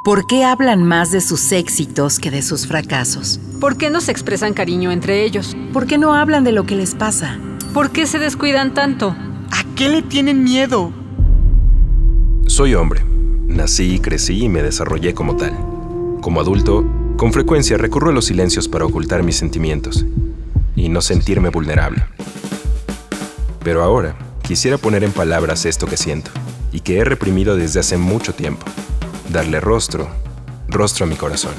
¿Por qué hablan más de sus éxitos que de sus fracasos? ¿Por qué no se expresan cariño entre ellos? ¿Por qué no hablan de lo que les pasa? ¿Por qué se descuidan tanto? ¿A qué le tienen miedo? Soy hombre. Nací, crecí y me desarrollé como tal. Como adulto, con frecuencia recurro a los silencios para ocultar mis sentimientos y no sentirme vulnerable. Pero ahora, quisiera poner en palabras esto que siento y que he reprimido desde hace mucho tiempo. Darle rostro a mi corazón.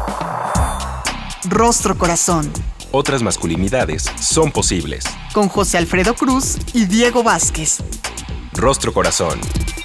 Rostro Corazón. Otras masculinidades son posibles. Con José Alfredo Cruz y Diego Vázquez. Rostro Corazón.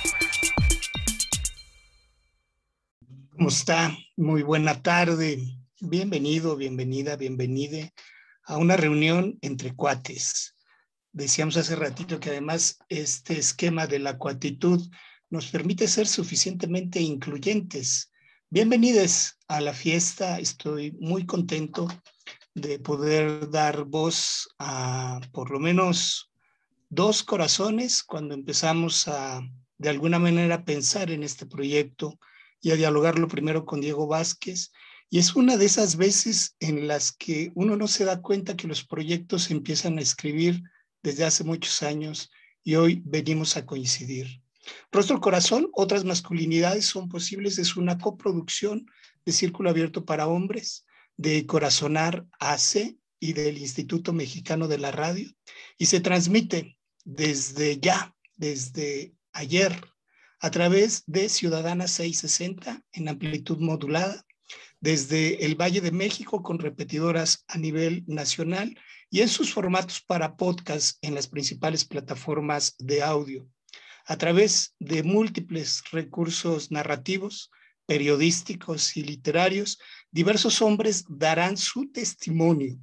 ¿Cómo está? Muy buena tarde. Bienvenido, bienvenida, bienvenide a una reunión entre cuates. Decíamos hace ratito que además este esquema de la cuatitud nos permite ser suficientemente incluyentes. Bienvenidos a la fiesta. Estoy muy contento de poder dar voz a por lo menos dos corazones cuando empezamos a, de alguna manera, pensar en este proyecto y a dialogarlo primero con Diego Vázquez. Y es una de esas veces en las que uno no se da cuenta que los proyectos se empiezan a escribir desde hace muchos años y hoy venimos a coincidir. Rostro Corazón, otras masculinidades son posibles, es una coproducción de Círculo Abierto para Hombres, de Corazonar AC y del Instituto Mexicano de la Radio, y se transmite desde ayer, a través de Ciudadana 660 en amplitud modulada, desde el Valle de México con repetidoras a nivel nacional y en sus formatos para podcast en las principales plataformas de audio. A través de múltiples recursos narrativos, periodísticos y literarios, diversos hombres darán su testimonio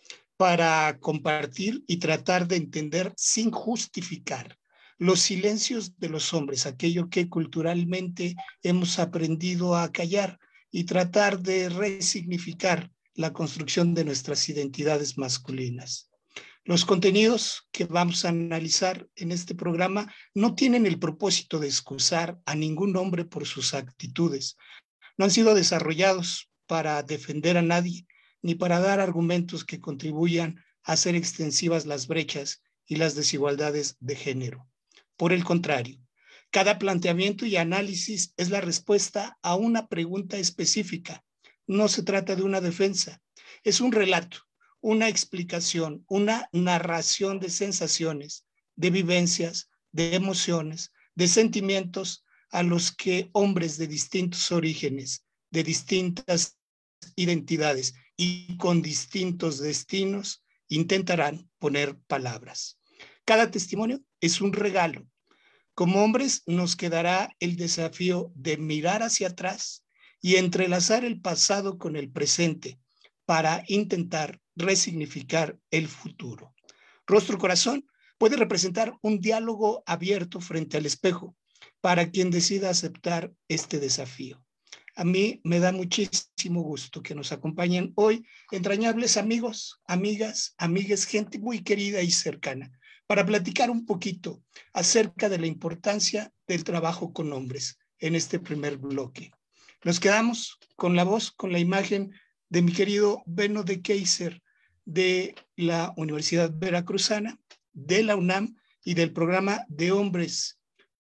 para compartir y tratar de entender sin justificar los silencios de los hombres, aquello que culturalmente hemos aprendido a callar y tratar de resignificar la construcción de nuestras identidades masculinas. Los contenidos que vamos a analizar en este programa no tienen el propósito de excusar a ningún hombre por sus actitudes. No han sido desarrollados para defender a nadie ni para dar argumentos que contribuyan a hacer extensivas las brechas y las desigualdades de género. Por el contrario, cada planteamiento y análisis es la respuesta a una pregunta específica. No se trata de una defensa, es un relato, una explicación, una narración de sensaciones, de vivencias, de emociones, de sentimientos a los que hombres de distintos orígenes, de distintas identidades y con distintos destinos intentarán poner palabras. Cada testimonio es un regalo. Como hombres nos quedará el desafío de mirar hacia atrás y entrelazar el pasado con el presente para intentar resignificar el futuro. Rostro Corazón puede representar un diálogo abierto frente al espejo para quien decida aceptar este desafío. A mí me da muchísimo gusto que nos acompañen hoy entrañables amigos, amigas, amigues, gente muy querida y cercana, para platicar un poquito acerca de la importancia del trabajo con hombres en este primer bloque. Nos quedamos con la voz, con la imagen de mi querido Beno de Keyser de la Universidad Veracruzana, de la UNAM y del programa de hombres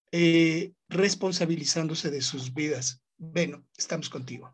responsabilizándose de sus vidas. Beno, estamos contigo.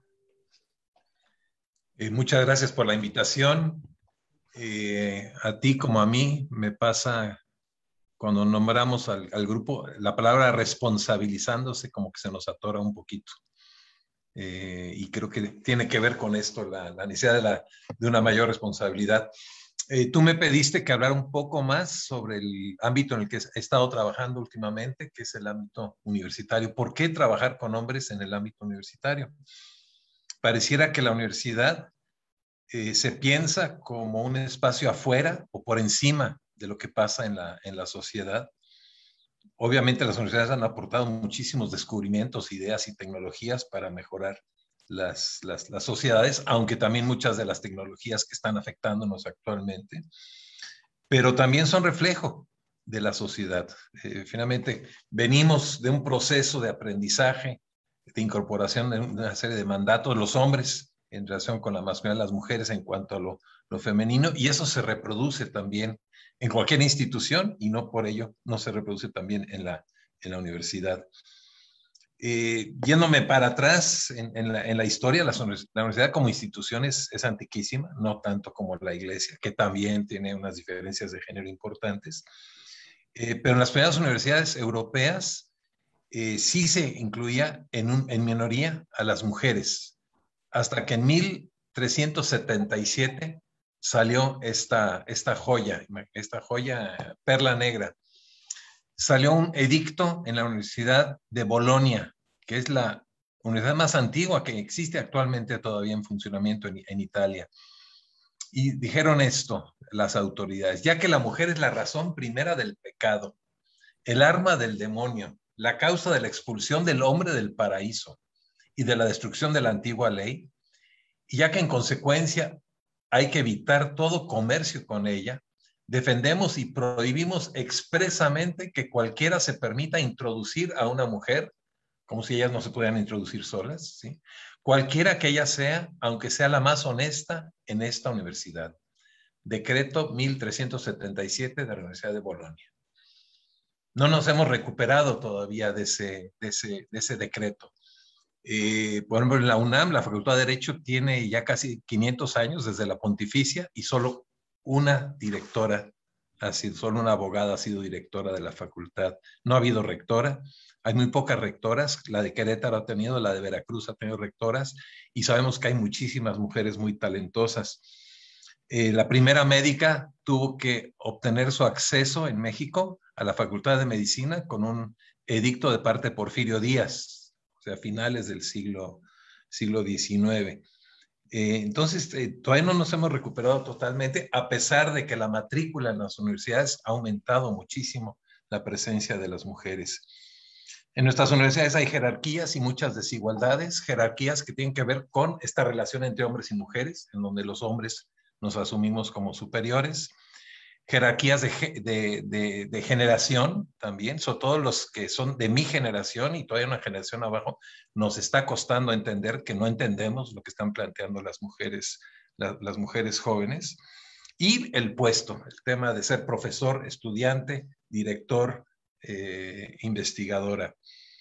Muchas gracias por la invitación. A ti como a mí me pasa cuando nombramos al grupo, la palabra responsabilizándose como que se nos atora un poquito. Y creo que tiene que ver con esto, la necesidad de una mayor responsabilidad. Tú me pediste que hablara un poco más sobre el ámbito en el que he estado trabajando últimamente, que es el ámbito universitario. ¿Por qué trabajar con hombres en el ámbito universitario? Pareciera que la universidad se piensa como un espacio afuera o por encima de lo que pasa en la sociedad. Obviamente las universidades han aportado muchísimos descubrimientos, ideas y tecnologías para mejorar las sociedades, aunque también muchas de las tecnologías que están afectándonos actualmente, pero también son reflejo de la sociedad. Finalmente, venimos de un proceso de aprendizaje incorporación de una serie de mandatos, los hombres en relación con la masculinidad, las mujeres en cuanto a lo femenino, y eso se reproduce también en cualquier institución y no por ello no se reproduce también en la universidad. Yéndome para atrás en la historia, la universidad como institución es antiquísima, no tanto como la iglesia, que también tiene unas diferencias de género importantes, pero en las primeras universidades europeas sí se incluía en minoría a las mujeres, hasta que en 1377 salió esta joya, perla negra. Salió un edicto en la Universidad de Bolonia, que es la universidad más antigua que existe actualmente todavía en funcionamiento en Italia. Y dijeron esto las autoridades: ya que la mujer es la razón primera del pecado, el arma del demonio, la causa de la expulsión del hombre del paraíso y de la destrucción de la antigua ley, y ya que en consecuencia hay que evitar todo comercio con ella, defendemos y prohibimos expresamente que cualquiera se permita introducir a una mujer, como si ellas no se pudieran introducir solas, ¿sí? Cualquiera que ella sea, aunque sea la más honesta en esta universidad. Decreto 1377 de la Universidad de Bolonia. No nos hemos recuperado todavía de ese decreto. Por ejemplo, en la UNAM, la Facultad de Derecho tiene ya casi 500 años desde la pontificia y solo una directora solo una abogada ha sido directora de la facultad. No ha habido rectora, hay muy pocas rectoras, la de Querétaro ha tenido, la de Veracruz ha tenido rectoras, y sabemos que hay muchísimas mujeres muy talentosas. La primera médica tuvo que obtener su acceso en México a la Facultad de Medicina con un edicto de parte de Porfirio Díaz, o sea, finales del siglo XIX. Entonces, todavía no nos hemos recuperado totalmente, a pesar de que la matrícula en las universidades ha aumentado muchísimo la presencia de las mujeres. En nuestras universidades hay jerarquías y muchas desigualdades, jerarquías que tienen que ver con esta relación entre hombres y mujeres, en donde los hombres nos asumimos como superiores, jerarquías de generación también, sobre todo los que son de mi generación y todavía una generación abajo, nos está costando entender que no entendemos lo que están planteando las mujeres jóvenes. Y el puesto, el tema de ser profesor, estudiante, director, investigadora.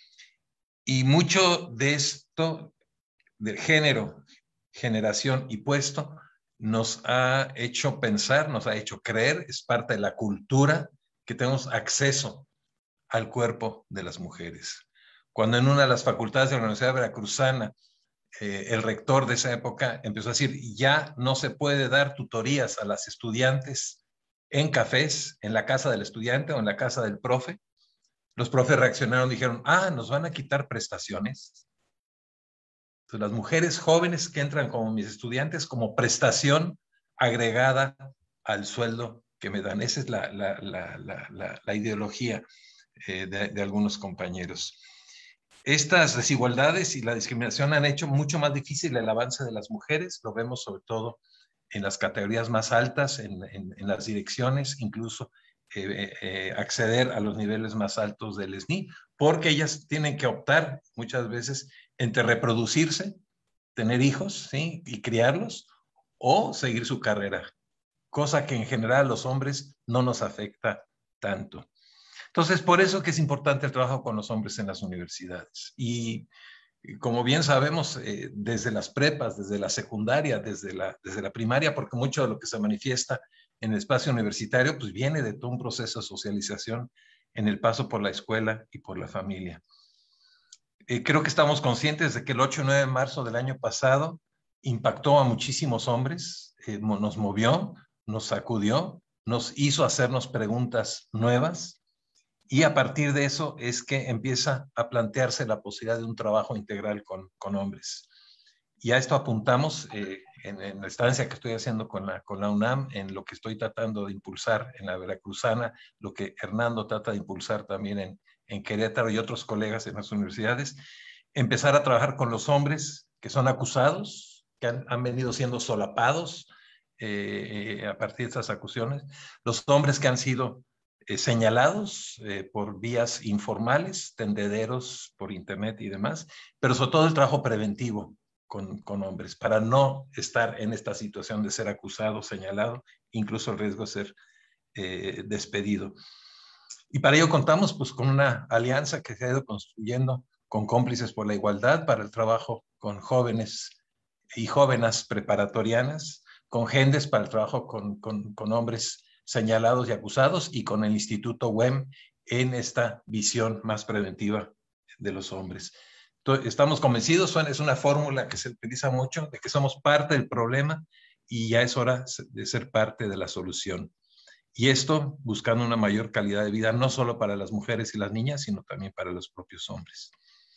Y mucho de esto, del género, generación y puesto, nos ha hecho pensar, nos ha hecho creer, es parte de la cultura, que tenemos acceso al cuerpo de las mujeres. Cuando en una de las facultades de la Universidad Veracruzana, el rector de esa época empezó a decir, ya no se puede dar tutorías a las estudiantes en cafés, en la casa del estudiante o en la casa del profe, los profes reaccionaron y dijeron, ¿nos van a quitar prestaciones? Entonces, las mujeres jóvenes que entran como mis estudiantes como prestación agregada al sueldo que me dan. Esa es la ideología de algunos compañeros. Estas desigualdades y la discriminación han hecho mucho más difícil el avance de las mujeres. Lo vemos sobre todo en las categorías más altas, en las direcciones, incluso acceder a los niveles más altos del SNI, porque ellas tienen que optar muchas veces entre reproducirse, tener hijos, ¿sí? Y criarlos, o seguir su carrera, cosa que en general a los hombres no nos afecta tanto. Entonces, por eso que es importante el trabajo con los hombres en las universidades. Y como bien sabemos, desde las prepas, desde la secundaria, desde la primaria, porque mucho de lo que se manifiesta en el espacio universitario, pues viene de todo un proceso de socialización en el paso por la escuela y por la familia. Creo que estamos conscientes de que el 8 y 9 de marzo del año pasado impactó a muchísimos hombres, nos movió, nos sacudió, nos hizo hacernos preguntas nuevas, y a partir de eso es que empieza a plantearse la posibilidad de un trabajo integral con hombres. Y a esto apuntamos en la estancia que estoy haciendo con la UNAM, en lo que estoy tratando de impulsar en la Veracruzana, lo que Hernando trata de impulsar también en Querétaro y otros colegas en las universidades, empezar a trabajar con los hombres que son acusados, que han venido siendo solapados a partir de estas acusaciones, los hombres que han sido señalados por vías informales, tendederos por internet y demás, pero sobre todo el trabajo preventivo con hombres, para no estar en esta situación de ser acusado, señalado, incluso el riesgo de ser despedido. Y para ello contamos pues, con una alianza que se ha ido construyendo con Cómplices por la Igualdad para el trabajo con jóvenes y jóvenes preparatorianas, con GENDES para el trabajo con hombres señalados y acusados, y con el Instituto WEM en esta visión más preventiva de los hombres. Entonces, estamos convencidos, es una fórmula que se utiliza mucho, de que somos parte del problema y ya es hora de ser parte de la solución. Y esto buscando una mayor calidad de vida, no solo para las mujeres y las niñas, sino también para los propios hombres.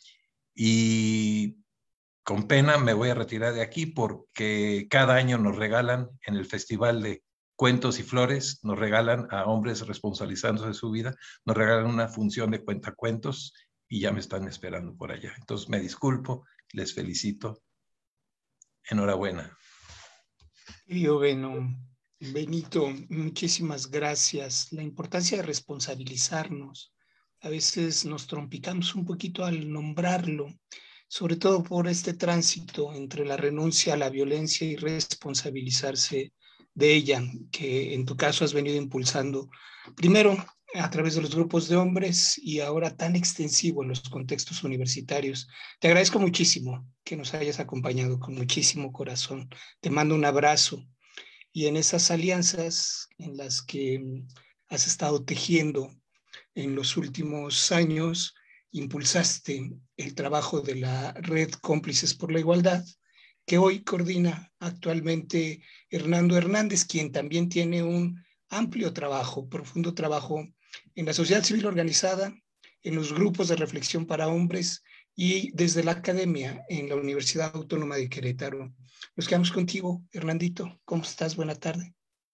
Y con pena me voy a retirar de aquí porque cada año nos regalan en el Festival de Cuentos y Flores, nos regalan a hombres responsabilizándose de su vida, nos regalan una función de cuentacuentos y ya me están esperando por allá. Entonces me disculpo, les felicito. Enhorabuena. Querido Benito, muchísimas gracias. La importancia de responsabilizarnos. A veces nos trompicamos un poquito al nombrarlo, sobre todo por este tránsito entre la renuncia a la violencia y responsabilizarse de ella, que en tu caso has venido impulsando primero a través de los grupos de hombres y ahora tan extensivo en los contextos universitarios. Te agradezco muchísimo que nos hayas acompañado con muchísimo corazón. Te mando un abrazo y en esas alianzas en las que has estado tejiendo en los últimos años, impulsaste el trabajo de la Red Cómplices por la Igualdad, que hoy coordina actualmente Hernando Hernández, quien también tiene un amplio trabajo, profundo trabajo en la sociedad civil organizada, en los grupos de reflexión para hombres y desde la academia en la Universidad Autónoma de Querétaro. Nos quedamos contigo, Hernandito. ¿Cómo estás? Buena tarde.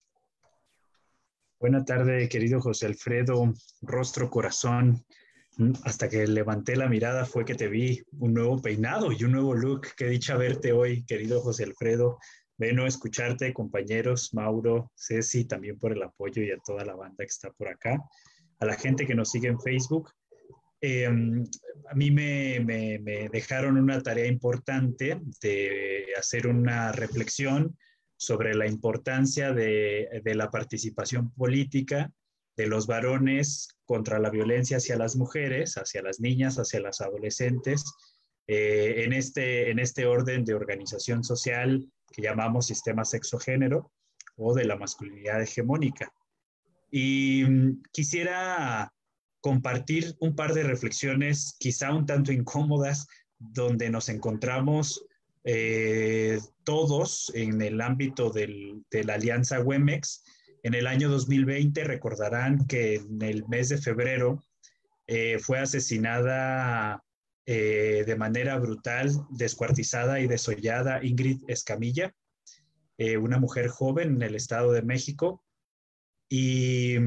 Buena tarde, querido José Alfredo, rostro, corazón. Hasta que levanté la mirada fue que te vi un nuevo peinado y un nuevo look. Qué dicha verte hoy, querido José Alfredo. Bueno, escucharte, compañeros, Mauro, Ceci, también por el apoyo y a toda la banda que está por acá. A la gente que nos sigue en Facebook. A mí me dejaron una tarea importante de hacer una reflexión sobre la importancia de la participación política de los varones contra la violencia hacia las mujeres, hacia las niñas, hacia las adolescentes, en este orden de organización social que llamamos sistema sexo-género o de la masculinidad hegemónica. Y quisiera compartir un par de reflexiones quizá un tanto incómodas donde nos encontramos todos en el ámbito de la Alianza WEMEX. En el año 2020 recordarán que en el mes de febrero fue asesinada de manera brutal, descuartizada y desollada Ingrid Escamilla, una mujer joven en el Estado de México. Y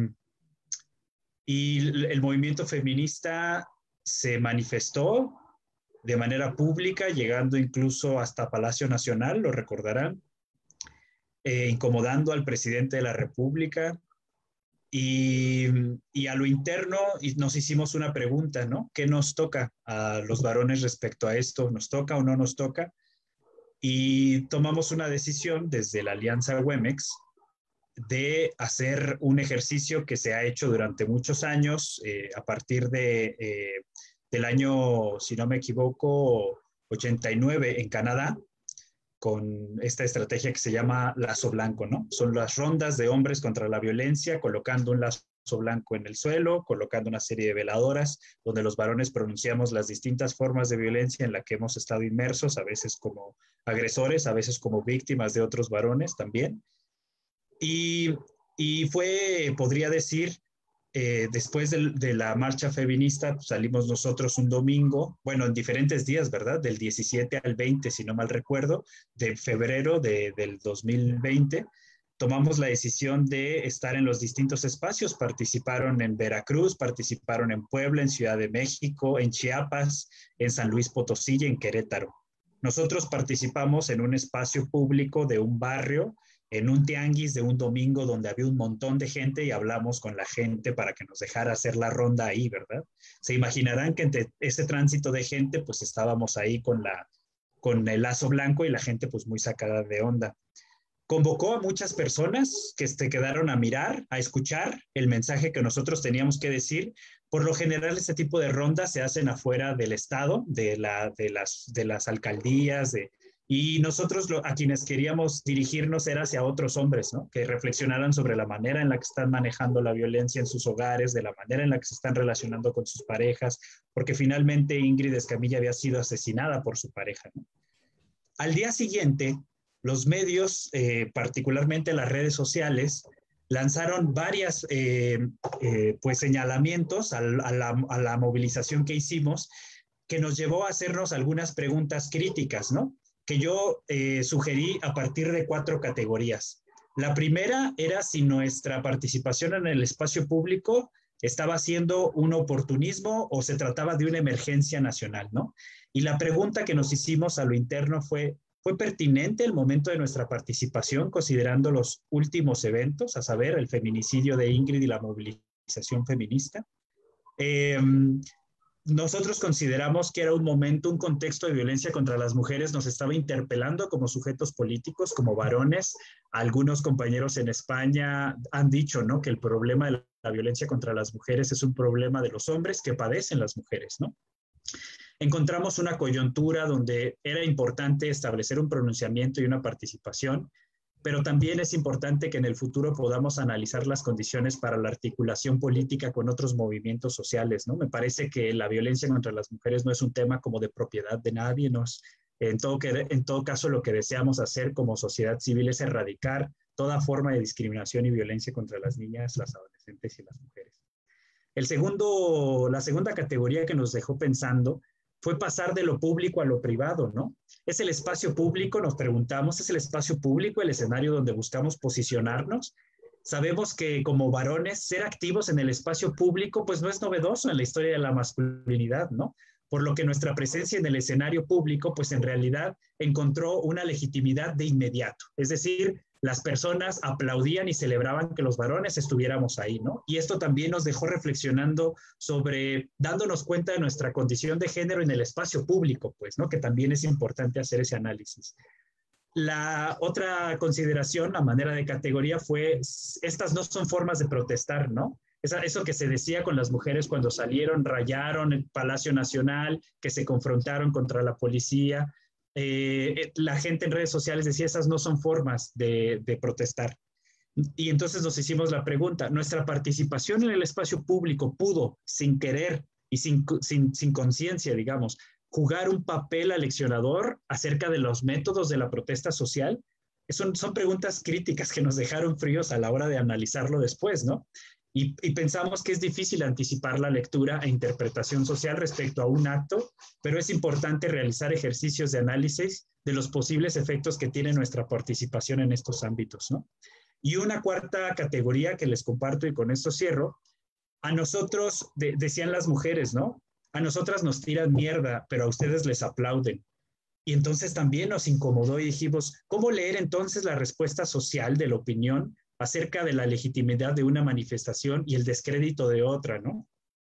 el movimiento feminista se manifestó de manera pública, llegando incluso hasta Palacio Nacional, lo recordarán, incomodando al presidente de la República. Y a lo interno nos hicimos una pregunta, ¿no? ¿Qué nos toca a los varones respecto a esto? ¿Nos toca o no nos toca? Y tomamos una decisión desde la Alianza WEMEX de hacer un ejercicio que se ha hecho durante muchos años, a partir del año, si no me equivoco, 89 en Canadá, con esta estrategia que se llama lazo blanco, ¿no? Son las rondas de hombres contra la violencia, colocando un lazo blanco en el suelo, colocando una serie de veladoras, donde los varones pronunciamos las distintas formas de violencia en la que hemos estado inmersos, a veces como agresores, a veces como víctimas de otros varones también. Y fue, podría decir, después de la marcha feminista, pues salimos nosotros un domingo, bueno, en diferentes días, ¿verdad? Del 17 al 20, si no mal recuerdo, de febrero del 2020, tomamos la decisión de estar en los distintos espacios. Participaron en Veracruz, participaron en Puebla, en Ciudad de México, en Chiapas, en San Luis Potosí y en Querétaro. Nosotros participamos en un espacio público de un barrio en un tianguis de un domingo donde había un montón de gente y hablamos con la gente para que nos dejara hacer la ronda ahí, ¿verdad? Se imaginarán que entre ese tránsito de gente, pues estábamos ahí con el lazo blanco y la gente pues muy sacada de onda. Convocó a muchas personas que se quedaron a mirar, a escuchar el mensaje que nosotros teníamos que decir. Por lo general, este tipo de rondas se hacen afuera del estado, de las alcaldías, y nosotros a quienes queríamos dirigirnos era hacia otros hombres, ¿no? Que reflexionaran sobre la manera en la que están manejando la violencia en sus hogares, de la manera en la que se están relacionando con sus parejas, porque finalmente Ingrid Escamilla había sido asesinada por su pareja, ¿no? Al día siguiente, los medios, particularmente las redes sociales, lanzaron varias pues señalamientos a la movilización que hicimos, que nos llevó a hacernos algunas preguntas críticas, ¿no? Que yo sugerí a partir de 4 categorías. La primera era si nuestra participación en el espacio público estaba siendo un oportunismo o se trataba de una emergencia nacional, ¿no? Y la pregunta que nos hicimos a lo interno ¿fue pertinente el momento de nuestra participación considerando los últimos eventos, a saber, el feminicidio de Ingrid y la movilización feminista? Nosotros consideramos que era un momento, un contexto de violencia contra las mujeres, nos estaba interpelando como sujetos políticos, como varones. Algunos compañeros en España han dicho, ¿no?, que el problema de la violencia contra las mujeres es un problema de los hombres que padecen las mujeres, ¿no? Encontramos una coyuntura donde era importante establecer un pronunciamiento y una participación, pero también es importante que en el futuro podamos analizar las condiciones para la articulación política con otros movimientos sociales, ¿no? Me parece que la violencia contra las mujeres no es un tema como de propiedad de nadie, en todo caso lo que deseamos hacer como sociedad civil es erradicar toda forma de discriminación y violencia contra las niñas, las adolescentes y las mujeres. La segunda categoría que nos dejó pensando fue pasar de lo público a lo privado, ¿no? ¿Es el espacio público, nos preguntamos, es el espacio público el escenario donde buscamos posicionarnos? Sabemos que como varones, ser activos en el espacio público, pues no es novedoso en la historia de la masculinidad, ¿no? Por lo que nuestra presencia en el escenario público, pues en realidad encontró una legitimidad de inmediato. Es decir, las personas aplaudían y celebraban que los varones estuviéramos ahí, ¿no? Y esto también nos dejó reflexionando sobre, dándonos cuenta de nuestra condición de género en el espacio público, pues, ¿no? Que también es importante hacer ese análisis. La otra consideración, a manera de categoría, fue, estas no son formas de protestar, ¿no? Eso que se decía con las mujeres cuando salieron, rayaron el Palacio Nacional, que se confrontaron contra la policía. La gente en redes sociales decía, esas no son formas de protestar. Y entonces nos hicimos la pregunta, ¿nuestra participación en el espacio público pudo, sin querer y sin conciencia, digamos, jugar un papel aleccionador acerca de los métodos de la protesta social? Son preguntas críticas que nos dejaron fríos a la hora de analizarlo después, ¿no? Y pensamos que es difícil anticipar la lectura e interpretación social respecto a un acto, pero es importante realizar ejercicios de análisis de los posibles efectos que tiene nuestra participación en estos ámbitos, ¿no? Y una cuarta categoría que les comparto y con esto cierro, a nosotros, decían las mujeres, ¿no? A nosotras nos tiran mierda, pero a ustedes les aplauden. Y entonces también nos incomodó y dijimos, ¿cómo leer entonces la respuesta social de la opinión acerca de la legitimidad de una manifestación y el descrédito de otra, ¿no?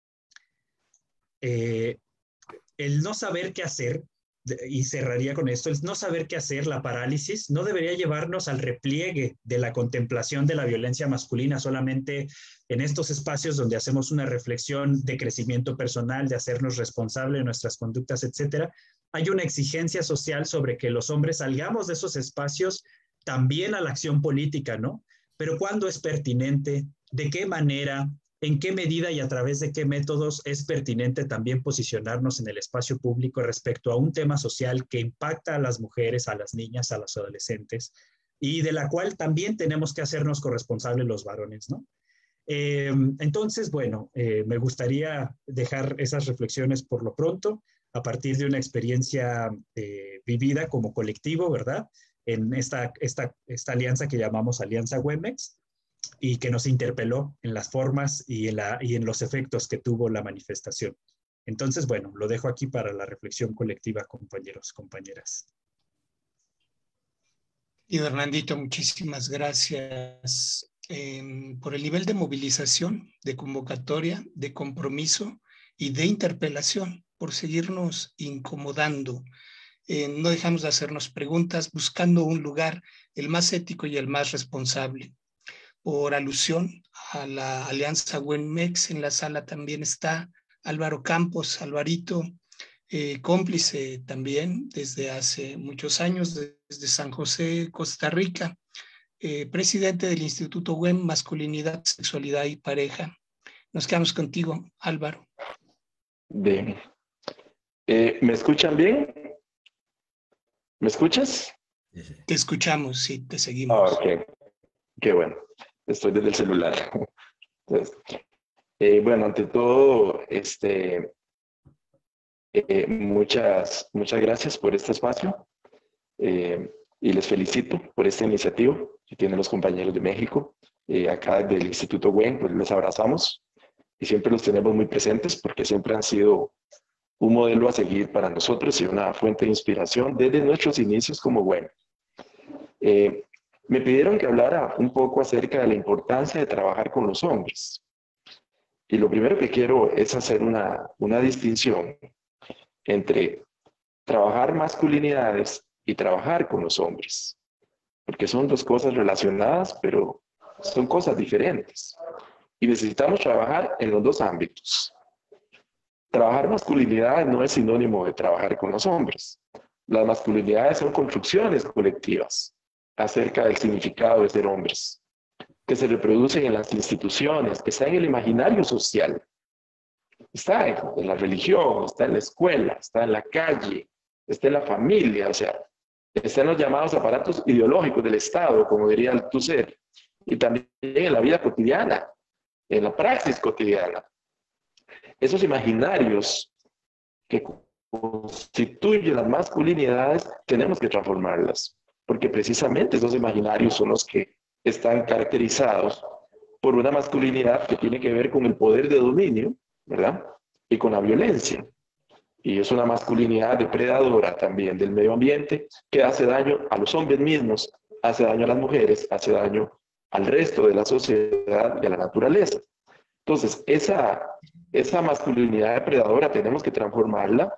El no saber qué hacer, y cerraría con esto, el no saber qué hacer, la parálisis, no debería llevarnos al repliegue de la contemplación de la violencia masculina solamente en estos espacios donde hacemos una reflexión de crecimiento personal, de hacernos responsables de nuestras conductas, etcétera. Hay una exigencia social sobre que los hombres salgamos de esos espacios también a la acción política, ¿no? Pero ¿cuándo es pertinente? ¿De qué manera? ¿En qué medida y a través de qué métodos es pertinente también posicionarnos en el espacio público respecto a un tema social que impacta a las mujeres, a las niñas, a los adolescentes y de la cual también tenemos que hacernos corresponsables los varones, ¿no? Entonces, bueno, me gustaría dejar esas reflexiones por lo pronto a partir de una experiencia vivida como colectivo, ¿verdad? En esta alianza que llamamos Alianza Güemex y que nos interpeló en las formas y en los efectos que tuvo la manifestación. Entonces, bueno, lo dejo aquí para la reflexión colectiva, compañeros, compañeras. Y Hernandito, muchísimas gracias por el nivel de movilización, de convocatoria, de compromiso y de interpelación, por seguirnos incomodando. No dejamos de hacernos preguntas buscando un lugar el más ético y el más responsable. Por alusión a la alianza WENMEX, en la sala también está Álvaro Campos, Alvarito, cómplice también desde hace muchos años, desde San José, Costa Rica, presidente del Instituto WEM, Masculinidad, Sexualidad y Pareja. Nos quedamos contigo, Álvaro. Bien. ¿Me escuchan bien? ¿Me escuchas? Te escuchamos, sí, te seguimos. Ok, qué bueno. Estoy desde el celular. Entonces, bueno, ante todo, muchas gracias por este espacio y les felicito por esta iniciativa que tienen los compañeros de México. Acá del Instituto WEN, pues les abrazamos y siempre los tenemos muy presentes porque siempre han sido un modelo a seguir para nosotros y una fuente de inspiración desde nuestros inicios como WEN. Me pidieron que hablara un poco acerca de la importancia de trabajar con los hombres. Y lo primero que quiero es hacer una distinción entre trabajar masculinidades y trabajar con los hombres. Porque son dos cosas relacionadas, pero son cosas diferentes. Y necesitamos trabajar en los dos ámbitos. Trabajar masculinidades no es sinónimo de trabajar con los hombres. Las masculinidades son construcciones colectivas acerca del significado de ser hombres, que se reproducen en las instituciones, que está en el imaginario social. Está en la religión, está en la escuela, está en la calle, está en la familia, o sea, está en los llamados aparatos ideológicos del Estado, como diría Althusser, y también en la vida cotidiana, en la praxis cotidiana. Esos imaginarios que constituyen las masculinidades, tenemos que transformarlas, porque precisamente esos imaginarios son los que están caracterizados por una masculinidad que tiene que ver con el poder de dominio, ¿verdad? Y con la violencia. Y es una masculinidad depredadora también del medio ambiente que hace daño a los hombres mismos, hace daño a las mujeres, hace daño al resto de la sociedad y a la naturaleza. Entonces, esa masculinidad depredadora tenemos que transformarla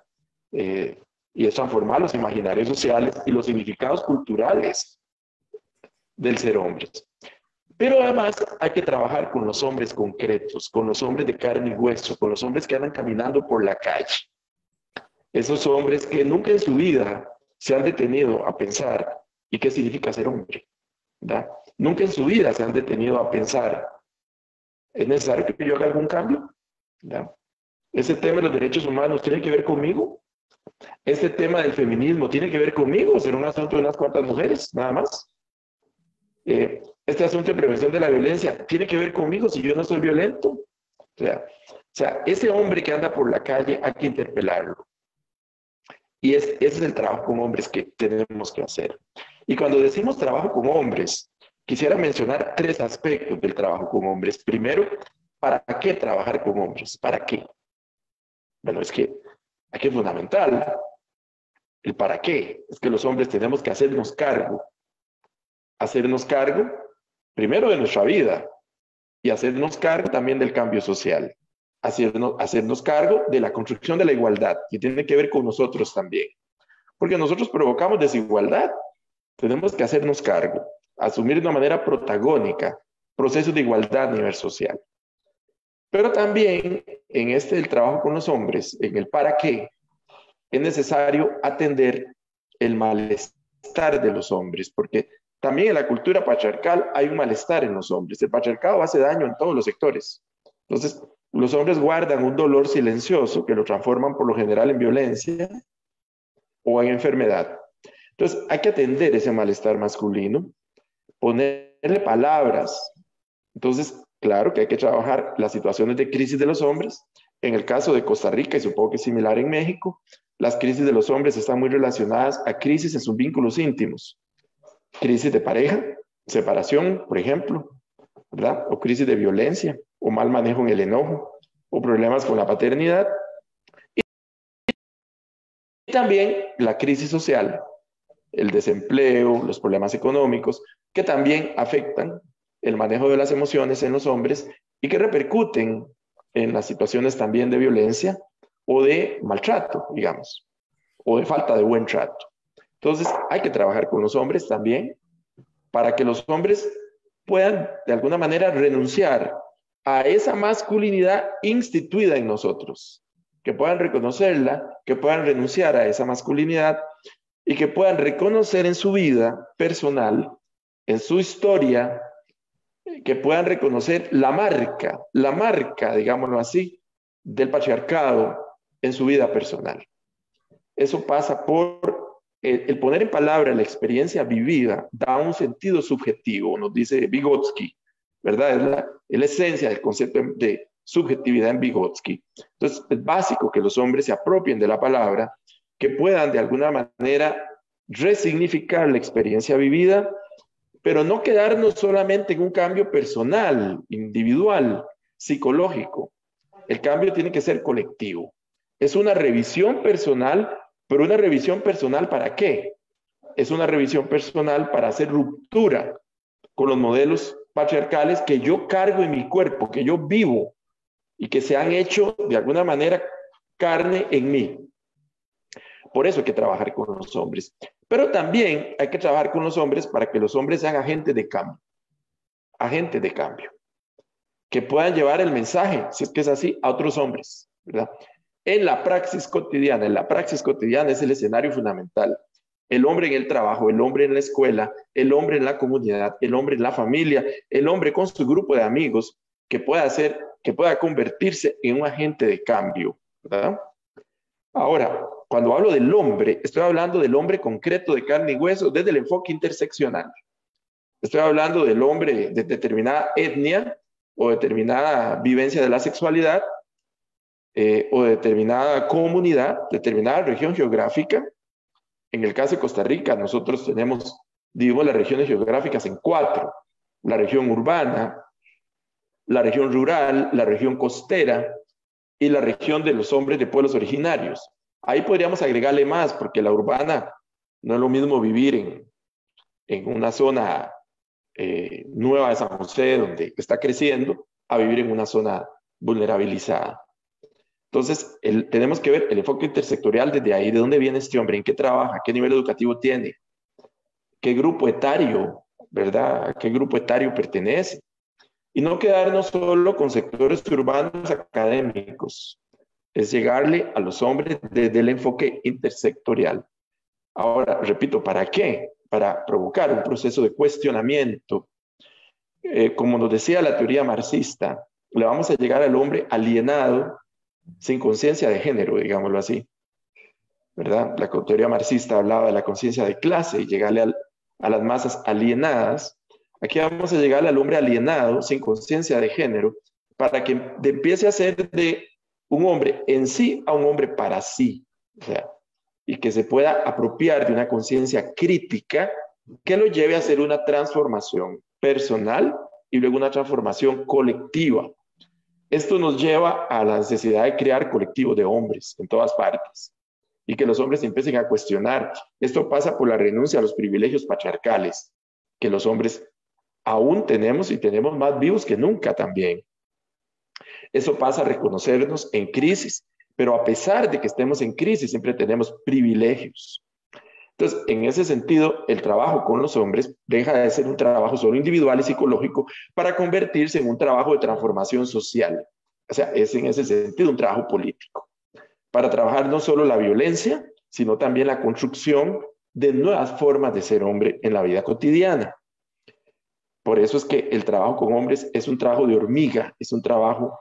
y es transformar los imaginarios sociales y los significados culturales del ser hombres. Pero además hay que trabajar con los hombres concretos, con los hombres de carne y hueso, con los hombres que andan caminando por la calle. Esos hombres que nunca en su vida se han detenido a pensar ¿y qué significa ser hombre? ¿Verdad? Nunca en su vida se han detenido a pensar ¿es necesario que yo haga algún cambio? ¿Verdad? Ese tema de los derechos humanos tiene que ver conmigo. Este tema del feminismo tiene que ver conmigo, será un asunto de unas cuantas mujeres, nada más. Este asunto de prevención de la violencia tiene que ver conmigo si yo no soy violento. O sea, ese hombre que anda por la calle hay que interpelarlo. Y ese es el trabajo con hombres que tenemos que hacer. Y cuando decimos trabajo con hombres, quisiera mencionar 3 aspectos del trabajo con hombres. Primero, ¿para qué trabajar con hombres? ¿Para qué? Bueno, es que aquí es fundamental el para qué. Es que los hombres tenemos que hacernos cargo primero de nuestra vida y hacernos cargo también del cambio social, hacernos cargo de la construcción de la igualdad, que tiene que ver con nosotros también, porque nosotros provocamos desigualdad, tenemos que hacernos cargo, asumir de una manera protagónica procesos de igualdad a nivel social. Pero también en el trabajo con los hombres, en el para qué, es necesario atender el malestar de los hombres, porque también en la cultura patriarcal hay un malestar en los hombres. El patriarcado hace daño en todos los sectores. Entonces, los hombres guardan un dolor silencioso que lo transforman por lo general en violencia o en enfermedad. Entonces, hay que atender ese malestar masculino, ponerle palabras. Entonces, claro que hay que trabajar las situaciones de crisis de los hombres. En el caso de Costa Rica, y supongo que es similar en México, las crisis de los hombres están muy relacionadas a crisis en sus vínculos íntimos. Crisis de pareja, separación, por ejemplo, ¿verdad? O crisis de violencia, o mal manejo en el enojo, o problemas con la paternidad. Y también la crisis social, el desempleo, los problemas económicos, que también afectan el manejo de las emociones en los hombres y que repercuten en las situaciones también de violencia o de maltrato, digamos, o de falta de buen trato. Entonces, hay que trabajar con los hombres también para que los hombres puedan, de alguna manera, renunciar a esa masculinidad instituida en nosotros, que puedan reconocerla, que puedan renunciar a esa masculinidad y que puedan reconocer en su vida personal, en su historia, que puedan reconocer la marca, digámoslo así, del patriarcado en su vida personal. Eso pasa por el poner en palabra la experiencia vivida, da un sentido subjetivo, nos dice Vygotsky, ¿verdad? Es la esencia del concepto de subjetividad en Vygotsky. Entonces, es básico que los hombres se apropien de la palabra, que puedan de alguna manera resignificar la experiencia vivida, pero no quedarnos solamente en un cambio personal, individual, psicológico. El cambio tiene que ser colectivo. Es una revisión personal, pero una revisión personal ¿para qué? Es una revisión personal para hacer ruptura con los modelos patriarcales que yo cargo en mi cuerpo, que yo vivo y que se han hecho de alguna manera carne en mí. Por eso hay que trabajar con los hombres. Pero también hay que trabajar con los hombres para que los hombres sean agentes de cambio, que puedan llevar el mensaje, si es que es así, a otros hombres, ¿verdad? En la praxis cotidiana es el escenario fundamental. El hombre en el trabajo, el hombre en la escuela, el hombre en la comunidad, el hombre en la familia, el hombre con su grupo de amigos, que pueda convertirse en un agente de cambio, ¿verdad? Ahora, cuando hablo del hombre, estoy hablando del hombre concreto de carne y hueso desde el enfoque interseccional. Estoy hablando del hombre de determinada etnia o determinada vivencia de la sexualidad o de determinada comunidad, determinada región geográfica. En el caso de Costa Rica, nosotros dividimos las regiones geográficas en 4. La región urbana, la región rural, la región costera y la región de los hombres de pueblos originarios. Ahí podríamos agregarle más, porque la urbana no es lo mismo vivir en una zona nueva de San José, donde está creciendo, a vivir en una zona vulnerabilizada. Entonces, tenemos que ver el enfoque intersectorial desde ahí, de dónde viene este hombre, en qué trabaja, qué nivel educativo tiene, qué grupo etario, ¿verdad? ¿A qué grupo etario pertenece? Y no quedarnos solo con sectores urbanos académicos, es llegarle a los hombres desde el enfoque intersectorial. Ahora, repito, ¿para qué? Para provocar un proceso de cuestionamiento. Como nos decía la teoría marxista, le vamos a llegar al hombre alienado, sin conciencia de género, digámoslo así, ¿verdad? La teoría marxista hablaba de la conciencia de clase y llegarle a las masas alienadas. Aquí vamos a llegar al hombre alienado, sin conciencia de género, para que empiece a ser de un hombre en sí a un hombre para sí, o sea, y que se pueda apropiar de una conciencia crítica que lo lleve a hacer una transformación personal y luego una transformación colectiva. Esto nos lleva a la necesidad de crear colectivos de hombres en todas partes y que los hombres empiecen a cuestionar. Esto pasa por la renuncia a los privilegios patriarcales que los hombres aún tenemos y tenemos más vivos que nunca también. Eso pasa a reconocernos en crisis, pero a pesar de que estemos en crisis, siempre tenemos privilegios. Entonces, en ese sentido, el trabajo con los hombres deja de ser un trabajo solo individual y psicológico para convertirse en un trabajo de transformación social. O sea, es en ese sentido un trabajo político. Para trabajar no solo la violencia, sino también la construcción de nuevas formas de ser hombre en la vida cotidiana. Por eso es que el trabajo con hombres es un trabajo de hormiga, es un trabajo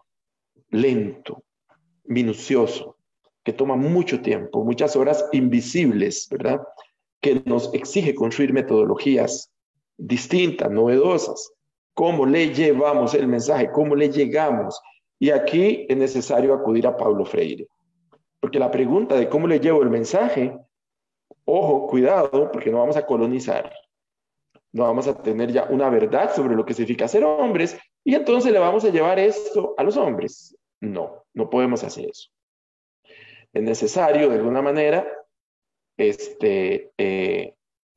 lento, minucioso, que toma mucho tiempo, muchas horas invisibles, ¿verdad? Que nos exige construir metodologías distintas, novedosas. ¿Cómo le llevamos el mensaje? ¿Cómo le llegamos? Y aquí es necesario acudir a Paulo Freire. Porque la pregunta de cómo le llevo el mensaje, ojo, cuidado, porque no vamos a colonizar. No vamos a tener ya una verdad sobre lo que significa ser hombres y entonces le vamos a llevar esto a los hombres. No, no podemos hacer eso. Es necesario, de alguna manera,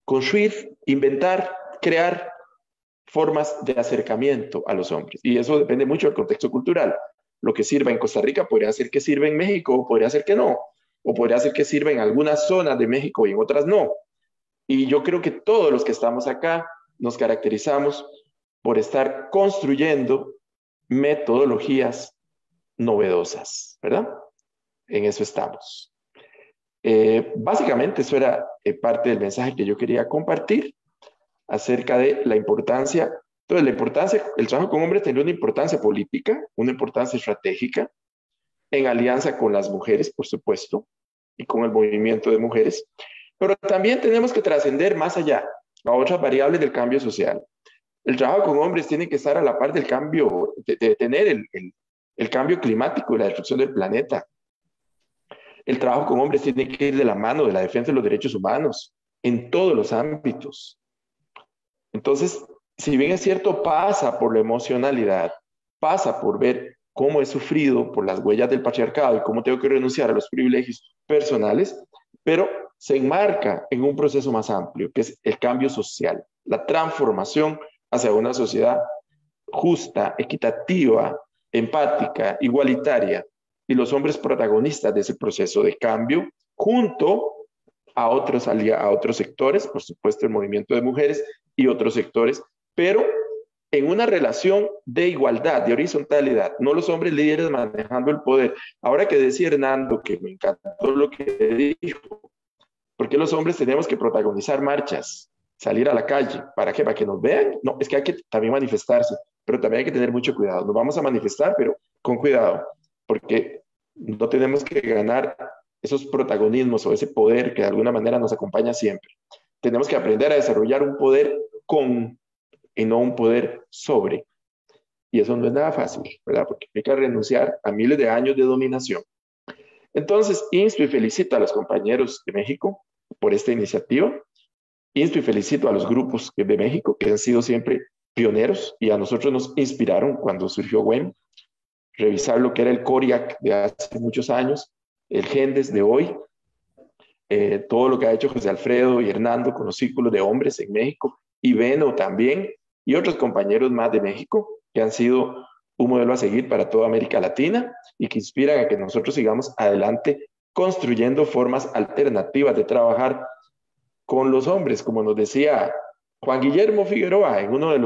construir, inventar, crear formas de acercamiento a los hombres. Y eso depende mucho del contexto cultural. Lo que sirva en Costa Rica podría ser que sirva en México, o podría ser que no. O podría ser que sirva en algunas zonas de México y en otras no. Y yo creo que todos los que estamos acá nos caracterizamos por estar construyendo metodologías novedosas, ¿verdad? En eso estamos. Básicamente eso era parte del mensaje que yo quería compartir acerca de la importancia. Entonces, la importancia, el trabajo con hombres tiene una importancia política, una importancia estratégica, en alianza con las mujeres, por supuesto, y con el movimiento de mujeres, pero también tenemos que trascender más allá a otras variables del cambio social. El trabajo con hombres tiene que estar a la par del cambio, de detener el cambio climático y la destrucción del planeta. El trabajo con hombres tiene que ir de la mano de la defensa de los derechos humanos en todos los ámbitos. Entonces, si bien es cierto, pasa por la emocionalidad, pasa por ver cómo he sufrido por las huellas del patriarcado y cómo tengo que renunciar a los privilegios personales, pero se enmarca en un proceso más amplio, que es el cambio social, la transformación hacia una sociedad justa, equitativa, empática, igualitaria, y los hombres protagonistas de ese proceso de cambio, junto a otros sectores, por supuesto el movimiento de mujeres y otros sectores, pero en una relación de igualdad, de horizontalidad, no los hombres líderes manejando el poder. Ahora que decía Hernando, que me encantó lo que dijo, ¿por qué los hombres tenemos que protagonizar marchas, salir a la calle? ¿Para qué? ¿Para que nos vean? No, es que hay que también manifestarse, pero también hay que tener mucho cuidado. Nos vamos a manifestar, pero con cuidado, porque no tenemos que ganar esos protagonismos o ese poder que de alguna manera nos acompaña siempre. Tenemos que aprender a desarrollar un poder con y no un poder sobre. Y eso no es nada fácil, ¿verdad? Porque hay que renunciar a miles de años de dominación. Entonces, insto y felicito a los compañeros de México por esta iniciativa. Insto y felicito a los grupos de México que han sido siempre pioneros y a nosotros nos inspiraron cuando surgió WEM. Revisar lo que era el CORIAC de hace muchos años, el GENDES de hoy, todo lo que ha hecho José Alfredo y Hernando con los círculos de hombres en México, y Beno también, y otros compañeros más de México que han sido un modelo a seguir para toda América Latina y que inspiran a que nosotros sigamos adelante construyendo formas alternativas de trabajar con los hombres, como nos decía Juan Guillermo Figueroa en uno de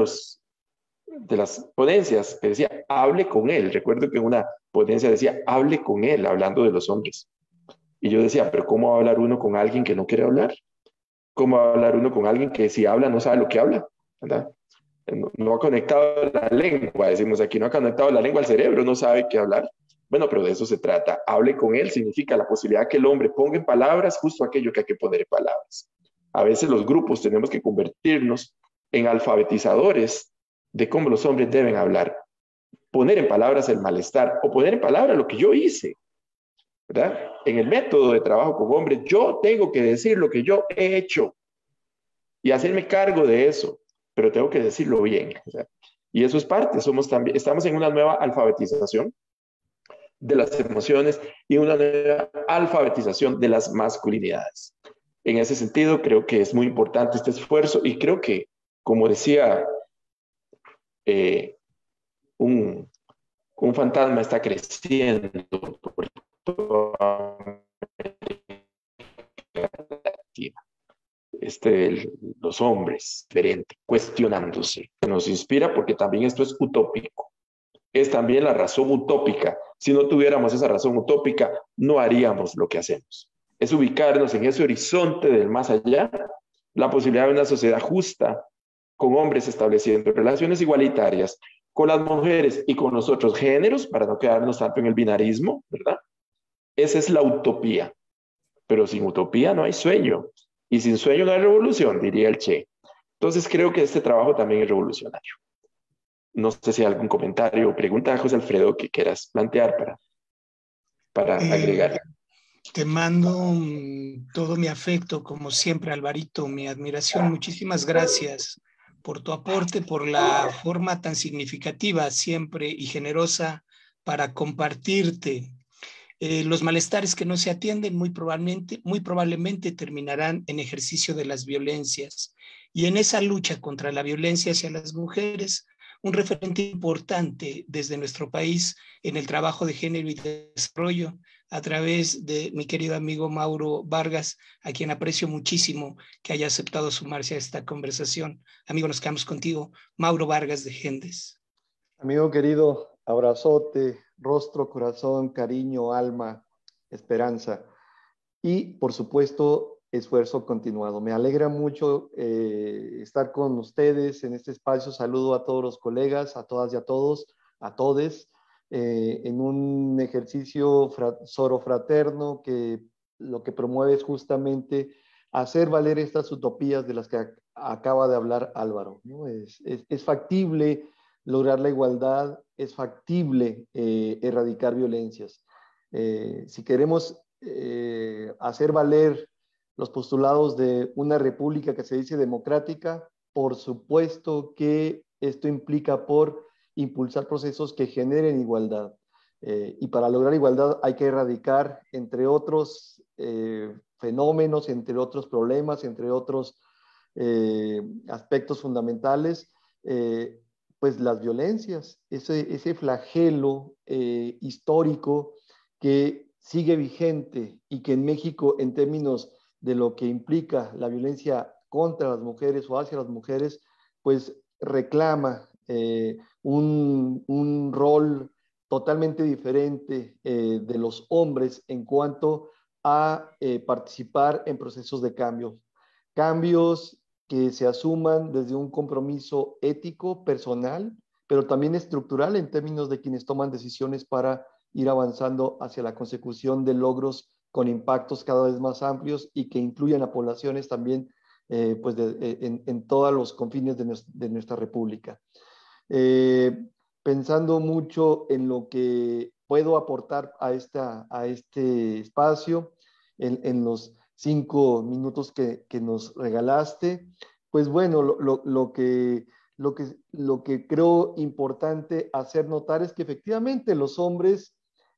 las ponencias, que decía, hable con él. Recuerdo que en una ponencia decía, hable con él, hablando de los hombres. Y yo decía, pero ¿cómo va a hablar uno con alguien que no quiere hablar? ¿Cómo va a hablar uno con alguien que si habla no sabe lo que habla? ¿Verdad? No ha conectado la lengua, decimos aquí, no ha conectado la lengua al cerebro, no sabe qué hablar. Bueno, pero de eso se trata. Hable con él significa la posibilidad que el hombre ponga en palabras justo aquello que hay que poner en palabras. A veces los grupos tenemos que convertirnos en alfabetizadores de cómo los hombres deben hablar. Poner en palabras el malestar o poner en palabras lo que yo hice, ¿verdad? En el método de trabajo con hombres, yo tengo que decir lo que yo he hecho y hacerme cargo de eso, pero tengo que decirlo bien, ¿verdad? Y eso es parte, estamos en una nueva alfabetización de las emociones y una nueva alfabetización de las masculinidades. En ese sentido, creo que es muy importante este esfuerzo y creo que, como decía, un fantasma está creciendo por toda América Latina. Los hombres, diferente, cuestionándose. Nos inspira porque también esto es utópico. Es también la razón utópica. Si no tuviéramos esa razón utópica, no haríamos lo que hacemos. Es ubicarnos en ese horizonte del más allá, la posibilidad de una sociedad justa, con hombres estableciendo relaciones igualitarias con las mujeres y con los otros géneros, para no quedarnos tanto en el binarismo, ¿verdad? Esa es la utopía. Pero sin utopía no hay sueño. Y sin sueño no hay revolución, diría el Che. Entonces creo que este trabajo también es revolucionario. No sé si hay algún comentario o pregunta, José Alfredo, que quieras plantear para agregar. Te mando todo mi afecto, como siempre, Alvarito, mi admiración. Muchísimas gracias por tu aporte, por la forma tan significativa siempre y generosa para compartirte. Los malestares que no se atienden muy probablemente terminarán en ejercicio de las violencias. Y en esa lucha contra la violencia hacia las mujeres, un referente importante desde nuestro país en el trabajo de género y desarrollo, a través de mi querido amigo Mauro Vargas, a quien aprecio muchísimo que haya aceptado sumarse a esta conversación. Amigo, nos quedamos contigo. Mauro Vargas de Gendes. Amigo querido, abrazote, rostro, corazón, cariño, alma, esperanza y, por supuesto, esfuerzo continuado. Me alegra mucho estar con ustedes en este espacio. Saludo a todos los colegas, a todas y a todos, a todes, en un ejercicio sorofraterno que lo que promueve es justamente hacer valer estas utopías de las que acaba de hablar Álvaro, ¿no? Es factible lograr la igualdad, es factible erradicar violencias. Si queremos hacer valer los postulados de una república que se dice democrática, por supuesto que esto implica por impulsar procesos que generen igualdad. Y para lograr igualdad hay que erradicar, entre otros fenómenos, entre otros problemas, entre otros aspectos fundamentales, pues las violencias, ese flagelo histórico que sigue vigente y que en México, en términos de lo que implica la violencia contra las mujeres o hacia las mujeres, pues reclama un rol totalmente diferente de los hombres en cuanto a participar en procesos de cambio. Cambios que se asuman desde un compromiso ético, personal, pero también estructural en términos de quienes toman decisiones para ir avanzando hacia la consecución de logros con impactos cada vez más amplios y que incluyan a poblaciones también pues en todos los confines de nuestra república. Pensando mucho en lo que puedo aportar a este espacio, en los 5 minutos que nos regalaste, pues bueno, lo que creo importante hacer notar es que efectivamente los hombres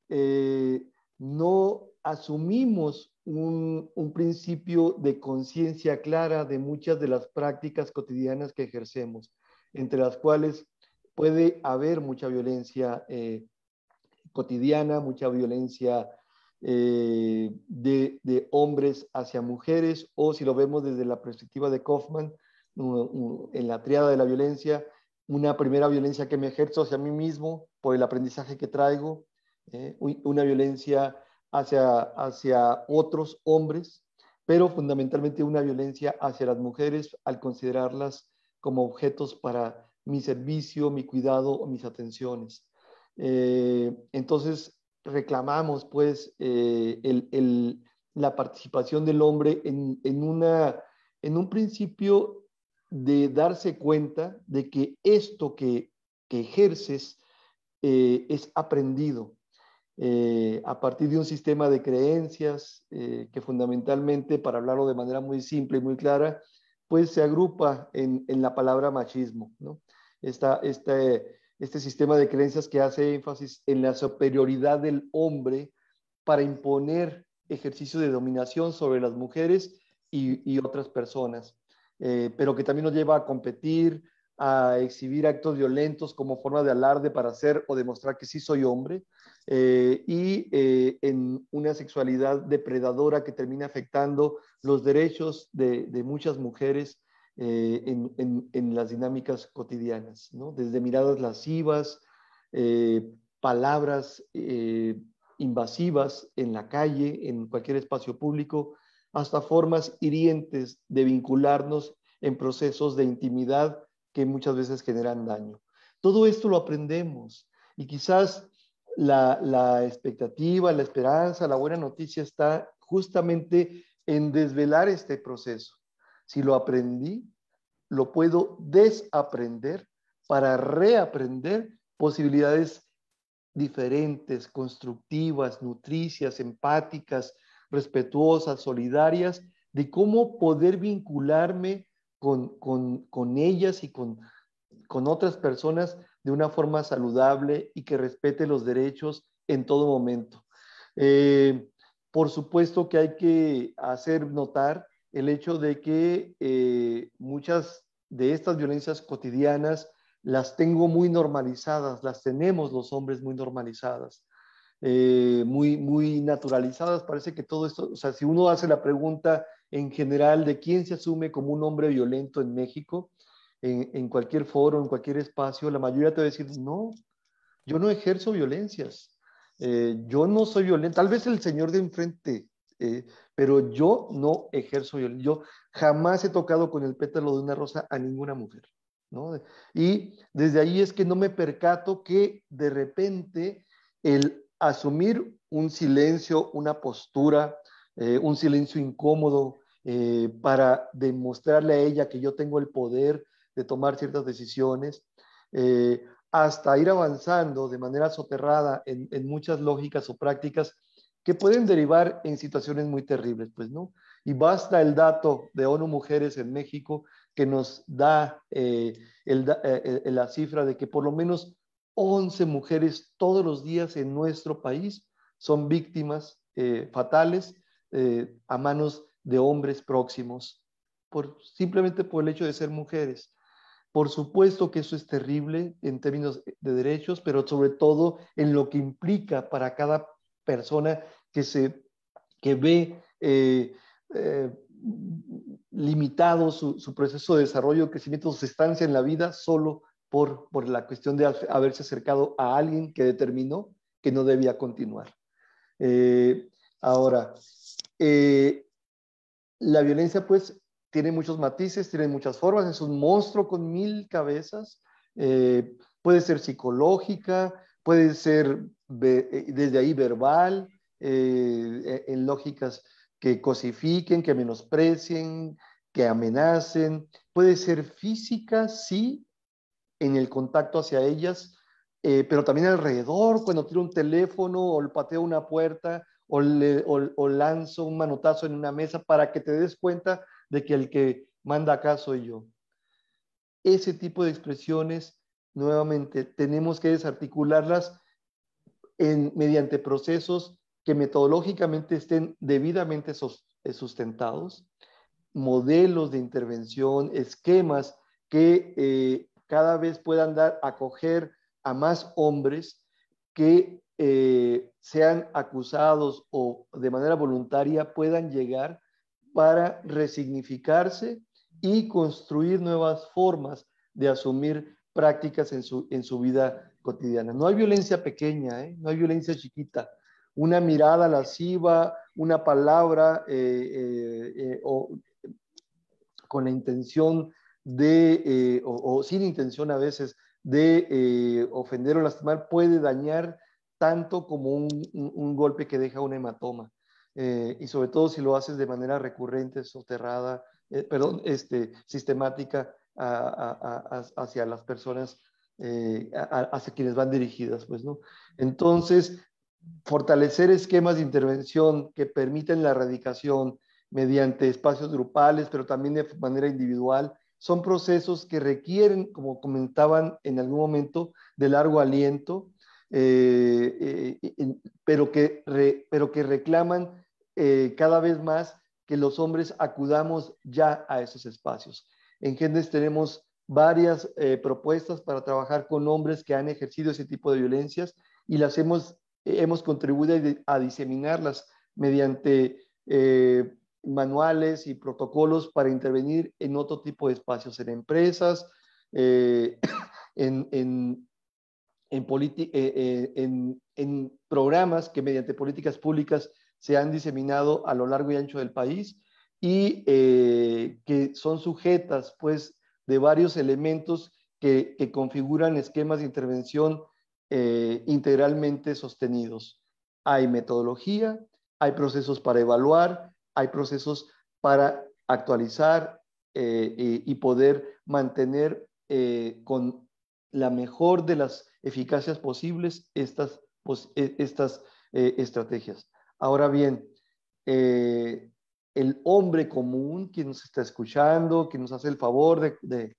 no asumimos un principio de conciencia clara de muchas de las prácticas cotidianas que ejercemos, entre las cuales puede haber mucha violencia cotidiana, mucha violencia de hombres hacia mujeres, o si lo vemos desde la perspectiva de Kaufman, en la tríada de la violencia, una primera violencia que me ejerzo hacia mí mismo por el aprendizaje que traigo, una violencia hacia otros hombres, pero fundamentalmente una violencia hacia las mujeres al considerarlas como objetos para mi servicio, mi cuidado o mis atenciones. Entonces reclamamos pues la participación del hombre en un principio de darse cuenta de que esto que ejerces es aprendido a partir de un sistema de creencias que fundamentalmente, para hablarlo de manera muy simple y muy clara, pues se agrupa en la palabra machismo, ¿no? Este sistema de creencias que hace énfasis en la superioridad del hombre para imponer ejercicio de dominación sobre las mujeres y otras personas, pero que también nos lleva a competir, a exhibir actos violentos como forma de alarde para hacer o demostrar que sí soy hombre, en una sexualidad depredadora que termina afectando los derechos de muchas mujeres en las dinámicas cotidianas, ¿no? Desde miradas lascivas, palabras invasivas en la calle, en cualquier espacio público, hasta formas hirientes de vincularnos en procesos de intimidad que muchas veces generan daño. Todo esto lo aprendemos y quizás la expectativa, la esperanza, la buena noticia está justamente en desvelar este proceso. Si lo aprendí, lo puedo desaprender para reaprender posibilidades diferentes, constructivas, nutricias, empáticas, respetuosas, solidarias, de cómo poder vincularme con ellas y con otras personas de una forma saludable y que respete los derechos en todo momento. Por supuesto que hay que hacer notar el hecho de que muchas de estas violencias cotidianas las tengo muy normalizadas, las tenemos los hombres muy normalizadas, muy naturalizadas. Parece que todo esto, o sea, si uno hace la pregunta en general de quién se asume como un hombre violento en México, en cualquier foro, en cualquier espacio, la mayoría te va a decir, no, yo no ejerzo violencias. Yo no soy violento, tal vez el señor de enfrente, pero yo no ejerzo violencia. Yo jamás he tocado con el pétalo de una rosa a ninguna mujer, ¿no? Y desde ahí es que no me percato que de repente el asumir un silencio, una postura, un silencio incómodo para demostrarle a ella que yo tengo el poder de tomar ciertas decisiones, hasta ir avanzando de manera soterrada en muchas lógicas o prácticas que pueden derivar en situaciones muy terribles, pues, ¿no? Y basta el dato de ONU Mujeres en México que nos da la cifra de que por lo menos 11 mujeres todos los días en nuestro país son víctimas fatales a manos de hombres próximos, simplemente por el hecho de ser mujeres. Por supuesto que eso es terrible en términos de derechos, pero sobre todo en lo que implica para cada persona que ve limitado su proceso de desarrollo, crecimiento, su estancia en la vida solo por la cuestión de haberse acercado a alguien que determinó que no debía continuar. Ahora, la violencia pues tiene muchos matices, tiene muchas formas, es un monstruo con 1000 cabezas, puede ser psicológica, puede ser desde ahí verbal, en lógicas que cosifiquen, que menosprecien, que amenacen, puede ser física, sí, en el contacto hacia ellas, pero también alrededor, cuando tiro un teléfono o pateo una puerta o lanzo un manotazo en una mesa para que te des cuenta de que el que manda acá soy yo. Ese tipo de expresiones, nuevamente, tenemos que desarticularlas mediante procesos que metodológicamente estén debidamente sustentados, modelos de intervención, esquemas que cada vez puedan acoger a más hombres que sean acusados o de manera voluntaria puedan llegar para resignificarse y construir nuevas formas de asumir prácticas en su vida cotidiana. No hay violencia pequeña, no hay violencia chiquita. Una mirada lasciva, una palabra o con la intención de, o sin intención a veces, de ofender o lastimar, puede dañar tanto como un golpe que deja un hematoma. Y sobre todo si lo haces de manera recurrente, soterrada, sistemática hacia las personas, hacia quienes van dirigidas, pues, ¿no? Entonces, fortalecer esquemas de intervención que permiten la erradicación mediante espacios grupales, pero también de manera individual, son procesos que requieren, como comentaban en algún momento, de largo aliento, pero que reclaman cada vez más que los hombres acudamos ya a esos espacios. En Génesis tenemos varias propuestas para trabajar con hombres que han ejercido ese tipo de violencias y las hemos contribuido a diseminarlas mediante manuales y protocolos para intervenir en otro tipo de espacios, en empresas, en programas que mediante políticas públicas se han diseminado a lo largo y ancho del país y que son sujetas pues de varios elementos que configuran esquemas de intervención integralmente sostenidos. Hay metodología, hay procesos para evaluar, hay procesos para actualizar y poder mantener con la mejor de las eficacias posibles estas estrategias. Ahora bien, el hombre común, quien nos está escuchando, quien nos hace el favor de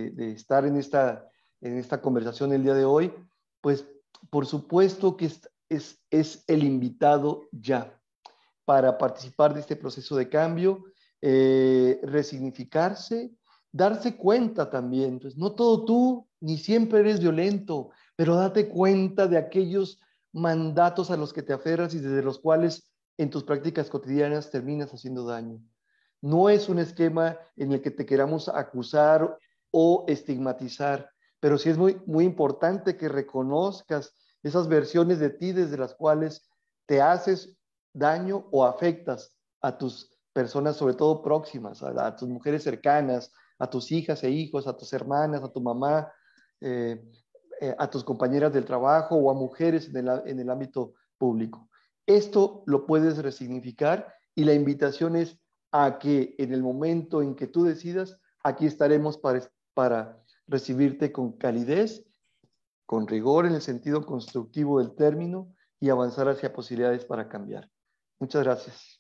estar en esta conversación el día de hoy, pues por supuesto que es el invitado ya para participar de este proceso de cambio, resignificarse, darse cuenta también. Pues no todo tú, ni siempre eres violento, pero date cuenta de aquellos mandatos a los que te aferras y desde los cuales en tus prácticas cotidianas terminas haciendo daño. No es un esquema en el que te queramos acusar o estigmatizar, pero sí es muy, muy importante que reconozcas esas versiones de ti desde las cuales te haces daño o afectas a tus personas, sobre todo próximas, a tus mujeres cercanas, a tus hijas e hijos, a tus hermanas, a tu mamá, a tus compañeras del trabajo o a mujeres en el ámbito público. Esto lo puedes resignificar y la invitación es a que en el momento en que tú decidas, aquí estaremos para recibirte con calidez, con rigor en el sentido constructivo del término y avanzar hacia posibilidades para cambiar. Muchas gracias.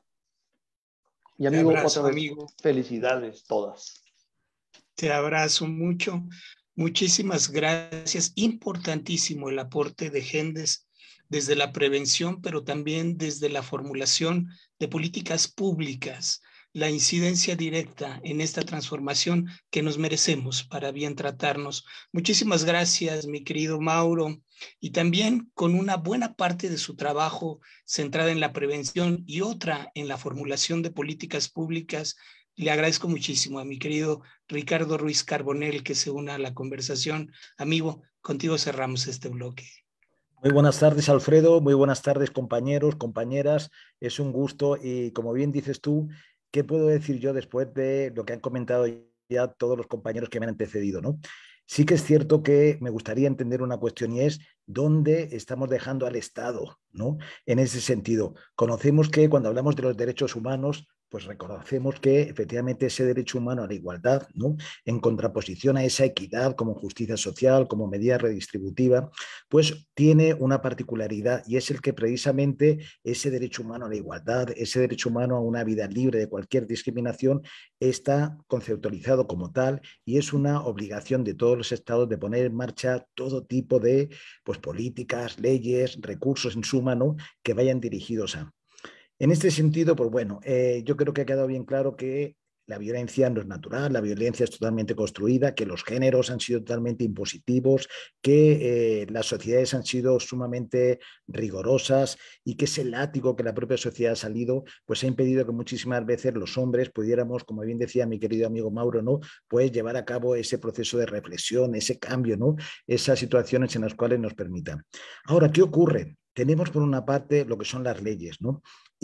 Y amigo, abrazo, otra vez, amigo. felicidades todas. Te abrazo mucho. Muchísimas gracias. Importantísimo el aporte de Gendes desde la prevención, pero también desde la formulación de políticas públicas, la incidencia directa en esta transformación que nos merecemos para bien tratarnos. Muchísimas gracias, mi querido Mauro, y también con una buena parte de su trabajo centrada en la prevención y otra en la formulación de políticas públicas. Le agradezco muchísimo a mi querido Ricardo Ruiz Carbonell que se una a la conversación. Amigo, contigo cerramos este bloque. Muy buenas tardes, Alfredo. Muy buenas tardes, compañeros, compañeras. Es un gusto y, como bien dices tú, ¿qué puedo decir yo después de lo que han comentado ya todos los compañeros que me han antecedido, ¿no? Sí que es cierto que me gustaría entender una cuestión y es dónde estamos dejando al Estado, ¿no? En ese sentido, conocemos que cuando hablamos de los derechos humanos, pues reconocemos que efectivamente ese derecho humano a la igualdad, ¿no? En contraposición a esa equidad como justicia social, como medida redistributiva, pues tiene una particularidad y es el que precisamente ese derecho humano a la igualdad, ese derecho humano a una vida libre de cualquier discriminación está conceptualizado como tal y es una obligación de todos los estados de poner en marcha todo tipo de pues, políticas, leyes, recursos en suma, ¿no? Que vayan dirigidos a... En este sentido, pues bueno, yo creo que ha quedado bien claro que la violencia no es natural, la violencia es totalmente construida, que los géneros han sido totalmente impositivos, que las sociedades han sido sumamente rigorosas y que ese látigo que la propia sociedad ha salido, pues ha impedido que muchísimas veces los hombres pudiéramos, como bien decía mi querido amigo Mauro, ¿no? Pues llevar a cabo ese proceso de reflexión, ese cambio, ¿no? Esas situaciones en las cuales nos permitan. Ahora, ¿qué ocurre? Tenemos por una parte lo que son las leyes, ¿no?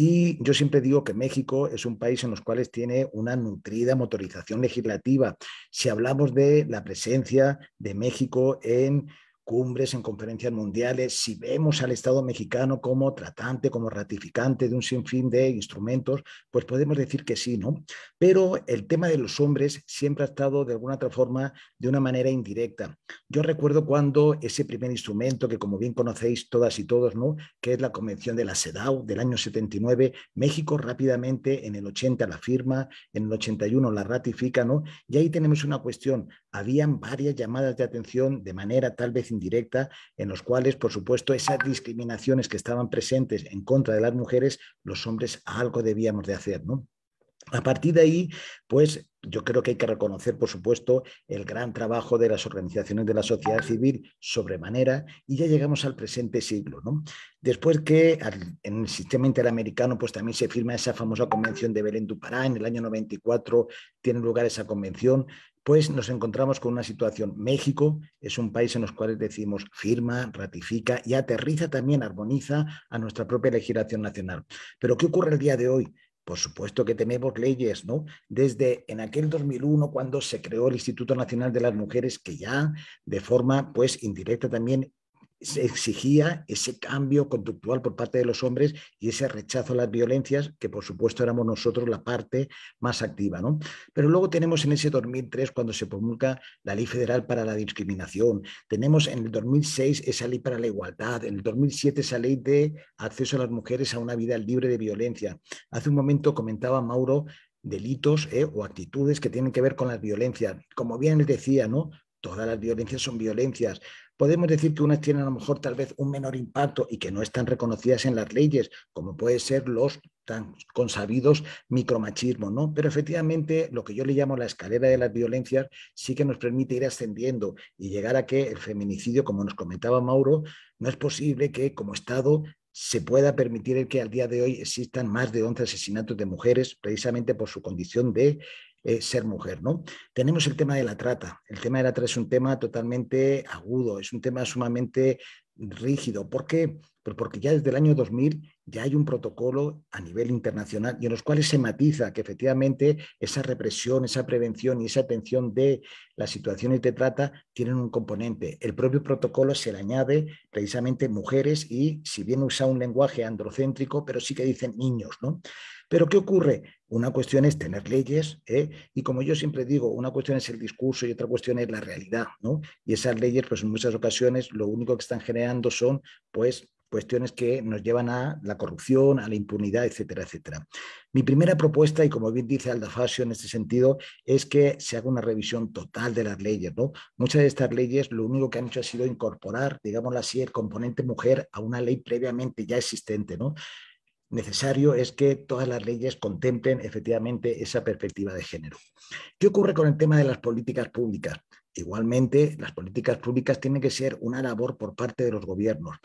Y yo siempre digo que México es un país en los cuales tiene una nutrida motorización legislativa. Si hablamos de la presencia de México en cumbres, en conferencias mundiales, si vemos al Estado mexicano como tratante, como ratificante de un sinfín de instrumentos, pues podemos decir que sí, ¿no? Pero el tema de los hombres siempre ha estado de alguna otra forma de una manera indirecta. Yo recuerdo cuando ese primer instrumento, que como bien conocéis todas y todos, ¿no? Que es la Convención de la CEDAW del año 79, México rápidamente en el 80 la firma, en el 81 la ratifica, ¿no? Y ahí tenemos una cuestión. Habían varias llamadas de atención de manera tal vez indirecta, en los cuales, por supuesto, esas discriminaciones que estaban presentes en contra de las mujeres, los hombres algo debíamos de hacer, ¿no? A partir de ahí, pues yo creo que hay que reconocer, por supuesto, el gran trabajo de las organizaciones de la sociedad civil sobremanera y ya llegamos al presente siglo, ¿no? Después que en el sistema interamericano pues también se firma esa famosa convención de Belén do Pará, en el año 94 tiene lugar esa convención, pues nos encontramos con una situación. México es un país en los cuales decimos firma, ratifica y aterriza también, armoniza a nuestra propia legislación nacional. Pero ¿qué ocurre el día de hoy? Por supuesto que tenemos leyes, ¿no? Desde en aquel 2001, cuando se creó el Instituto Nacional de las Mujeres, que ya de forma pues indirecta también se exigía ese cambio conductual por parte de los hombres y ese rechazo a las violencias, que por supuesto éramos nosotros la parte más activa, ¿no? Pero luego tenemos en ese 2003, cuando se promulga la Ley Federal para la Discriminación, tenemos en el 2006 esa Ley para la Igualdad, en el 2007 esa Ley de acceso a las mujeres a una vida libre de violencia. Hace un momento comentaba Mauro delitos o actitudes que tienen que ver con las violencias. Como bien les decía, ¿no? Todas las violencias son violencias. podemos decir que unas tienen a lo mejor tal vez un menor impacto y que no están reconocidas en las leyes, como puede ser los tan consabidos micromachismos, ¿no? Pero efectivamente lo que yo le llamo la escalera de las violencias sí que nos permite ir ascendiendo y llegar a que el feminicidio, como nos comentaba Mauro, no es posible que como Estado se pueda permitir el que al día de hoy existan más de 11 asesinatos de mujeres precisamente por su condición de ser mujer, ¿no? Tenemos el tema de la trata. El tema de la trata es un tema totalmente agudo, es un tema sumamente rígido. ¿Por qué? Pues porque ya desde el año 2000 ya hay un protocolo a nivel internacional y en los cuales se matiza que efectivamente esa represión, esa prevención y esa atención de las situaciones de trata tienen un componente. El propio protocolo se le añade precisamente mujeres y si bien usa un lenguaje androcéntrico, pero sí que dicen niños, ¿no? Pero ¿qué ocurre? Una cuestión es tener leyes, y como yo siempre digo, una cuestión es el discurso y otra cuestión es la realidad, ¿no? Y esas leyes, pues en muchas ocasiones, lo único que están generando son, pues, cuestiones que nos llevan a la corrupción, a la impunidad, etcétera, etcétera. Mi primera propuesta, y como bien dice Alda Fasio en este sentido, es que se haga una revisión total de las leyes, ¿no? Muchas de estas leyes lo único que han hecho ha sido incorporar, digámoslo así, el componente mujer a una ley previamente ya existente, ¿no? Necesario es que todas las leyes contemplen efectivamente esa perspectiva de género. ¿Qué ocurre con el tema de las políticas públicas? Igualmente, las políticas públicas tienen que ser una labor por parte de los gobiernos.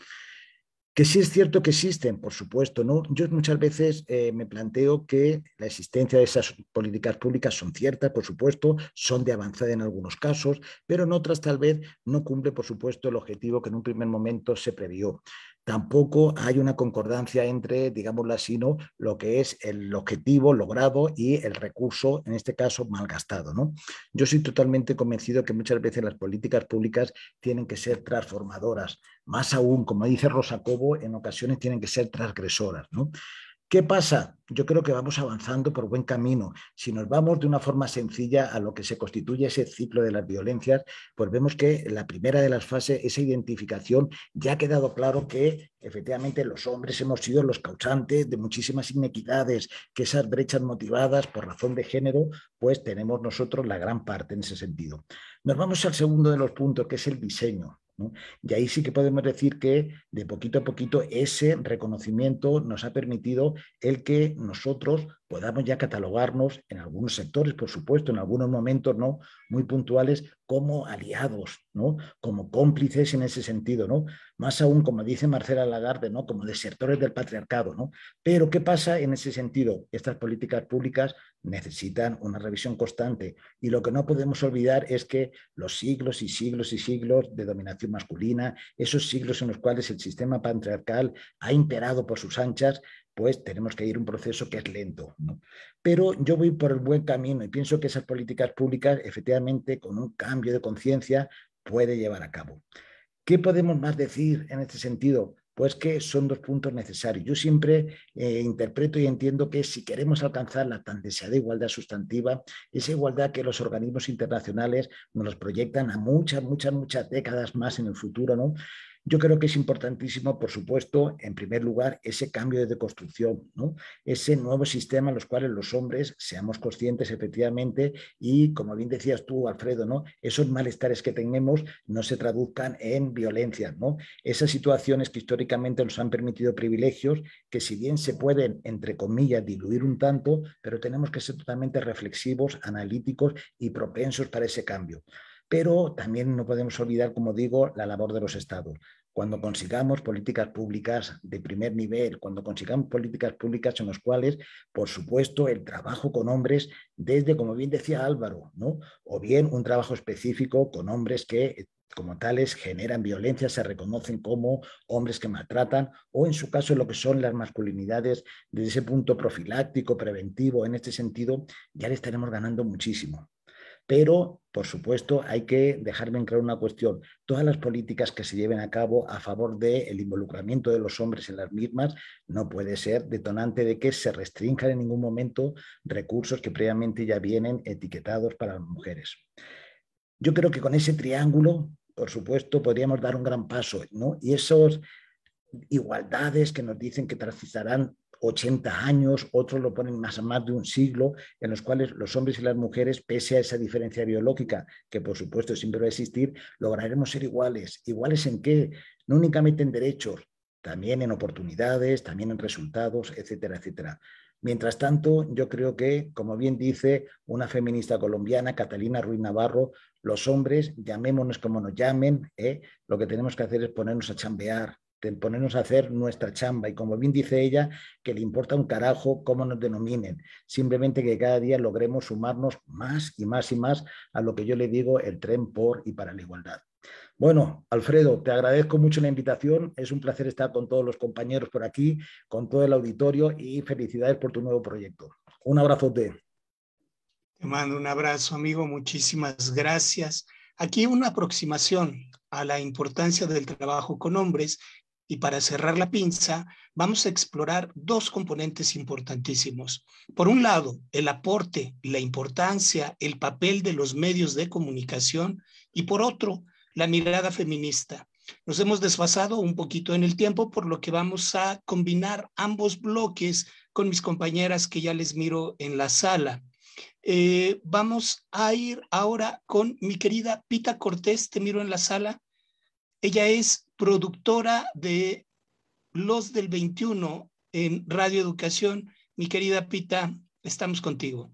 Que sí es cierto que existen, por supuesto, ¿no? Yo muchas veces me planteo que la existencia de esas políticas públicas son ciertas, por supuesto, son de avanzada en algunos casos, pero en otras tal vez no cumple, por supuesto, el objetivo que en un primer momento se previó. Tampoco hay una concordancia entre, digámoslo así, ¿no?, lo que es el objetivo logrado y el recurso, en este caso, malgastado, ¿no? Yo soy totalmente convencido que muchas veces las políticas públicas tienen que ser transformadoras, más aún, como dice Rosa Cobo, en ocasiones tienen que ser transgresoras, ¿no? ¿Qué pasa? Yo creo que vamos avanzando por buen camino. Si nos vamos de una forma sencilla a lo que se constituye ese ciclo de las violencias, pues vemos que la primera de las fases, esa identificación, ya ha quedado claro que efectivamente los hombres hemos sido los causantes de muchísimas inequidades, que esas brechas motivadas por razón de género, pues tenemos nosotros la gran parte en ese sentido. Nos vamos al segundo de los puntos, que es el diseño, ¿no? Y ahí sí que podemos decir que de poquito a poquito ese reconocimiento nos ha permitido el que nosotros podamos ya catalogarnos en algunos sectores, por supuesto, en algunos momentos no muy puntuales, como aliados, ¿no?, como cómplices en ese sentido, ¿no? Más aún, como dice Marcela Lagarde, ¿no?, como desertores del patriarcado, ¿no? Pero ¿qué pasa en ese sentido? Estas políticas públicas necesitan una revisión constante y lo que no podemos olvidar es que los siglos y siglos y siglos de dominación masculina, esos siglos en los cuales el sistema patriarcal ha imperado por sus anchas, pues tenemos que ir un proceso que es lento, ¿no? Pero yo voy por el buen camino y pienso que esas políticas públicas, efectivamente, con un cambio de conciencia, puede llevar a cabo. ¿Qué podemos más decir en este sentido? Pues que son dos puntos necesarios. Yo siempre interpreto y entiendo que si queremos alcanzar la tan deseada igualdad sustantiva, esa igualdad que los organismos internacionales nos proyectan a muchas décadas más en el futuro, ¿no? Yo creo que es importantísimo, por supuesto, en primer lugar, ese cambio de deconstrucción, ¿no? Ese nuevo sistema en los cuales los hombres seamos conscientes efectivamente y, como bien decías tú, Alfredo, ¿no?, esos malestares que tenemos no se traduzcan en violencia, ¿no? Esas situaciones que históricamente nos han permitido privilegios que, si bien se pueden, entre comillas, diluir un tanto, pero tenemos que ser totalmente reflexivos, analíticos y propensos para ese cambio. Pero también no podemos olvidar, como digo, la labor de los estados. Cuando consigamos políticas públicas de primer nivel, cuando consigamos políticas públicas en las cuales, por supuesto, el trabajo con hombres, desde, como bien decía Álvaro, ¿no?, o bien un trabajo específico con hombres que como tales generan violencia, se reconocen como hombres que maltratan, o en su caso lo que son las masculinidades, desde ese punto profiláctico, preventivo, en este sentido, ya le estaremos ganando muchísimo. Pero, por supuesto, hay que dejarme en claro una cuestión. Todas las políticas que se lleven a cabo a favor del involucramiento de los hombres en las mismas no puede ser detonante de que se restrinjan en ningún momento recursos que previamente ya vienen etiquetados para las mujeres. Yo creo que con ese triángulo, por supuesto, podríamos dar un gran paso, ¿no? Y esas igualdades que nos dicen que transitarán 80 años, otros lo ponen más de un siglo, en los cuales los hombres y las mujeres, pese a esa diferencia biológica, que por supuesto siempre va a existir, lograremos ser iguales. ¿Iguales en qué? No únicamente en derechos, también en oportunidades, también en resultados, etcétera, etcétera. Mientras tanto, yo creo que, como bien dice una feminista colombiana, Catalina Ruiz Navarro, los hombres, llamémonos como nos llamen, lo que tenemos que hacer es ponernos a chambear, ponernos a hacer nuestra chamba, y como bien dice ella, que le importa un carajo cómo nos denominen, simplemente que cada día logremos sumarnos más y más y más a lo que yo le digo el tren por y para la igualdad. Bueno, Alfredo, te agradezco mucho la invitación, es un placer estar con todos los compañeros por aquí, con todo el auditorio, y felicidades por tu nuevo proyecto. Un abrazote. Te mando un abrazo, amigo, muchísimas gracias. Aquí una aproximación a la importancia del trabajo con hombres, y para cerrar la pinza vamos a explorar dos componentes importantísimos. Por un lado, el aporte, la importancia, el papel de los medios de comunicación, y por otro, la mirada feminista. Nos hemos desfasado un poquito en el tiempo, por lo que vamos a combinar ambos bloques con mis compañeras que ya les miro en la sala. Vamos a ir ahora con mi querida Pita Cortés, te miro en la sala. Ella es productora de Los del 21 en Radio Educación. Mi querida Pita, estamos contigo.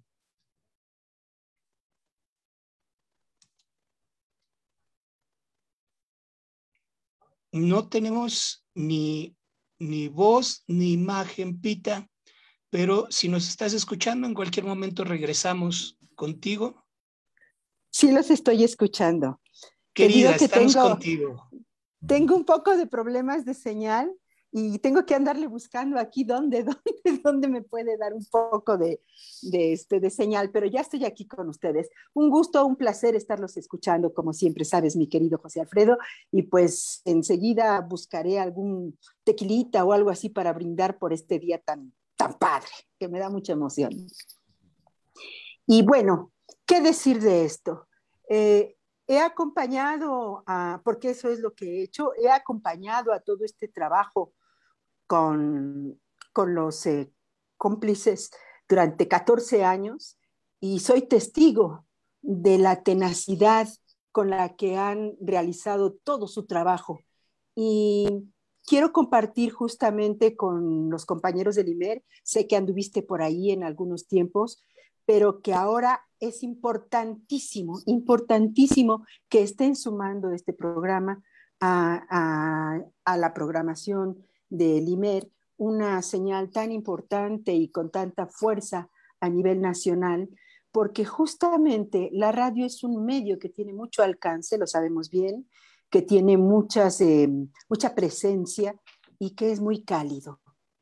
No tenemos ni voz ni imagen, Pita, pero si nos estás escuchando, en cualquier momento regresamos contigo. Sí, los estoy escuchando. Querida, estamos contigo. Tengo un poco de problemas de señal y tengo que andarle buscando aquí dónde me puede dar un poco de señal, pero ya estoy aquí con ustedes. Un gusto, un placer estarlos escuchando, como siempre sabes, mi querido José Alfredo, y pues enseguida buscaré algún tequilita o algo así para brindar por este día tan padre, que me da mucha emoción. Y bueno, ¿qué decir de esto? He acompañado, porque eso es lo que he hecho, he acompañado a todo este trabajo con los cómplices durante 14 años, y soy testigo de la tenacidad con la que han realizado todo su trabajo. Y quiero compartir justamente con los compañeros del IMER, sé que anduviste por ahí en algunos tiempos, pero que ahora es importantísimo que estén sumando este programa a la programación del IMER, una señal tan importante y con tanta fuerza a nivel nacional, porque justamente la radio es un medio que tiene mucho alcance, lo sabemos bien, que tiene mucha presencia y que es muy cálido.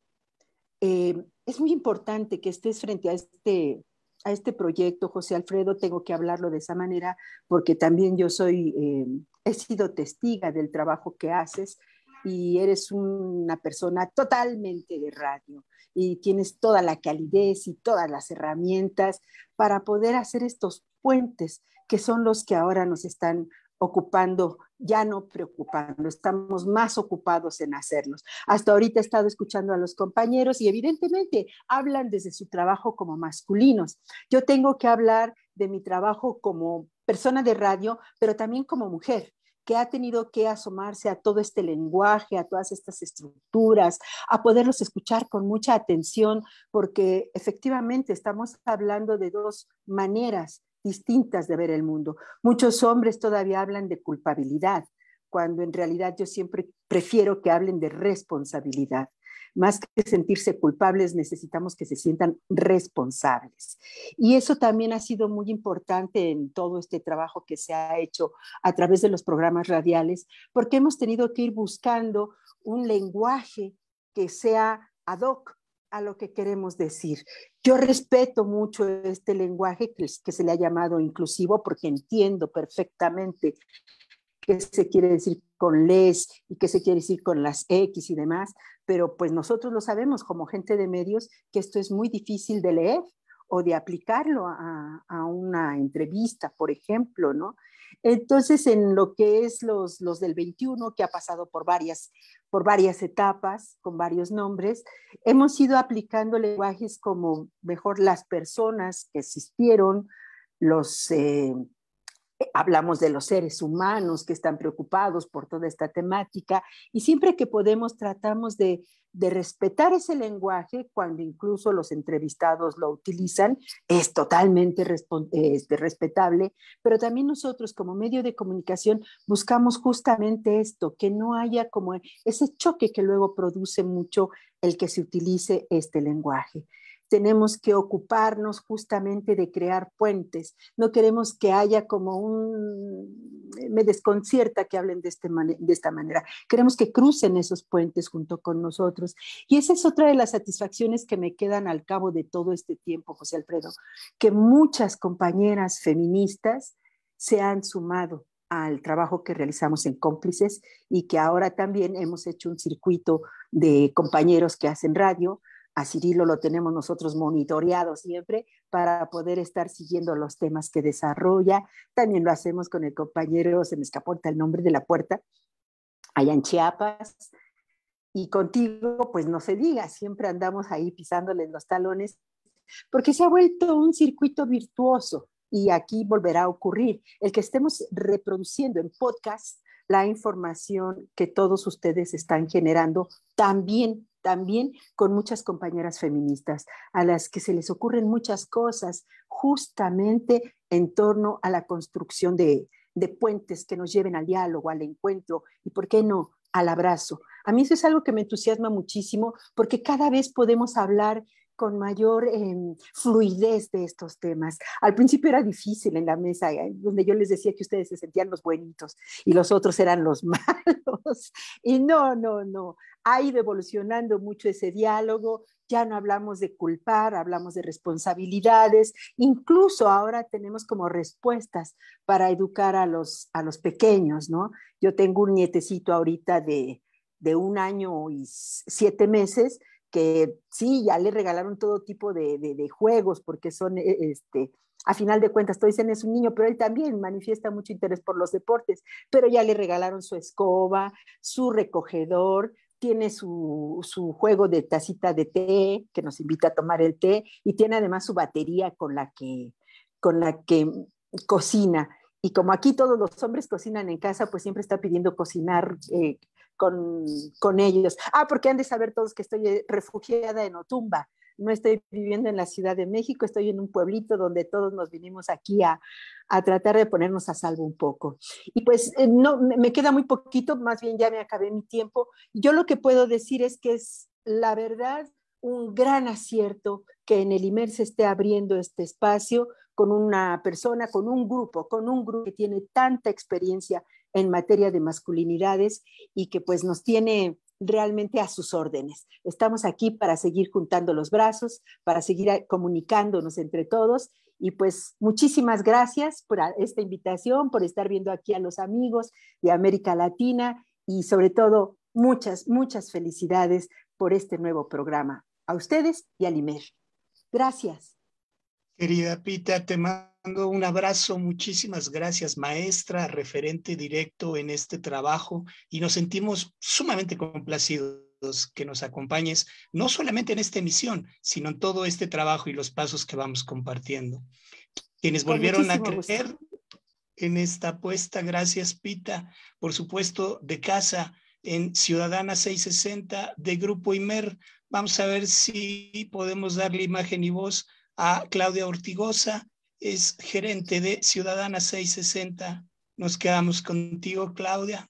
Es muy importante que estés frente a este proyecto, José Alfredo. Tengo que hablarlo de esa manera porque también yo he sido testiga del trabajo que haces, y eres una persona totalmente de radio y tienes toda la calidez y todas las herramientas para poder hacer estos puentes que son los que ahora nos están ocupando, ya no preocupando, estamos más ocupados en hacerlos. Hasta ahorita he estado escuchando a los compañeros y evidentemente hablan desde su trabajo como masculinos. Yo tengo que hablar de mi trabajo como persona de radio, pero también como mujer, que ha tenido que asomarse a todo este lenguaje, a todas estas estructuras, a poderlos escuchar con mucha atención, porque efectivamente estamos hablando de dos maneras distintas de ver el mundo. Muchos hombres todavía hablan de culpabilidad, cuando en realidad yo siempre prefiero que hablen de responsabilidad. Más que sentirse culpables, necesitamos que se sientan responsables. Y eso también ha sido muy importante en todo este trabajo que se ha hecho a través de los programas radiales, porque hemos tenido que ir buscando un lenguaje que sea ad hoc a lo que queremos decir. Yo respeto mucho este lenguaje que se le ha llamado inclusivo, porque entiendo perfectamente qué se quiere decir con les y qué se quiere decir con las X y demás, pero pues nosotros lo sabemos como gente de medios que esto es muy difícil de leer o de aplicarlo a una entrevista, por ejemplo, ¿no? Entonces, en lo que es los del 21, que ha pasado por varias etapas, con varios nombres, hemos ido aplicando lenguajes como mejor las personas que existieron, hablamos de los seres humanos que están preocupados por toda esta temática, y siempre que podemos tratamos de respetar ese lenguaje cuando incluso los entrevistados lo utilizan, es totalmente respetable, pero también nosotros como medio de comunicación buscamos justamente esto, que no haya como ese choque que luego produce mucho el que se utilice este lenguaje. Tenemos que ocuparnos justamente de crear puentes. No queremos que haya me desconcierta que hablen de esta manera. Queremos que crucen esos puentes junto con nosotros. Y esa es otra de las satisfacciones que me quedan al cabo de todo este tiempo, José Alfredo, que muchas compañeras feministas se han sumado al trabajo que realizamos en Cómplices y que ahora también hemos hecho un circuito de compañeros que hacen radio. A Cirilo lo tenemos nosotros monitoreado siempre para poder estar siguiendo los temas que desarrolla. También lo hacemos con el compañero, se me escapó el nombre de La Puerta, allá en Chiapas. Y contigo, pues no se diga, siempre andamos ahí pisándoles los talones, porque se ha vuelto un circuito virtuoso y aquí volverá a ocurrir. El que estemos reproduciendo en podcast la información que todos ustedes están generando también con muchas compañeras feministas a las que se les ocurren muchas cosas justamente en torno a la construcción de puentes que nos lleven al diálogo, al encuentro y, ¿por qué no?, al abrazo. A mí eso es algo que me entusiasma muchísimo porque cada vez podemos hablar con mayor fluidez de estos temas. Al principio era difícil en la mesa, donde yo les decía que ustedes se sentían los buenitos y los otros eran los malos. Y no. Ha ido evolucionando mucho ese diálogo, ya no hablamos de culpar, hablamos de responsabilidades, incluso ahora tenemos como respuestas para educar a los pequeños, ¿no? Yo tengo un nietecito ahorita de 1 año y 7 meses, que sí, ya le regalaron todo tipo de juegos, porque son, a final de cuentas, todos dicen es un niño, pero él también manifiesta mucho interés por los deportes, pero ya le regalaron su escoba, su recogedor, tiene su juego de tacita de té, que nos invita a tomar el té, y tiene además su batería con la que cocina. Y como aquí todos los hombres cocinan en casa, pues siempre está pidiendo cocinar con ellos. Porque han de saber todos que estoy refugiada en Otumba. No estoy viviendo en la Ciudad de México, estoy en un pueblito donde todos nos vinimos aquí a tratar de ponernos a salvo un poco. Y pues no, me queda muy poquito, más bien ya me acabé mi tiempo. Yo lo que puedo decir es que es, la verdad, un gran acierto que en el IMER se esté abriendo este espacio con una persona, con un grupo que tiene tanta experiencia en materia de masculinidades y que pues nos tiene realmente a sus órdenes. Estamos aquí para seguir juntando los brazos, para seguir comunicándonos entre todos y pues muchísimas gracias por esta invitación, por estar viendo aquí a los amigos de América Latina y sobre todo muchas felicidades por este nuevo programa. A ustedes y al IMER. Gracias. Querida Pita, te mando un abrazo, muchísimas gracias, maestra, referente directo en este trabajo, y nos sentimos sumamente complacidos que nos acompañes, no solamente en esta emisión, sino en todo este trabajo y los pasos que vamos compartiendo. Quienes volvieron a creer en esta apuesta, gracias Pita, por supuesto de casa, en Ciudadana 660 de Grupo IMER. Vamos a ver si podemos darle imagen y voz a Claudia Ortigosa, es gerente de Ciudadana 660. Nos quedamos contigo, Claudia.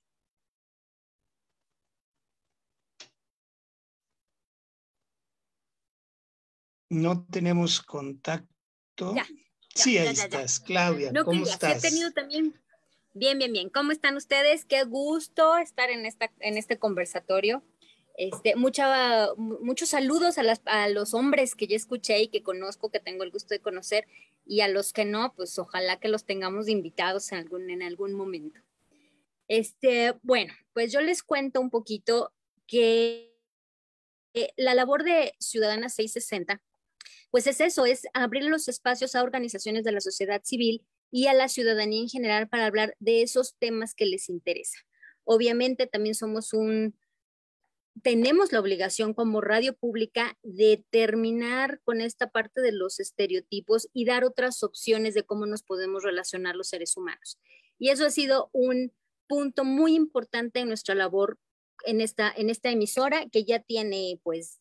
No tenemos contacto. Ya, sí, ahí estás, Claudia. No, ¿Cómo estás? Sí he tenido también. Bien. ¿Cómo están ustedes? Qué gusto estar en este conversatorio. Muchos saludos a los hombres que ya escuché y que conozco, que tengo el gusto de conocer, y a los que no, pues ojalá que los tengamos de invitados en algún momento. Bueno, pues yo les cuento un poquito que la labor de Ciudadana 660 pues es eso, es abrir los espacios a organizaciones de la sociedad civil y a la ciudadanía en general para hablar de esos temas que les interesan. Obviamente también tenemos la obligación como radio pública de terminar con esta parte de los estereotipos y dar otras opciones de cómo nos podemos relacionar los seres humanos. Y eso ha sido un punto muy importante en nuestra labor en esta emisora, que ya tiene pues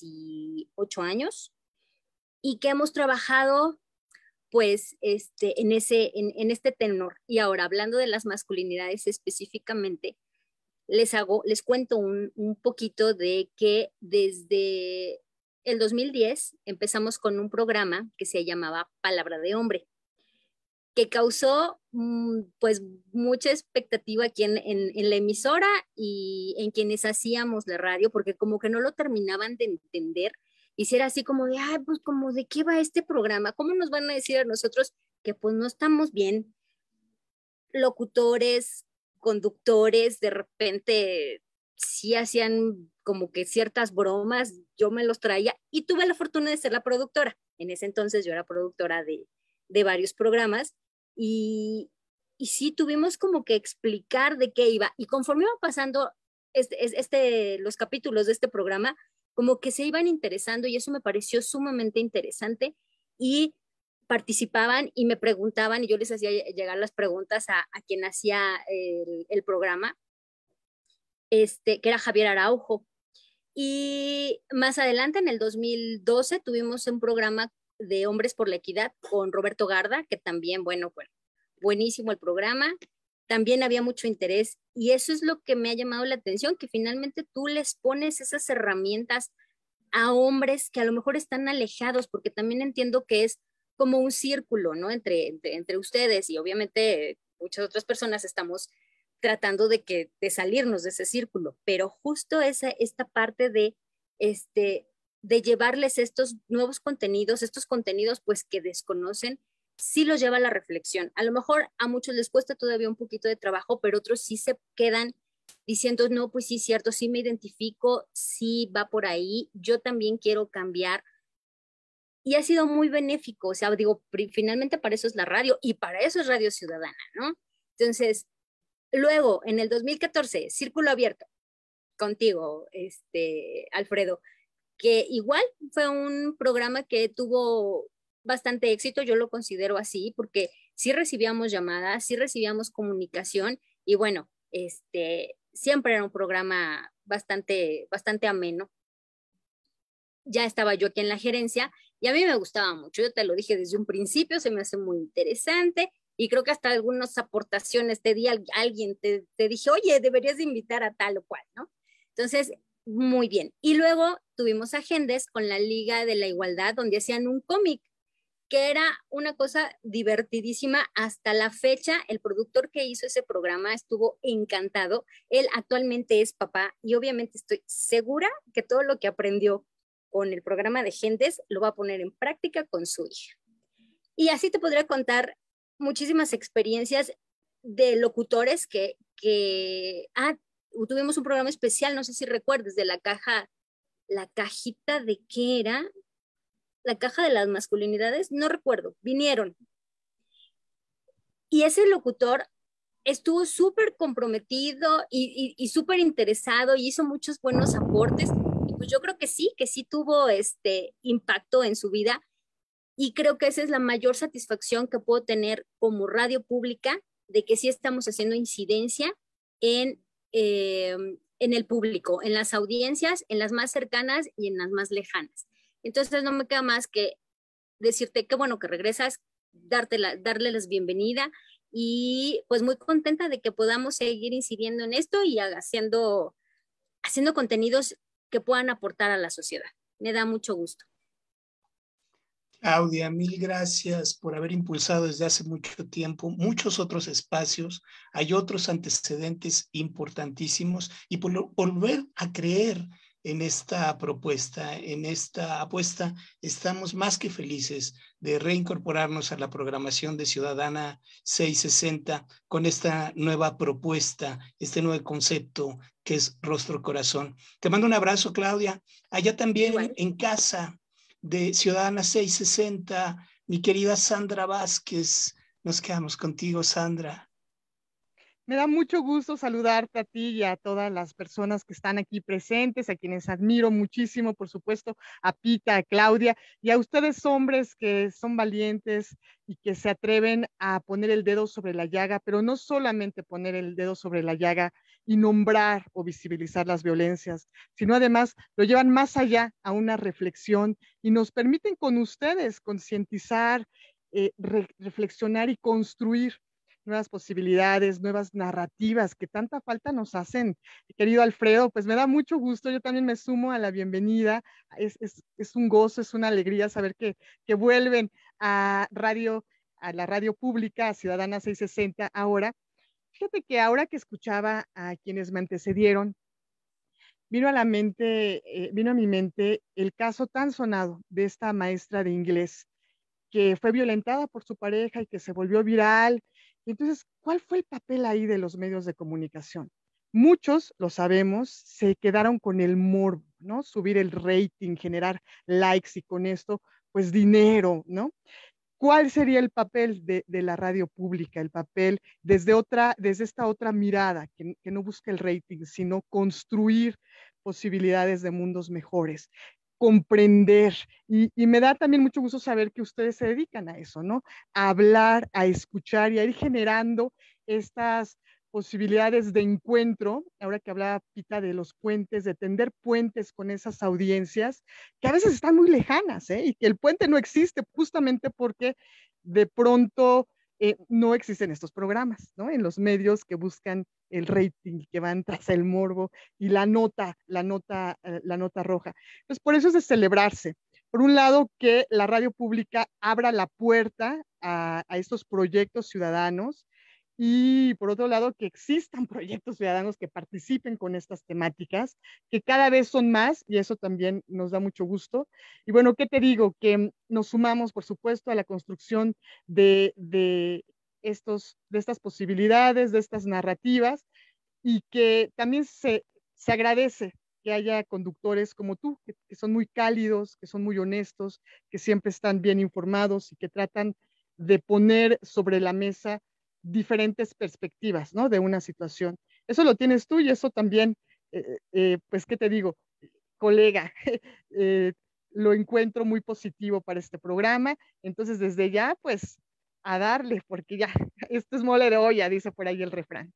18 años y que hemos trabajado pues en este tenor. Y ahora, hablando de las masculinidades específicamente, les cuento un poquito de que desde el 2010 empezamos con un programa que se llamaba Palabra de Hombre, que causó pues mucha expectativa aquí en la emisora y en quienes hacíamos la radio, porque como que no lo terminaban de entender, y si era así como de, ay, pues como de qué va este programa, ¿cómo nos van a decir a nosotros que pues no estamos bien? Locutores, conductores, de repente sí hacían como que ciertas bromas, yo me los traía y tuve la fortuna de ser la productora. En ese entonces yo era productora de varios programas y sí tuvimos como que explicar de qué iba. Y conforme iban pasando los capítulos de este programa, como que se iban interesando y eso me pareció sumamente interesante y participaban y me preguntaban y yo les hacía llegar las preguntas a quien hacía el programa, que era Javier Araujo. Y más adelante, en el 2012, tuvimos un programa de Hombres por la Equidad con Roberto Garda, que también, bueno, buenísimo el programa. También había mucho interés y eso es lo que me ha llamado la atención, que finalmente tú les pones esas herramientas a hombres que a lo mejor están alejados, porque también entiendo que es como un círculo, ¿no? Entre ustedes y obviamente muchas otras personas estamos tratando de salirnos de ese círculo, pero justo esta parte de llevarles estos nuevos contenidos, estos contenidos pues que desconocen, sí los lleva a la reflexión. A lo mejor a muchos les cuesta todavía un poquito de trabajo, pero otros sí se quedan diciendo, no, pues sí, cierto, sí me identifico, sí va por ahí, yo también quiero cambiar. Y ha sido muy benéfico, o sea, digo, finalmente para eso es la radio y para eso es Radio Ciudadana, ¿no? Entonces, luego, en el 2014, Círculo Abierto, contigo, Alfredo, que igual fue un programa que tuvo bastante éxito, yo lo considero así, porque sí recibíamos llamadas, sí recibíamos comunicación y bueno, siempre era un programa bastante ameno. Ya estaba yo aquí en la gerencia y a mí me gustaba mucho, yo te lo dije desde un principio, se me hace muy interesante y creo que hasta algunas aportaciones te di a alguien, te dije, oye, deberías de invitar a tal o cual, ¿no? Entonces, muy bien. Y luego tuvimos a Gendes con la Liga de la Igualdad, donde hacían un cómic, que era una cosa divertidísima. Hasta la fecha, el productor que hizo ese programa estuvo encantado. Él actualmente es papá y obviamente estoy segura que todo lo que aprendió con el programa de Gendes lo va a poner en práctica con su hija. Y así te podría contar muchísimas experiencias de locutores que tuvimos un programa especial, no sé si recuerdes, de la cajita de qué era, la caja de las masculinidades, no recuerdo, vinieron. Y ese locutor estuvo súper comprometido y súper interesado y hizo muchos buenos aportes. Y pues yo creo que sí tuvo impacto en su vida. Y creo que esa es la mayor satisfacción que puedo tener como radio pública, de que sí estamos haciendo incidencia en el público, en las audiencias, en las más cercanas y en las más lejanas. Entonces no me queda más que decirte qué bueno que regresas, darle las bienvenida y pues muy contenta de que podamos seguir incidiendo en esto y haciendo contenidos que puedan aportar a la sociedad. Me da mucho gusto. Claudia, mil gracias por haber impulsado desde hace mucho tiempo muchos otros espacios. Hay otros antecedentes importantísimos y por volver a creer en esta propuesta, en esta apuesta, estamos más que felices de reincorporarnos a la programación de Ciudadana 660 con esta nueva propuesta, este nuevo concepto que es Rostro Corazón. Te mando un abrazo, Claudia. Allá también en casa, de Ciudadana 660, mi querida Sandra Vázquez. Nos quedamos contigo, Sandra. Me da mucho gusto saludarte a ti y a todas las personas que están aquí presentes, a quienes admiro muchísimo, por supuesto, a Pita, a Claudia y a ustedes hombres que son valientes y que se atreven a poner el dedo sobre la llaga, pero no solamente poner el dedo sobre la llaga y nombrar o visibilizar las violencias, sino además lo llevan más allá a una reflexión y nos permiten con ustedes concientizar, reflexionar y construir nuevas posibilidades, nuevas narrativas que tanta falta nos hacen. Querido Alfredo, pues me da mucho gusto, yo también me sumo a la bienvenida, es un gozo, es una alegría saber que vuelven a la radio pública, a Ciudadana 660 ahora. Fíjate que ahora que escuchaba a quienes me antecedieron, vino a mi mente el caso tan sonado de esta maestra de inglés que fue violentada por su pareja y que se volvió viral. Entonces, ¿cuál fue el papel ahí de los medios de comunicación? Muchos, lo sabemos, se quedaron con el morbo, ¿no? Subir el rating, generar likes y con esto, pues dinero, ¿no? ¿Cuál sería el papel de la radio pública? El papel desde esta otra mirada, que no busca el rating, sino construir posibilidades de mundos mejores, comprender. Y me da también mucho gusto saber que ustedes se dedican a eso, ¿no? A hablar, a escuchar y a ir generando estas posibilidades de encuentro, ahora que hablaba Pita de los puentes, de tender puentes con esas audiencias que a veces están muy lejanas, y que el puente no existe justamente porque de pronto no existen estos programas, ¿no? En los medios que buscan el rating, que van tras el morbo y la nota roja. Entonces, por eso es de celebrarse. Por un lado, que la radio pública abra la puerta a estos proyectos ciudadanos, y por otro lado, que existan proyectos ciudadanos que participen con estas temáticas, que cada vez son más, y eso también nos da mucho gusto. Y bueno, ¿qué te digo? Que nos sumamos, por supuesto, a la construcción de estas posibilidades, de estas narrativas, y que también se agradece que haya conductores como tú, que son muy cálidos, que son muy honestos, que siempre están bien informados y que tratan de poner sobre la mesa diferentes perspectivas, ¿no? De una situación. Eso lo tienes tú y eso también, pues, ¿qué te digo? Colega, lo encuentro muy positivo para este programa. Entonces, desde ya, pues, a darle, porque ya, esto es mole de olla, dice por ahí el refrán.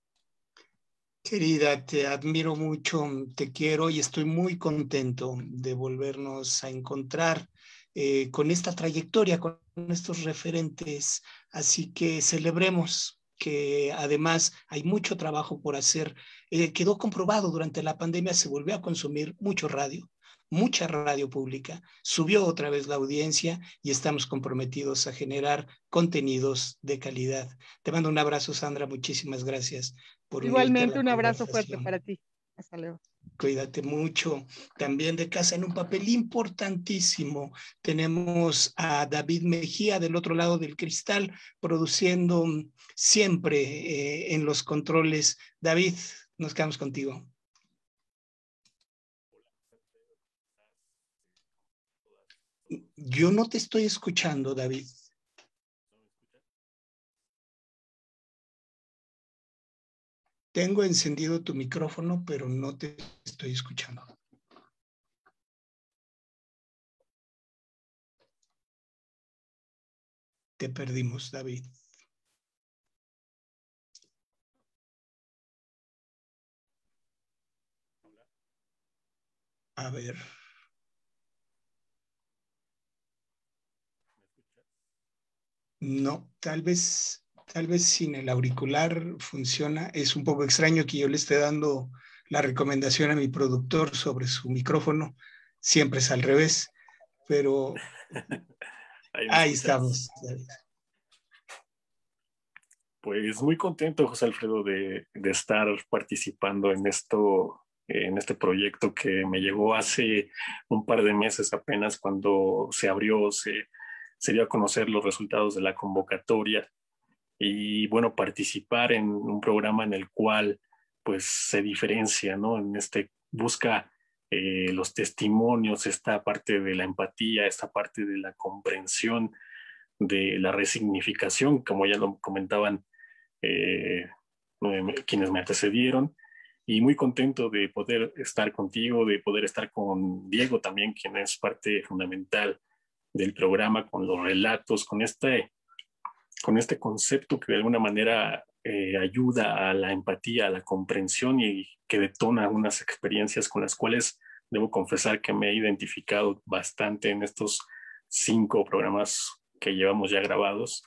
Querida, te admiro mucho, te quiero y estoy muy contento de volvernos a encontrar con esta trayectoria, con estos referentes. Así que celebremos que además hay mucho trabajo por hacer. Quedó comprobado durante la pandemia, se volvió a consumir mucha radio pública, subió otra vez la audiencia y estamos comprometidos a generar contenidos de calidad. Te mando un abrazo, Sandra, muchísimas gracias por unirte. Igualmente, un abrazo fuerte para ti. Hasta luego. Cuídate mucho. También de casa, en un papel importantísimo, tenemos a David Mejía del otro lado del cristal, produciendo siempre en los controles. David, nos quedamos contigo. Yo no te estoy escuchando, David. Tengo encendido tu micrófono, pero no te estoy escuchando. Te perdimos, David. A ver. No, tal vez sin el auricular funciona. Es un poco extraño que yo le esté dando la recomendación a mi productor sobre su micrófono. Siempre es al revés, pero ahí estamos. Pues muy contento, José Alfredo, de estar participando en este proyecto que me llegó hace un par de meses apenas, cuando se abrió, se dio a conocer los resultados de la convocatoria. Y bueno, participar en un programa en el cual pues se diferencia, ¿no? Busca los testimonios, esta parte de la empatía, esta parte de la comprensión, de la resignificación, como ya lo comentaban quienes me antecedieron, y muy contento de poder estar contigo, de poder estar con Diego también, quien es parte fundamental del programa, con los relatos, con este concepto que de alguna manera ayuda a la empatía, a la comprensión y que detona unas experiencias con las cuales debo confesar que me he identificado bastante en estos 5 programas que llevamos ya grabados.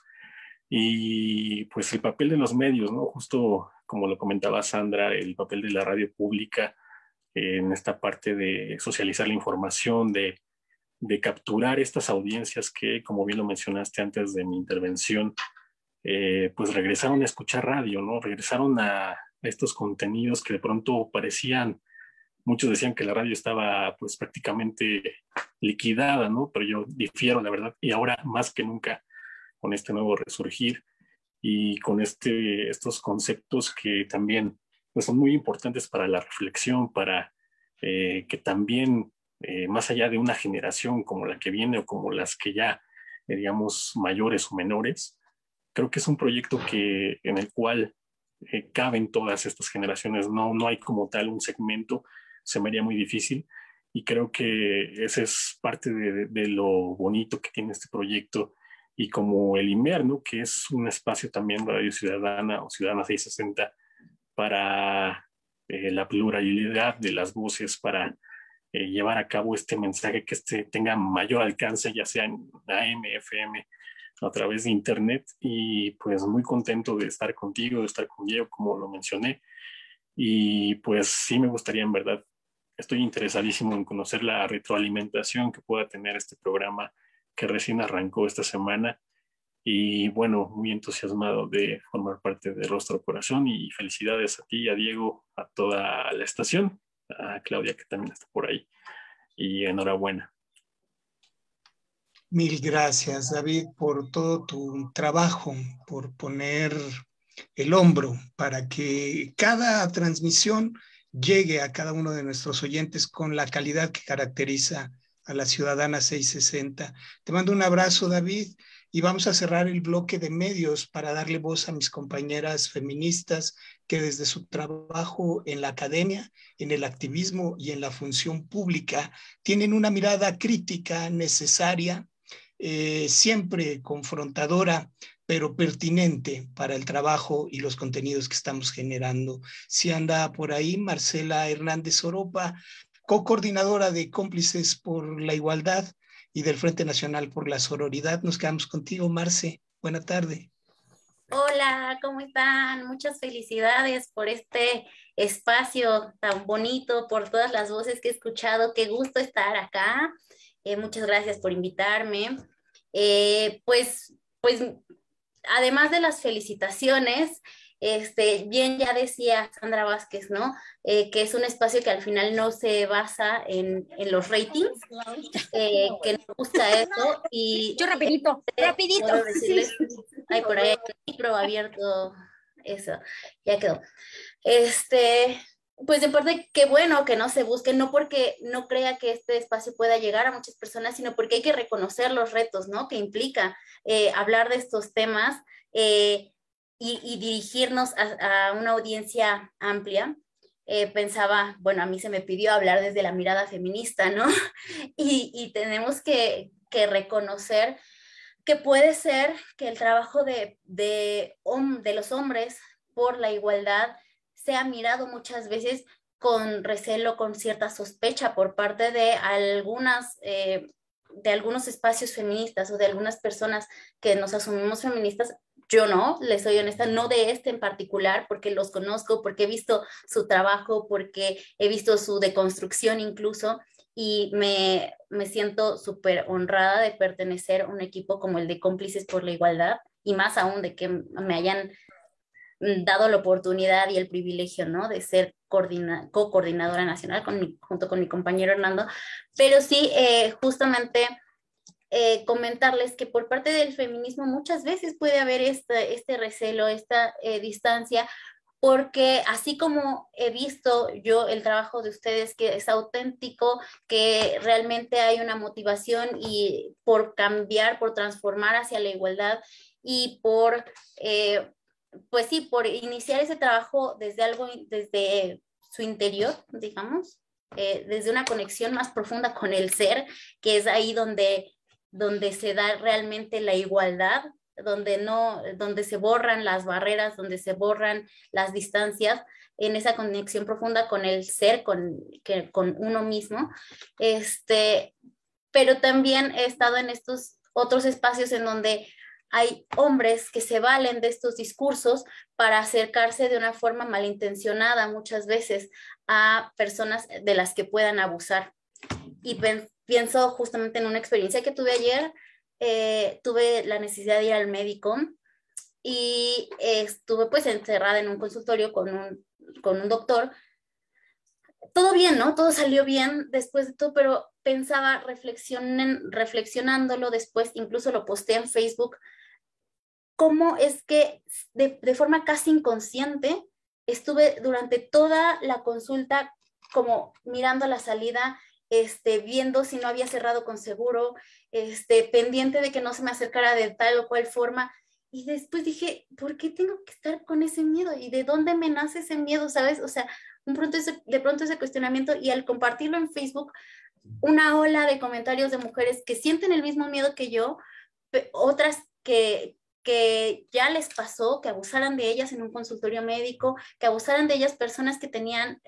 Y pues el papel de los medios, ¿no? Justo como lo comentaba Sandra, el papel de la radio pública en esta parte de socializar la información, de capturar estas audiencias que, como bien lo mencionaste antes de mi intervención, pues regresaron a escuchar radio, ¿no? Regresaron a estos contenidos que de pronto parecían, muchos decían que la radio estaba pues prácticamente liquidada, ¿no? Pero yo difiero, la verdad, y ahora más que nunca con este nuevo resurgir y con estos conceptos que también pues, son muy importantes para la reflexión, para que también, más allá de una generación como la que viene o como las que ya, digamos, mayores o menores, creo que es un proyecto en el cual caben todas estas generaciones. No hay como tal un segmento, se me haría muy difícil, y creo que ese es parte de lo bonito que tiene este proyecto. Y como el IMER, ¿no? Que es un espacio también de Radio Ciudadana o Ciudadana 660 para la pluralidad de las voces, para llevar a cabo este mensaje que tenga mayor alcance, ya sea en AM, FM, a través de Internet. Y pues muy contento de estar contigo, de estar con Diego, como lo mencioné. Y pues sí me gustaría, en verdad, estoy interesadísimo en conocer la retroalimentación que pueda tener este programa que recién arrancó esta semana, y bueno, muy entusiasmado de formar parte de Rostro Corazón, y felicidades a ti, a Diego, a toda la estación, a Claudia que también está por ahí, y enhorabuena. Mil gracias, David, por todo tu trabajo, por poner el hombro para que cada transmisión llegue a cada uno de nuestros oyentes con la calidad que caracteriza a la Ciudadana 660. Te mando un abrazo, David, y vamos a cerrar el bloque de medios para darle voz a mis compañeras feministas que desde su trabajo en la academia, en el activismo y en la función pública tienen una mirada crítica necesaria, siempre confrontadora, pero pertinente para el trabajo y los contenidos que estamos generando. Si anda por ahí Marcela Hernández Oropa, co-coordinadora de Cómplices por la Igualdad y del Frente Nacional por la Sororidad. Nos quedamos contigo, Marce. Buena tarde. Hola, ¿cómo están? Muchas felicidades por este espacio tan bonito, por todas las voces que he escuchado. Qué gusto estar acá. Muchas gracias por invitarme. Pues, además de las felicitaciones, bien ya decía Sandra Vázquez, ¿no? Que es un espacio que al final no se basa en los ratings, que nos gusta eso. Y yo rapidito. Puedo decirles, ay, por ahí hay un micro abierto, eso, ya quedó. Pues de parte, qué bueno que no se busque, no porque no crea que este espacio pueda llegar a muchas personas, sino porque hay que reconocer los retos, ¿no? Que implica hablar de estos temas, y dirigirnos a una audiencia amplia. Pensaba, bueno, a mí se me pidió hablar desde la mirada feminista, ¿no? Y tenemos que reconocer que puede ser que el trabajo de los hombres por la igualdad sea mirado muchas veces con recelo, con cierta sospecha por parte de algunos espacios feministas o de algunas personas que nos asumimos feministas. Yo no, les soy honesta, no de este en particular, porque los conozco, porque he visto su trabajo, porque he visto su deconstrucción incluso, y me siento súper honrada de pertenecer a un equipo como el de Cómplices por la Igualdad, y más aún de que me hayan dado la oportunidad y el privilegio, ¿no? De ser co-coordinadora nacional junto con mi compañero Hernando. Pero sí, justamente comentarles que por parte del feminismo muchas veces puede haber este recelo, esta distancia, porque así como he visto yo el trabajo de ustedes que es auténtico, que realmente hay una motivación y por cambiar, por transformar hacia la igualdad y por, pues sí, por iniciar ese trabajo desde algo, desde su interior, digamos, desde una conexión más profunda con el ser, que es ahí donde se da realmente la igualdad, donde se borran las barreras, donde se borran las distancias, en esa conexión profunda con el ser, con uno mismo. Pero también he estado en estos otros espacios en donde hay hombres que se valen de estos discursos para acercarse de una forma malintencionada muchas veces a personas de las que puedan abusar. Y pienso justamente en una experiencia que tuve ayer. Tuve la necesidad de ir al médico y estuve pues encerrada en un consultorio con un doctor. Todo bien, ¿no? Todo salió bien después de todo, pero pensaba, reflexionándolo después, incluso lo posté en Facebook, cómo es que de forma casi inconsciente estuve durante toda la consulta como mirando la salida, viendo si no había cerrado con seguro, pendiente de que no se me acercara de tal o cual forma. Y después dije, ¿por qué tengo que estar con ese miedo? ¿Y de dónde me nace ese miedo? ¿Sabes? O sea, de pronto ese cuestionamiento, y al compartirlo en Facebook, una ola de comentarios de mujeres que sienten el mismo miedo que yo, otras que ya les pasó, que abusaran de ellas en un consultorio médico, que abusaran de ellas personas que tenían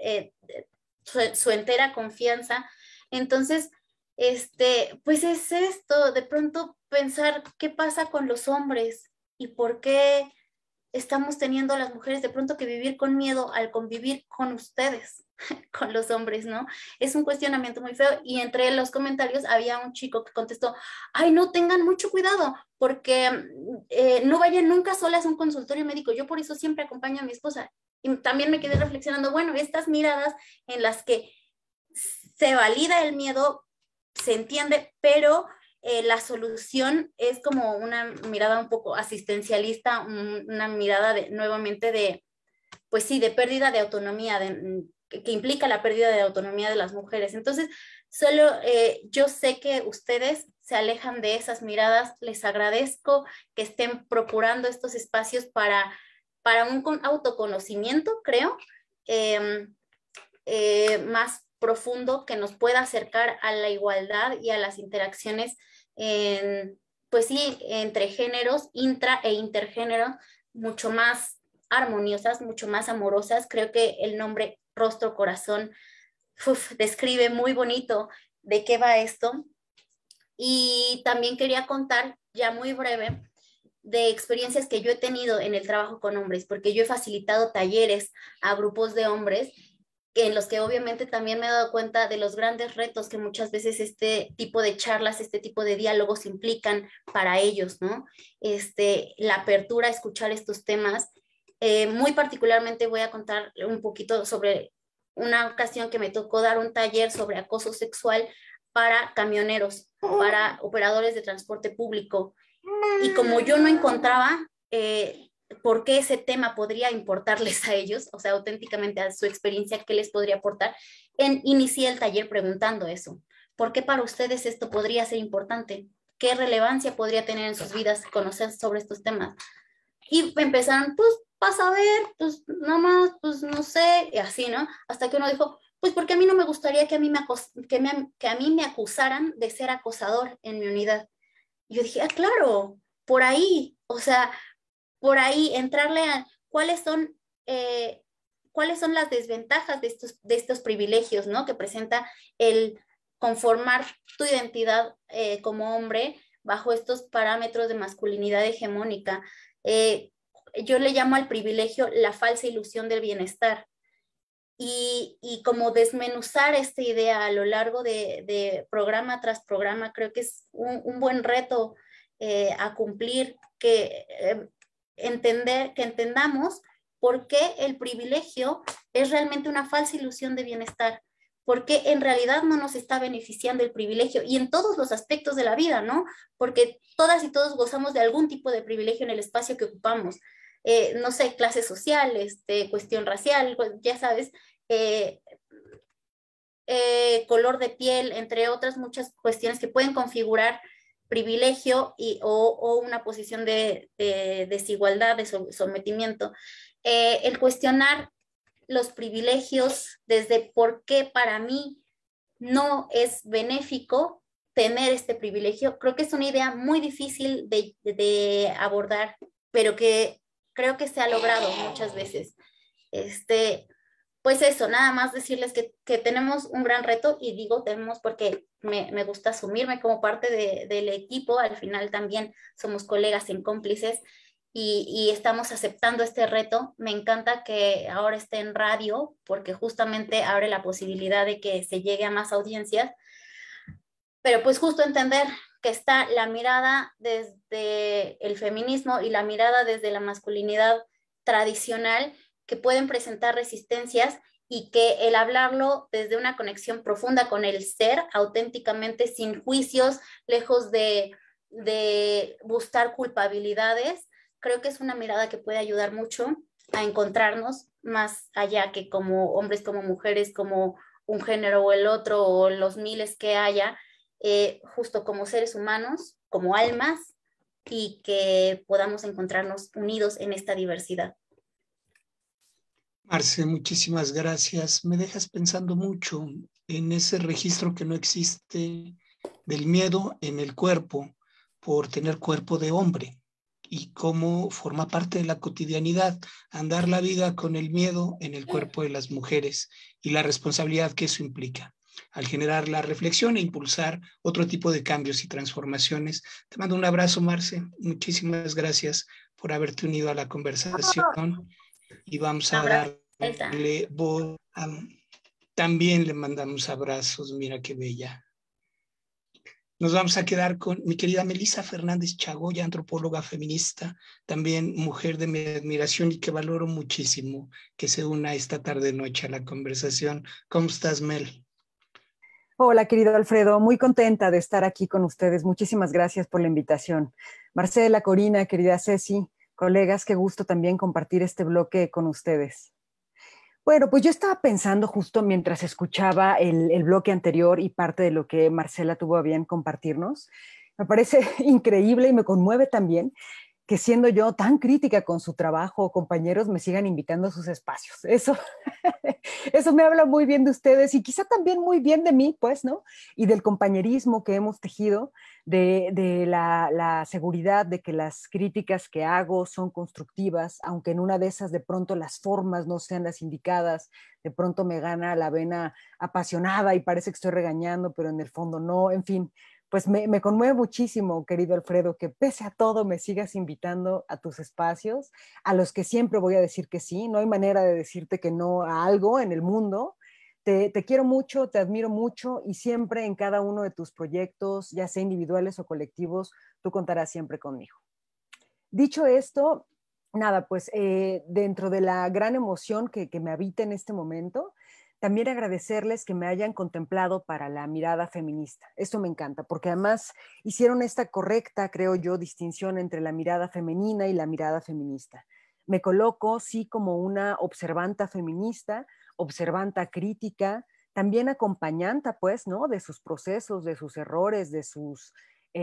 su entera confianza. Entonces, pues es esto, de pronto pensar qué pasa con los hombres y por qué estamos teniendo las mujeres de pronto que vivir con miedo al convivir con ustedes, con los hombres, ¿no? Es un cuestionamiento muy feo, y entre los comentarios había un chico que contestó, ay, no, tengan mucho cuidado, porque no vayan nunca solas a un consultorio médico, yo por eso siempre acompaño a mi esposa. Y también me quedé reflexionando, bueno, estas miradas en las que se valida el miedo, se entiende, pero la solución es como una mirada un poco asistencialista, una mirada nuevamente de, pues sí, de pérdida de autonomía, que implica la pérdida de autonomía de las mujeres. Entonces, solo yo sé que ustedes se alejan de esas miradas, les agradezco que estén procurando estos espacios para un autoconocimiento, creo, más profundo, que nos pueda acercar a la igualdad y a las interacciones, pues sí, entre géneros, intra e intergénero, mucho más armoniosas, mucho más amorosas. Creo que el nombre Rostro Corazón describe muy bonito de qué va esto. Y también quería contar, ya muy breve, de experiencias que yo he tenido en el trabajo con hombres, porque yo he facilitado talleres a grupos de hombres en los que obviamente también me he dado cuenta de los grandes retos que muchas veces este tipo de charlas, este tipo de diálogos implican para ellos, ¿no? La apertura a escuchar estos temas. Muy particularmente voy a contar un poquito sobre una ocasión que me tocó dar un taller sobre acoso sexual para camioneros, para operadores de transporte público. Y como yo no encontraba por qué ese tema podría importarles a ellos, o sea, auténticamente a su experiencia, qué les podría aportar, inicié el taller preguntando eso. ¿Por qué para ustedes esto podría ser importante? ¿Qué relevancia podría tener en sus vidas conocer sobre estos temas? Y empezaron, pues, vas a ver, pues, nada más, pues, no sé, y así, ¿no? Hasta que uno dijo, pues, porque a mí no me gustaría que a mí me acusaran de ser acosador en mi unidad. Y yo dije, claro, por ahí, o sea, por ahí entrarle a cuáles son las desventajas de estos privilegios, ¿no? Que presenta el conformar tu identidad como hombre bajo estos parámetros de masculinidad hegemónica. Yo le llamo al privilegio la falsa ilusión del bienestar. Y como desmenuzar esta idea a lo largo de programa tras programa, creo que es un buen reto a cumplir, que entendamos por qué el privilegio es realmente una falsa ilusión de bienestar, porque en realidad no nos está beneficiando el privilegio, y en todos los aspectos de la vida, ¿no? Porque todas y todos gozamos de algún tipo de privilegio en el espacio que ocupamos. no sé, clase social, cuestión racial, ya sabes, color de piel, entre otras muchas cuestiones que pueden configurar privilegio o una posición de desigualdad, de sometimiento. El cuestionar los privilegios desde por qué para mí no es benéfico tener este privilegio, creo que es una idea muy difícil de abordar, pero que creo que se ha logrado muchas veces. Pues eso, nada más decirles que tenemos un gran reto, y digo tenemos porque me gusta asumirme como parte del equipo. Al final también somos colegas en Cómplices y estamos aceptando este reto. Me encanta que ahora esté en radio porque justamente abre la posibilidad de que se llegue a más audiencias, pero pues justo entender que está la mirada desde el feminismo y la mirada desde la masculinidad tradicional, que pueden presentar resistencias, y que el hablarlo desde una conexión profunda con el ser, auténticamente, sin juicios, lejos de buscar culpabilidades, creo que es una mirada que puede ayudar mucho a encontrarnos más allá que como hombres, como mujeres, como un género o el otro, o los miles que haya, justo como seres humanos, como almas, y que podamos encontrarnos unidos en esta diversidad. Marce, muchísimas gracias. Me dejas pensando mucho en ese registro que no existe del miedo en el cuerpo por tener cuerpo de hombre, y cómo forma parte de la cotidianidad andar la vida con el miedo en el cuerpo de las mujeres y la responsabilidad que eso implica al generar la reflexión e impulsar otro tipo de cambios y transformaciones. Te mando un abrazo, Marce. Muchísimas gracias por haberte unido a la conversación. Y vamos a darle voz. También le mandamos abrazos. Mira qué bella. Nos vamos a quedar con mi querida Melissa Fernández Chagoya, antropóloga feminista, también mujer de mi admiración y que valoro muchísimo que se una esta tarde-noche a la conversación. ¿Cómo estás, Mel? Hola, querido Alfredo. Muy contenta de estar aquí con ustedes. Muchísimas gracias por la invitación. Marcela, Corina, querida Ceci, colegas, qué gusto también compartir este bloque con ustedes. Bueno, pues yo estaba pensando justo mientras escuchaba el bloque anterior y parte de lo que Marcela tuvo a bien compartirnos. Me parece increíble y me conmueve también que, siendo yo tan crítica con su trabajo, compañeros me sigan invitando a sus espacios. Eso me habla muy bien de ustedes y quizá también muy bien de mí, pues, ¿no? Y del compañerismo que hemos tejido, de la seguridad de que las críticas que hago son constructivas, aunque en una de esas de pronto las formas no sean las indicadas, de pronto me gana la vena apasionada y parece que estoy regañando, pero en el fondo no, en fin. Pues me conmueve muchísimo, querido Alfredo, que pese a todo me sigas invitando a tus espacios, a los que siempre voy a decir que sí. No hay manera de decirte que no a algo en el mundo. Te quiero mucho, te admiro mucho, y siempre en cada uno de tus proyectos, ya sea individuales o colectivos, tú contarás siempre conmigo. Dicho esto, nada, pues dentro de la gran emoción que me habita en este momento, también agradecerles que me hayan contemplado para la mirada feminista. Esto me encanta, porque además hicieron esta correcta, creo yo, distinción entre la mirada femenina y la mirada feminista. Me coloco, sí, como una observanta feminista, observanta crítica, también acompañanta, pues, ¿no?, de sus procesos, de sus errores, de sus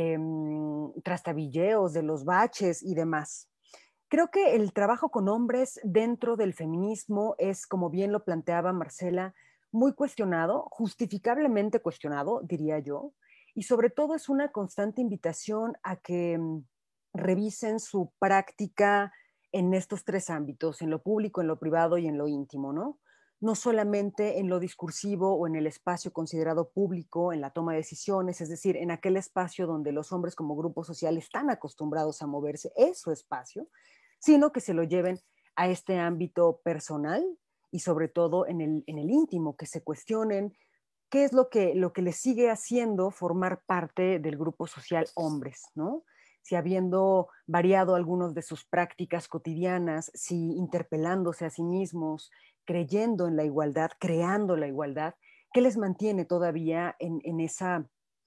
trastabilleos, de los baches y demás. Creo que el trabajo con hombres dentro del feminismo es, como bien lo planteaba Marcela, muy cuestionado, justificablemente cuestionado, diría yo, y sobre todo es una constante invitación a que revisen su práctica en estos tres ámbitos, en lo público, en lo privado y en lo íntimo, ¿no? No solamente en lo discursivo o en el espacio considerado público, en la toma de decisiones, es decir, en aquel espacio donde los hombres como grupo social están acostumbrados a moverse, es su espacio, sino que se lo lleven a este ámbito personal y sobre todo en el íntimo, que se cuestionen qué es lo que les sigue haciendo formar parte del grupo social hombres, ¿no? Si habiendo variado algunas de sus prácticas cotidianas, si interpelándose a sí mismos, creyendo en la igualdad, creando la igualdad, ¿qué les mantiene todavía en esa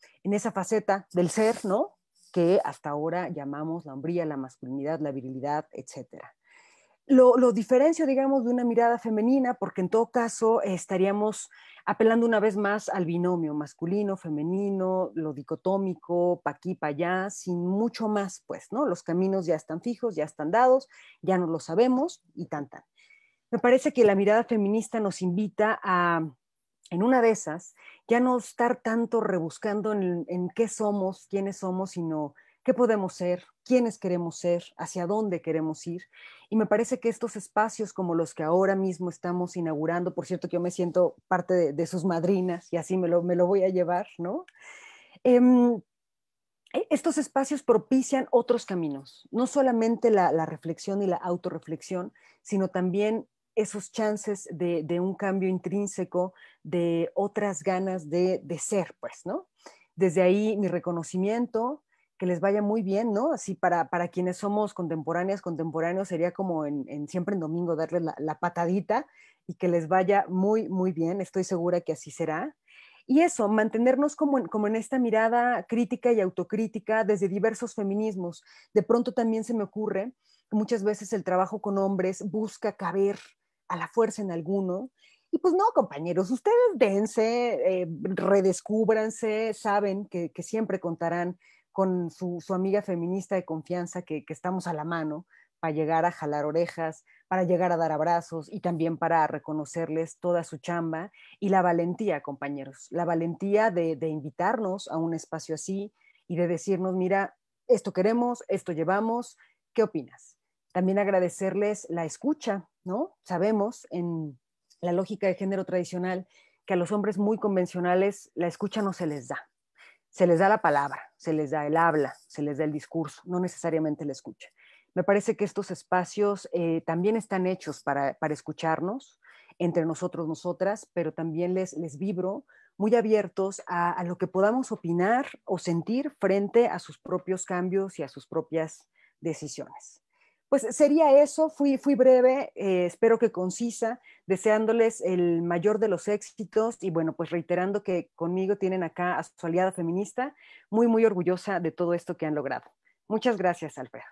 faceta del ser, ¿no?, que hasta ahora llamamos la hombría, la masculinidad, la virilidad, etcétera? Lo diferencio, digamos, de una mirada femenina, porque en todo caso estaríamos apelando una vez más al binomio masculino, femenino, lo dicotómico, pa' aquí, pa' allá, sin mucho más, pues, ¿no? Los caminos ya están fijos, ya están dados, ya no lo sabemos y tan. Me parece que la mirada feminista nos invita a, en una de esas, ya no estar tanto rebuscando en qué somos, quiénes somos, sino qué podemos ser, quiénes queremos ser, hacia dónde queremos ir. Y me parece que estos espacios como los que ahora mismo estamos inaugurando, por cierto que yo me siento parte de sus madrinas y así me lo voy a llevar, ¿no? Estos espacios propician otros caminos, no solamente la reflexión y la autorreflexión, sino también esos chances de un cambio intrínseco, de otras ganas de ser, pues, ¿no? Desde ahí mi reconocimiento, que les vaya muy bien, ¿no? Así para quienes somos contemporáneos sería como siempre en domingo darles la patadita y que les vaya muy, muy bien. Estoy segura que así será. Y eso, mantenernos como en esta mirada crítica y autocrítica desde diversos feminismos. De pronto también se me ocurre que muchas veces el trabajo con hombres busca caber a la fuerza en alguno. Y pues no, compañeros, ustedes dense, redescúbranse, saben que siempre contarán con su amiga feminista de confianza que estamos a la mano para llegar a jalar orejas, para llegar a dar abrazos y también para reconocerles toda su chamba y la valentía, compañeros, la valentía de invitarnos a un espacio así y de decirnos, mira, esto queremos, esto llevamos, ¿qué opinas? También agradecerles la escucha, ¿no? Sabemos en la lógica de género tradicional que a los hombres muy convencionales la escucha no se les da. Se les da la palabra, se les da el habla, se les da el discurso, no necesariamente la escucha. Me parece que estos espacios también están hechos para escucharnos entre nosotros, nosotras, pero también les vibro muy abiertos a lo que podamos opinar o sentir frente a sus propios cambios y a sus propias decisiones. Pues sería eso, fui breve, espero que concisa, deseándoles el mayor de los éxitos y bueno, pues reiterando que conmigo tienen acá a su aliada feminista, muy, muy orgullosa de todo esto que han logrado. Muchas gracias, Alfredo.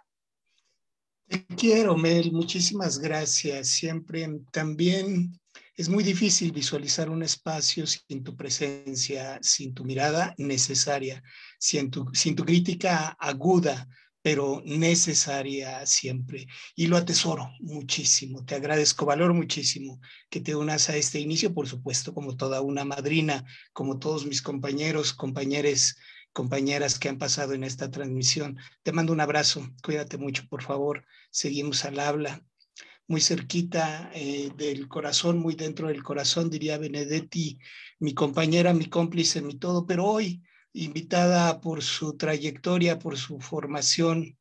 Te quiero, Mel, muchísimas gracias. Siempre también es muy difícil visualizar un espacio sin tu presencia, sin tu mirada necesaria, sin tu crítica aguda, pero necesaria siempre. Y lo atesoro muchísimo. Te agradezco, valoro muchísimo que te unas a este inicio, por supuesto, como toda una madrina, como todos mis compañeros, compañeras que han pasado en esta transmisión. Te mando un abrazo. Cuídate mucho, por favor. Seguimos al habla. Muy cerquita del corazón, muy dentro del corazón, diría Benedetti, mi compañera, mi cómplice, mi todo, pero hoy invitada por su trayectoria, por su formación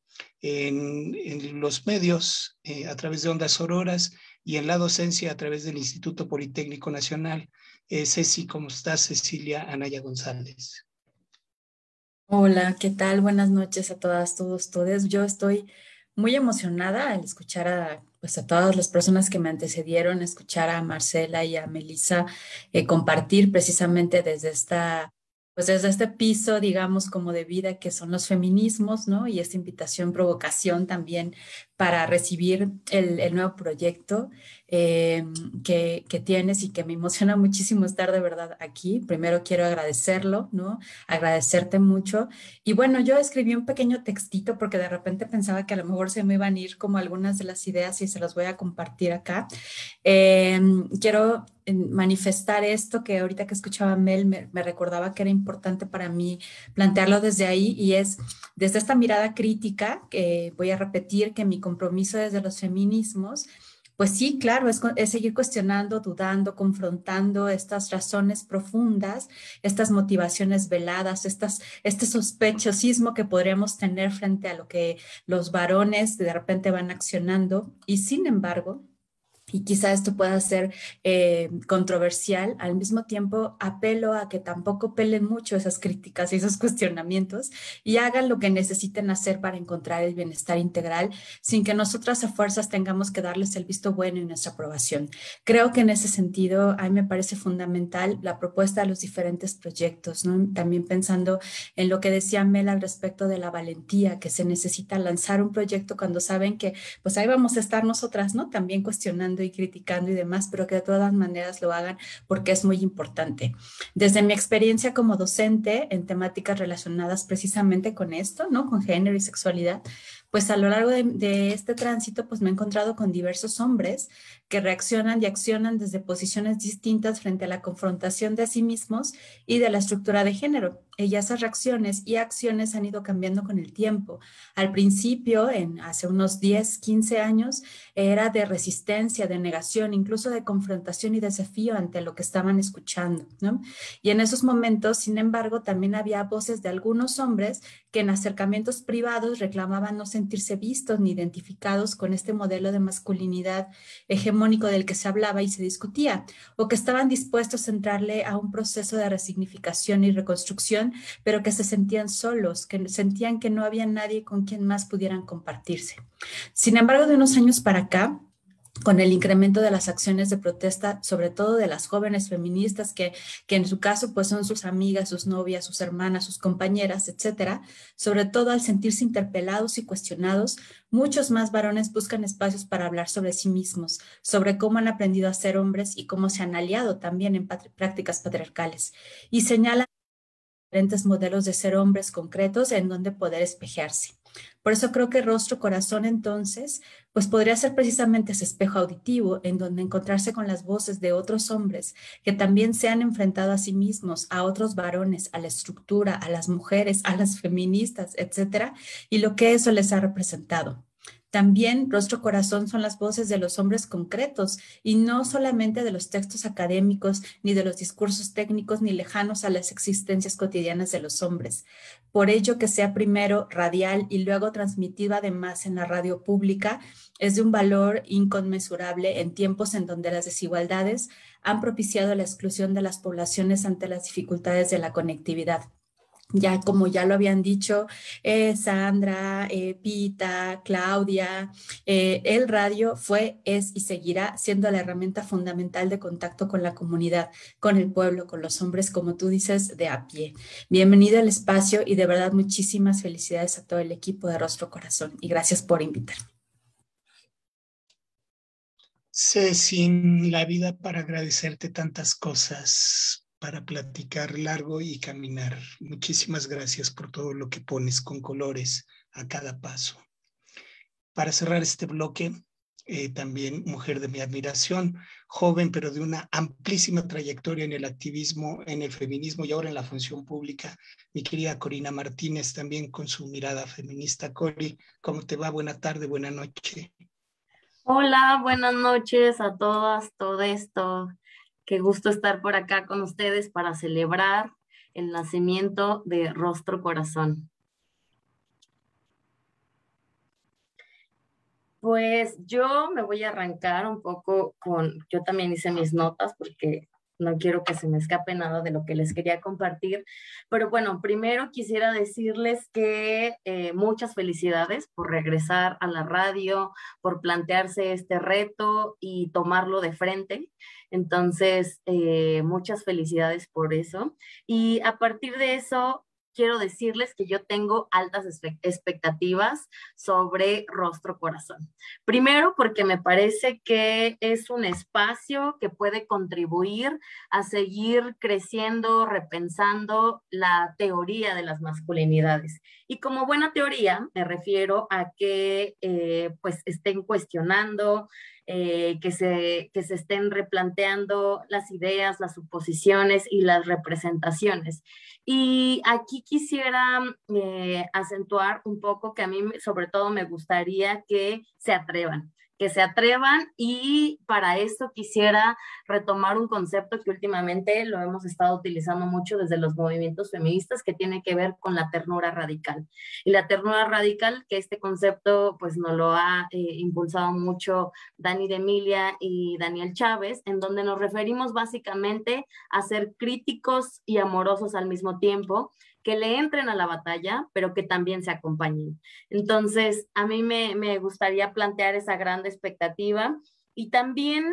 en los medios a través de Ondas Auroras y en la docencia a través del Instituto Politécnico Nacional. Ceci, ¿cómo estás? Cecilia Anaya González. Hola, ¿qué tal? Buenas noches a todas, todos, todes. Yo estoy muy emocionada al escuchar a todas las personas que me antecedieron, escuchar a Marcela y a Melissa compartir precisamente desde este piso, digamos, como de vida que son los feminismos, ¿no? Y esta invitación, provocación también para recibir el nuevo proyecto que tienes y que me emociona muchísimo estar de verdad aquí. Primero quiero agradecerlo, ¿no? Agradecerte mucho. Y bueno, yo escribí un pequeño textito porque de repente pensaba que a lo mejor se me iban a ir como algunas de las ideas y se las voy a compartir acá. Quiero manifestar esto que ahorita que escuchaba Mel me recordaba que era importante para mí plantearlo desde ahí y es desde esta mirada crítica que voy a repetir que mi compromiso desde los feminismos, pues sí, claro, es seguir cuestionando, dudando, confrontando estas razones profundas, estas motivaciones veladas, este sospechosismo que podríamos tener frente a lo que los varones de repente van accionando y sin embargo, y quizá esto pueda ser controversial. Al mismo tiempo, apelo a que tampoco pelen mucho esas críticas y esos cuestionamientos y hagan lo que necesiten hacer para encontrar el bienestar integral sin que nosotras a fuerzas tengamos que darles el visto bueno y nuestra aprobación. Creo que en ese sentido a mí me parece fundamental la propuesta de los diferentes proyectos, ¿no? También pensando en lo que decía Mel al respecto de la valentía, que se necesita lanzar un proyecto cuando saben que pues ahí vamos a estar nosotras, ¿no? También cuestionando y criticando y demás, pero que de todas maneras lo hagan porque es muy importante. Desde mi experiencia como docente en temáticas relacionadas precisamente con esto, ¿no? Con género y sexualidad, pues a lo largo de este tránsito, pues me he encontrado con diversos hombres que reaccionan y accionan desde posiciones distintas frente a la confrontación de sí mismos y de la estructura de género. Y esas reacciones y acciones han ido cambiando con el tiempo. Al principio, hace unos 10, 15 años, era de resistencia, de negación, incluso de confrontación y desafío ante lo que estaban escuchando, ¿no? Y en esos momentos, sin embargo, también había voces de algunos hombres que en acercamientos privados reclamaban no sentirse vistos ni identificados con este modelo de masculinidad hegemónico del que se hablaba y se discutía, o que estaban dispuestos a entrarle a un proceso de resignificación y reconstrucción, pero que se sentían solos, que sentían que no había nadie con quien más pudieran compartirse. Sin embargo, de unos años para acá, con el incremento de las acciones de protesta, sobre todo de las jóvenes feministas, que en su caso pues son sus amigas, sus novias, sus hermanas, sus compañeras, etcétera, sobre todo al sentirse interpelados y cuestionados, muchos más varones buscan espacios para hablar sobre sí mismos, sobre cómo han aprendido a ser hombres y cómo se han aliado también en prácticas patriarcales, y señalan diferentes modelos de ser hombres concretos en donde poder espejearse. Por eso creo que Rostro Corazón entonces, pues podría ser precisamente ese espejo auditivo en donde encontrarse con las voces de otros hombres que también se han enfrentado a sí mismos, a otros varones, a la estructura, a las mujeres, a las feministas, etcétera, y lo que eso les ha representado. También Rostro Corazón son las voces de los hombres concretos y no solamente de los textos académicos, ni de los discursos técnicos, ni lejanos a las existencias cotidianas de los hombres. Por ello que sea primero radial y luego transmitido además en la radio pública es de un valor inconmensurable en tiempos en donde las desigualdades han propiciado la exclusión de las poblaciones ante las dificultades de la conectividad. Ya como ya lo habían dicho Sandra, Pita, Claudia, el radio fue, es y seguirá siendo la herramienta fundamental de contacto con la comunidad, con el pueblo, con los hombres, como tú dices, de a pie. Bienvenido al espacio y de verdad muchísimas felicidades a todo el equipo de Rostro Corazón y gracias por invitarme. Sé sin la vida para agradecerte tantas cosas, para platicar largo y caminar. Muchísimas gracias por todo lo que pones con colores a cada paso. Para cerrar este bloque, también mujer de mi admiración, joven pero de una amplísima trayectoria en el activismo, en el feminismo y ahora en la función pública, mi querida Corina Martínez, también con su mirada feminista. Cori, ¿cómo te va? Buena tarde, buena noche. Hola, buenas noches a todas, todo esto. Qué gusto estar por acá con ustedes para celebrar el nacimiento de Rostro Corazón. Pues yo me voy a arrancar un poco yo también hice mis notas porque no quiero que se me escape nada de lo que les quería compartir, pero bueno, primero quisiera decirles que muchas felicidades por regresar a la radio, por plantearse este reto y tomarlo de frente. Entonces, muchas felicidades por eso. Y a partir de eso, quiero decirles que yo tengo altas expectativas sobre Rostro Corazón. Primero, porque me parece que es un espacio que puede contribuir a seguir creciendo, repensando la teoría de las masculinidades. Y como buena teoría, me refiero a que pues estén cuestionando, que se estén replanteando las ideas, las suposiciones y las representaciones. Y aquí quisiera acentuar un poco que a mí sobre todo me gustaría que se atrevan, que se atrevan, y para eso quisiera retomar un concepto que últimamente lo hemos estado utilizando mucho desde los movimientos feministas, que tiene que ver con la ternura radical. Y la ternura radical, que este concepto pues nos lo ha impulsado mucho Dani de Emilia y Daniel Chávez, en donde nos referimos básicamente a ser críticos y amorosos al mismo tiempo, que le entren a la batalla, pero que también se acompañen. Entonces, a mí me gustaría plantear esa gran expectativa, y también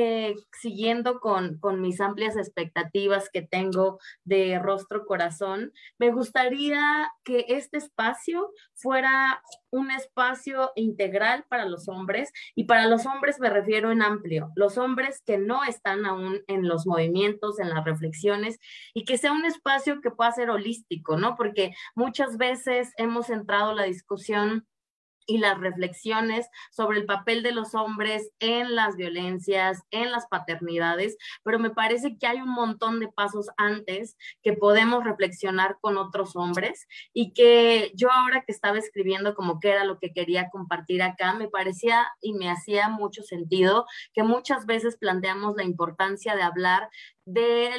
siguiendo con mis amplias expectativas que tengo de Rostro Corazón, me gustaría que este espacio fuera un espacio integral para los hombres, y para los hombres me refiero en amplio, los hombres que no están aún en los movimientos, en las reflexiones, y que sea un espacio que pueda ser holístico, ¿no? Porque muchas veces hemos centrado la discusión y las reflexiones sobre el papel de los hombres en las violencias, en las paternidades, pero me parece que hay un montón de pasos antes que podemos reflexionar con otros hombres, y que yo ahora que estaba escribiendo como que era lo que quería compartir acá, me parecía y me hacía mucho sentido que muchas veces planteamos la importancia de hablar de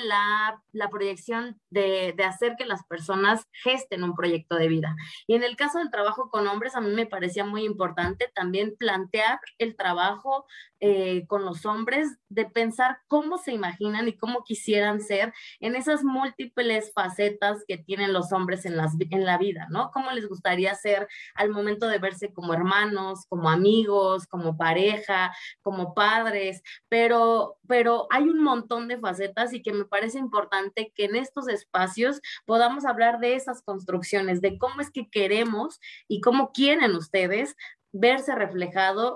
la proyección de hacer que las personas gesten un proyecto de vida. Y en el caso del trabajo con hombres, a mí me parecía muy importante también plantear el trabajo con los hombres, de pensar cómo se imaginan y cómo quisieran ser en esas múltiples facetas que tienen los hombres en la vida, ¿no? Cómo les gustaría ser al momento de verse como hermanos, como amigos, como pareja, como padres, pero hay un montón de facetas, y que me parece importante que en estos espacios podamos hablar de esas construcciones, de cómo es que queremos y cómo quieren ustedes verse reflejado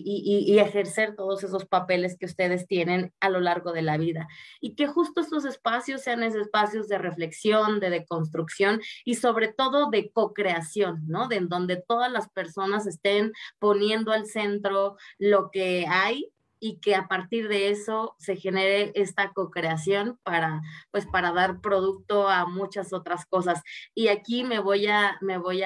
y ejercer todos esos papeles que ustedes tienen a lo largo de la vida. Y que justo estos espacios sean esos espacios de reflexión, de deconstrucción y sobre todo de co-creación, ¿no? De en donde todas las personas estén poniendo al centro lo que hay, y que a partir de eso se genere esta co-creación para dar producto a muchas otras cosas. Y aquí me voy a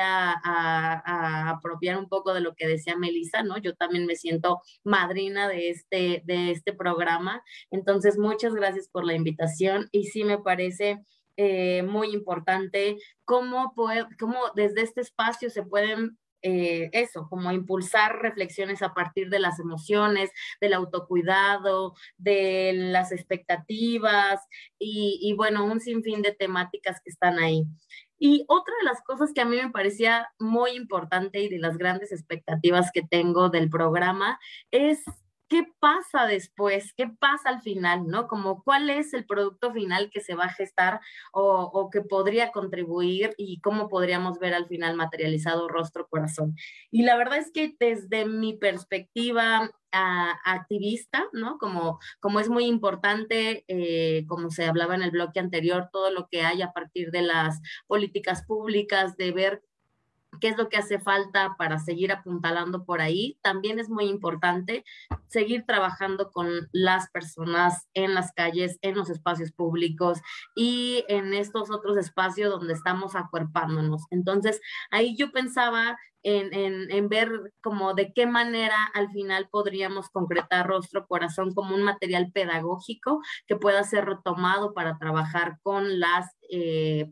apropiar un poco de lo que decía Melissa, ¿no? Yo también me siento madrina de este programa. Entonces, muchas gracias por la invitación, y sí me parece muy importante cómo desde este espacio se pueden como impulsar reflexiones a partir de las emociones, del autocuidado, de las expectativas y bueno, un sinfín de temáticas que están ahí. Y otra de las cosas que a mí me parecía muy importante y de las grandes expectativas que tengo del programa es ¿qué pasa después? ¿Qué pasa al final? ¿No? Como cuál es el producto final que se va a gestar o que podría contribuir, y cómo podríamos ver al final materializado Rostro Corazón. Y la verdad es que desde mi perspectiva activista, ¿no? Como es muy importante, como se hablaba en el bloque anterior, todo lo que hay a partir de las políticas públicas, de ver qué es lo que hace falta para seguir apuntalando por ahí. También es muy importante seguir trabajando con las personas en las calles, en los espacios públicos y en estos otros espacios donde estamos acuerpándonos. Entonces, ahí yo pensaba en ver como de qué manera al final podríamos concretar Rostro Corazón como un material pedagógico que pueda ser retomado para trabajar con las y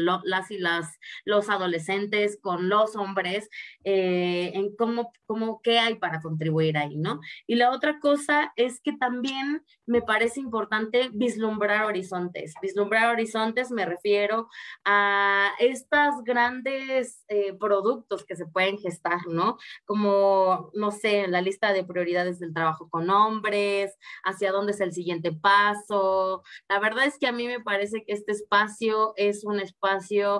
los adolescentes, con los hombres, en cómo qué hay para contribuir ahí, ¿no? Y la otra cosa es que también me parece importante vislumbrar horizontes. Vislumbrar horizontes me refiero a estos grandes productos que se pueden gestar, ¿no? Como, no sé, la lista de prioridades del trabajo con hombres, hacia dónde es el siguiente paso. La verdad es que a mí me parece que este espacio es un espacio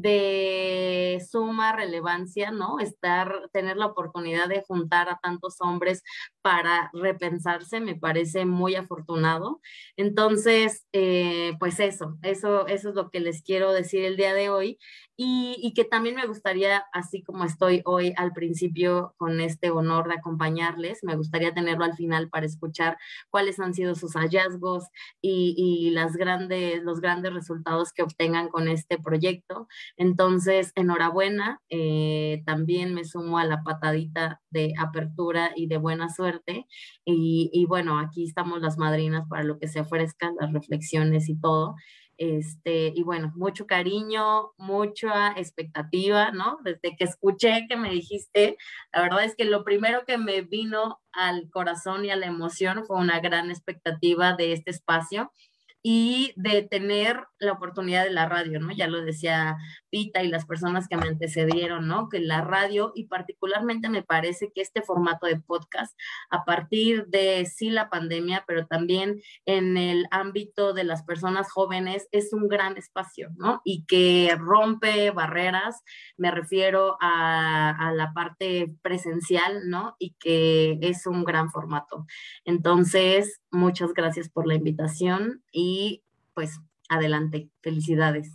de suma relevancia, ¿no? Tener la oportunidad de juntar a tantos hombres para repensarse, me parece muy afortunado. Entonces, pues eso es lo que les quiero decir el día de hoy, y que también me gustaría, así como estoy hoy al principio con este honor de acompañarles, me gustaría tenerlo al final para escuchar cuáles han sido sus hallazgos y los grandes resultados que obtengan con este proyecto. Entonces, enhorabuena, también me sumo a la patadita de apertura y de buena suerte. Y bueno, aquí estamos las madrinas para lo que se ofrezcan, las reflexiones y todo. Y bueno, mucho cariño, mucha expectativa, ¿no? Desde que escuché que me dijiste, la verdad es que lo primero que me vino al corazón y a la emoción fue una gran expectativa de este espacio y de tener la oportunidad de la radio, ¿no? Ya lo decía Pita y las personas que me antecedieron, ¿no? Que la radio, y particularmente me parece que este formato de podcast, a partir de sí la pandemia, pero también en el ámbito de las personas jóvenes, es un gran espacio, ¿no? Y que rompe barreras, me refiero a la parte presencial, ¿no? Y que es un gran formato. Entonces, muchas gracias por la invitación y pues adelante, felicidades.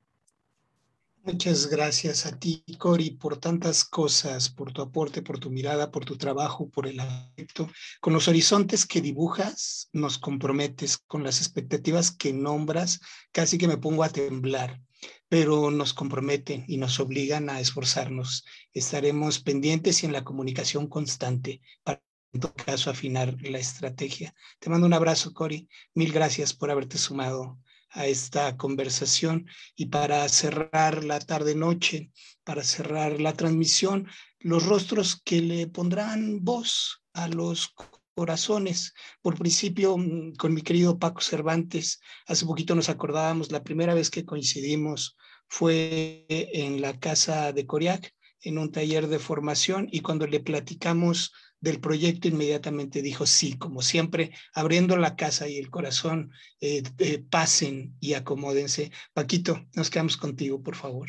Muchas gracias a ti, Cori, por tantas cosas, por tu aporte, por tu mirada, por tu trabajo, por el afecto. Con los horizontes que dibujas, nos comprometes, con las expectativas que nombras, casi que me pongo a temblar, pero nos comprometen y nos obligan a esforzarnos. Estaremos pendientes y en la comunicación constante para, en todo caso, afinar la estrategia. Te mando un abrazo, Cori. Mil gracias por haberte sumado a esta conversación. Y para cerrar la tarde-noche, para cerrar la transmisión, los rostros que le pondrán voz a los corazones. Por principio, con mi querido Paco Cervantes, hace poquito nos acordábamos, la primera vez que coincidimos fue en la casa de Coriac, en un taller de formación, y cuando le platicamos del proyecto, inmediatamente dijo sí, como siempre, abriendo la casa y el corazón, pasen y acomódense. Paquito, nos quedamos contigo, por favor.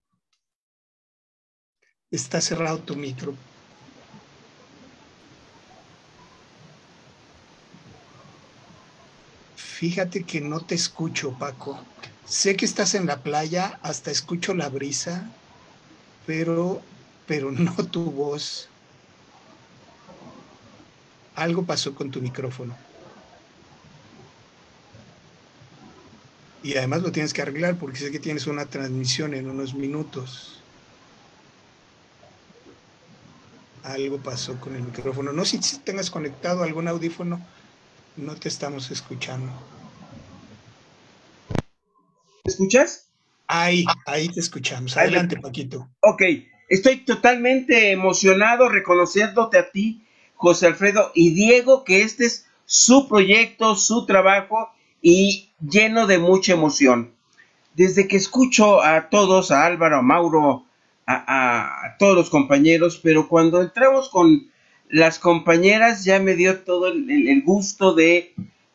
Está cerrado tu micro. Fíjate que no te escucho, Paco. Sé que estás en la playa, hasta escucho la brisa, pero no tu voz. Algo pasó con tu micrófono. Y además lo tienes que arreglar porque sé que tienes una transmisión en unos minutos. Algo pasó con el micrófono. No sé si tengas conectado algún audífono. No te estamos escuchando. ¿Me escuchas? Ahí te escuchamos. Adelante, Paquito. Ok, estoy totalmente emocionado reconociéndote a ti, José Alfredo y Diego, que este es su proyecto, su trabajo y lleno de mucha emoción. Desde que escucho a todos, a Álvaro, a Mauro, a todos los compañeros, pero cuando entramos con las compañeras ya me dio todo el gusto de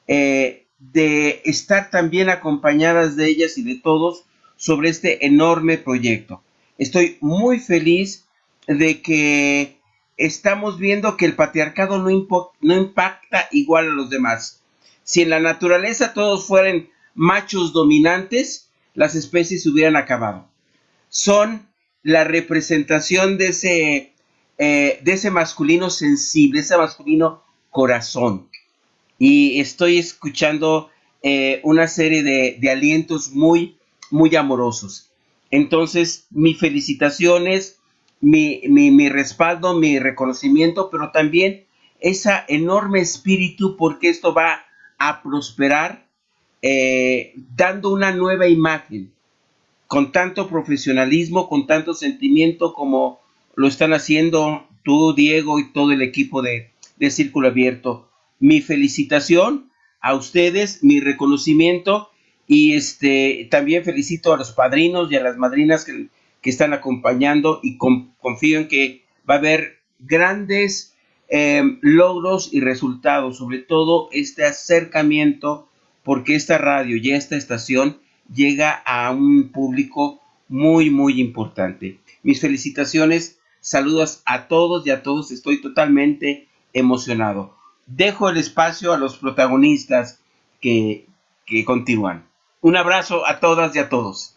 estar también acompañadas de ellas y de todos sobre este enorme proyecto. Estoy muy feliz de que estamos viendo que el patriarcado no impacta igual a los demás. Si en la naturaleza todos fueran machos dominantes, las especies se hubieran acabado. Son la representación de ese masculino sensible, ese masculino corazón. Y estoy escuchando una serie de alientos muy, muy amorosos. Entonces, mis felicitaciones, mi respaldo, mi reconocimiento, pero también ese enorme espíritu, porque esto va a prosperar dando una nueva imagen, con tanto profesionalismo, con tanto sentimiento como lo están haciendo tú, Diego, y todo el equipo de Círculo Abierto. Mi felicitación a ustedes, mi reconocimiento, y también felicito a los padrinos y a las madrinas que están acompañando, y confío en que va a haber grandes logros y resultados, sobre todo este acercamiento, porque esta radio y esta estación llega a un público muy, muy importante. Mis felicitaciones, saludos a todos y a todos, estoy totalmente emocionado. Dejo el espacio a los protagonistas que continúan. Un abrazo a todas y a todos.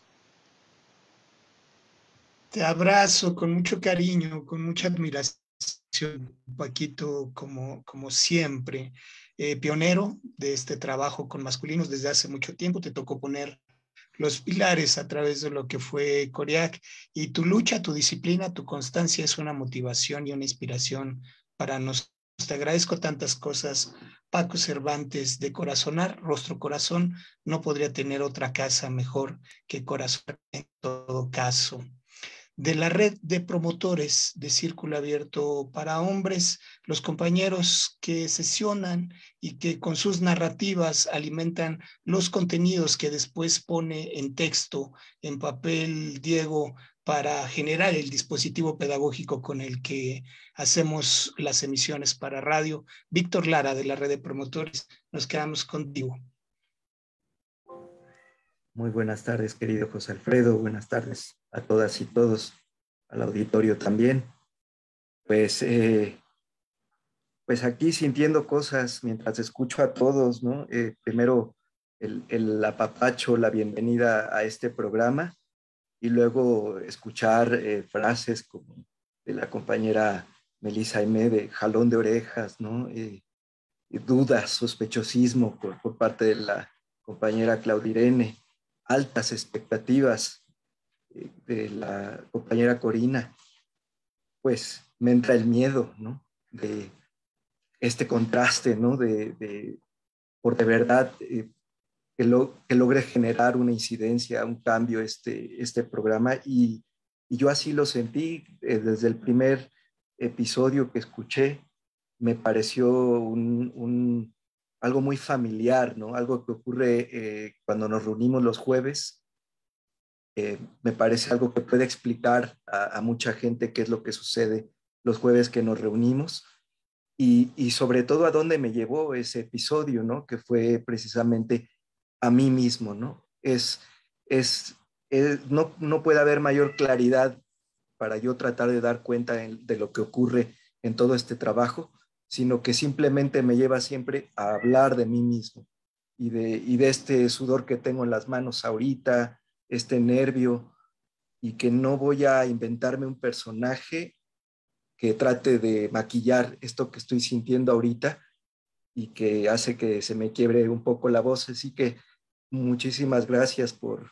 Te abrazo con mucho cariño, con mucha admiración, Paquito, como siempre. Pionero de este trabajo con masculinos desde hace mucho tiempo. Te tocó poner los pilares a través de lo que fue Coriac. Y tu lucha, tu disciplina, tu constancia es una motivación y una inspiración para nosotros. Te agradezco tantas cosas, Paco Cervantes, de Corazonar, Rostro Corazón. No podría tener otra casa mejor que Corazón en todo caso. De la red de promotores de Círculo Abierto para Hombres, los compañeros que sesionan y que con sus narrativas alimentan los contenidos que después pone en texto, en papel, Diego, para generar el dispositivo pedagógico con el que hacemos las emisiones para radio. Víctor Lara, de la red de promotores, nos quedamos contigo. Muy buenas tardes, querido José Alfredo. Buenas tardes a todas y todos, al auditorio también. Pues aquí sintiendo cosas mientras escucho a todos, ¿no? Primero el apapacho, la bienvenida a este programa, y luego escuchar frases como de la compañera Melissa Aimé, de jalón de orejas, ¿no? Dudas, sospechosismo por parte de la compañera Claudirene, altas expectativas de la compañera Corina. Pues me entra el miedo, ¿no? De este contraste, ¿no? Por de verdad que logre generar una incidencia, un cambio este programa, y yo así lo sentí desde el primer episodio que escuché. Me pareció algo muy familiar, ¿no? Algo que ocurre cuando nos reunimos los jueves. Me parece algo que puede explicar a mucha gente qué es lo que sucede los jueves que nos reunimos, y sobre todo a dónde me llevó ese episodio, ¿no? Que fue precisamente a mí mismo, ¿no? No puede haber mayor claridad para yo tratar de dar cuenta de lo que ocurre en todo este trabajo, sino que simplemente me lleva siempre a hablar de mí mismo y de este sudor que tengo en las manos ahorita, este nervio, y que no voy a inventarme un personaje que trate de maquillar esto que estoy sintiendo ahorita y que hace que se me quiebre un poco la voz. Así que muchísimas gracias por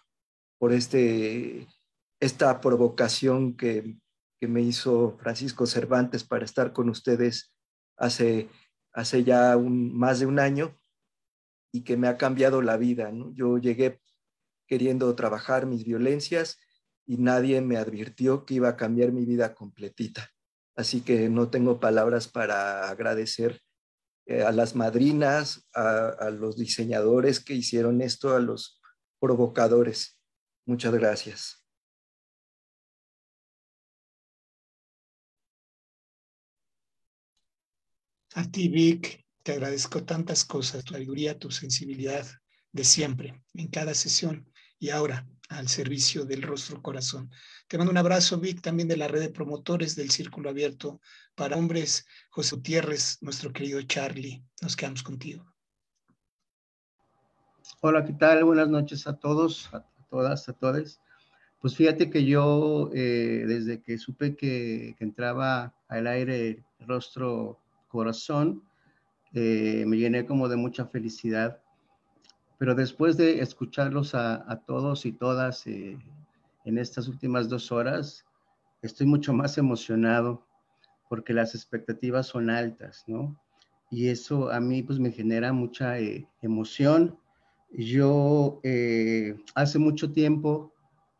esta provocación que me hizo Francisco Cervantes para estar con ustedes hace ya más de un año, y que me ha cambiado la vida, ¿no? Yo llegué queriendo trabajar mis violencias y nadie me advirtió que iba a cambiar mi vida completita. Así que no tengo palabras para agradecer a las madrinas, a los diseñadores que hicieron esto, a los provocadores. Muchas gracias. A ti, Vic, te agradezco tantas cosas, tu sabiduría, tu sensibilidad de siempre, en cada sesión, y ahora al servicio del Rostro Corazón. Te mando un abrazo, Vic, también de la red de promotores del Círculo Abierto para Hombres, José Gutiérrez, nuestro querido Charlie. Nos quedamos contigo. Hola, ¿qué tal? Buenas noches a todos, a todas, a todos. Pues fíjate que yo, desde que supe que entraba al aire el Rostro Corazón, me llené como de mucha felicidad. Pero después de escucharlos a todos y todas en estas últimas 2 horas, estoy mucho más emocionado porque las expectativas son altas, ¿no? Y eso a mí pues me genera mucha emoción. Yo hace mucho tiempo,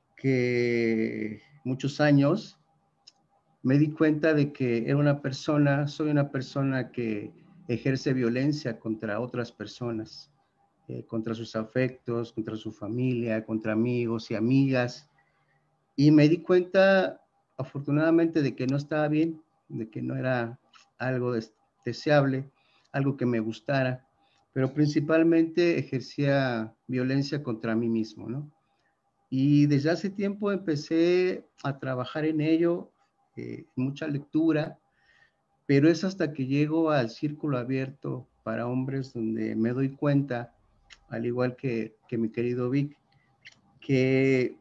muchos años, me di cuenta de que soy una persona que ejerce violencia contra otras personas. Contra sus afectos, contra su familia, contra amigos y amigas. Y me di cuenta, afortunadamente, de que no estaba bien, de que no era algo deseable, algo que me gustara, pero principalmente ejercía violencia contra mí mismo, ¿no? Y desde hace tiempo empecé a trabajar en ello, mucha lectura, pero es hasta que llego al Círculo Abierto para Hombres donde me doy cuenta, al igual que mi querido Vic, que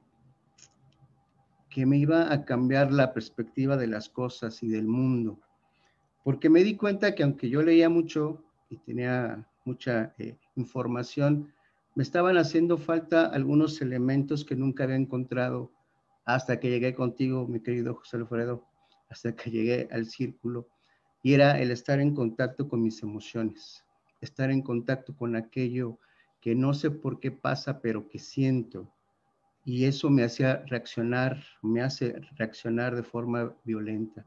me iba a cambiar la perspectiva de las cosas y del mundo. Porque me di cuenta que aunque yo leía mucho y tenía mucha información, me estaban haciendo falta algunos elementos que nunca había encontrado hasta que llegué contigo, mi querido José Alfredo, hasta que llegué al círculo, y era el estar en contacto con mis emociones, estar en contacto con aquello que no sé por qué pasa, pero que siento, y eso me hacía reaccionar, me hace reaccionar de forma violenta.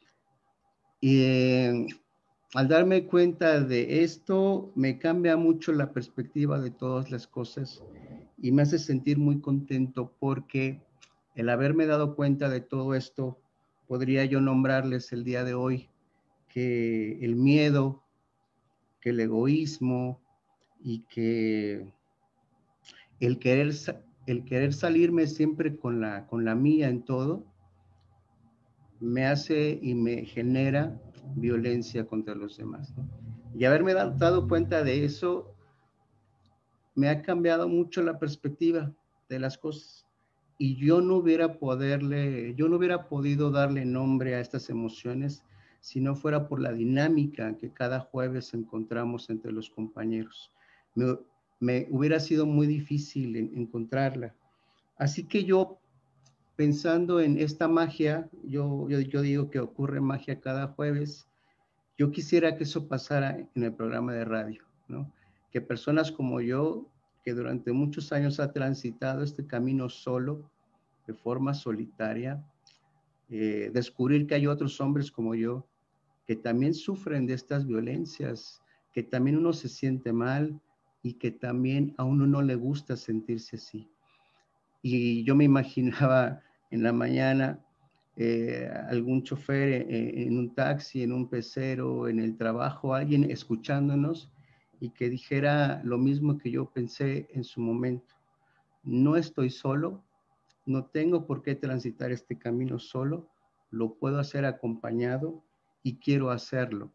Y al darme cuenta de esto, me cambia mucho la perspectiva de todas las cosas y me hace sentir muy contento porque el haberme dado cuenta de todo esto, podría yo nombrarles el día de hoy que el miedo, que el egoísmo y que el querer salirme siempre con la mía en todo, me hace y me genera violencia contra los demás, ¿no? Y haberme dado cuenta de eso me ha cambiado mucho la perspectiva de las cosas. Y yo no hubiera podido darle nombre a estas emociones si no fuera por la dinámica que cada jueves encontramos entre los compañeros. Me hubiera sido muy difícil encontrarla. Así que yo, pensando en esta magia, yo digo que ocurre magia cada jueves. Yo quisiera que eso pasara en el programa de radio, ¿no? Que personas como yo, que durante muchos años ha transitado este camino solo, de forma solitaria, descubrir que hay otros hombres como yo, que también sufren de estas violencias, que también uno se siente mal y que también a uno no le gusta sentirse así. Y yo me imaginaba en la mañana algún chofer en un taxi, en un pecero, en el trabajo, alguien escuchándonos y que dijera lo mismo que yo pensé en su momento. No estoy solo, no tengo por qué transitar este camino solo, lo puedo hacer acompañado y quiero hacerlo.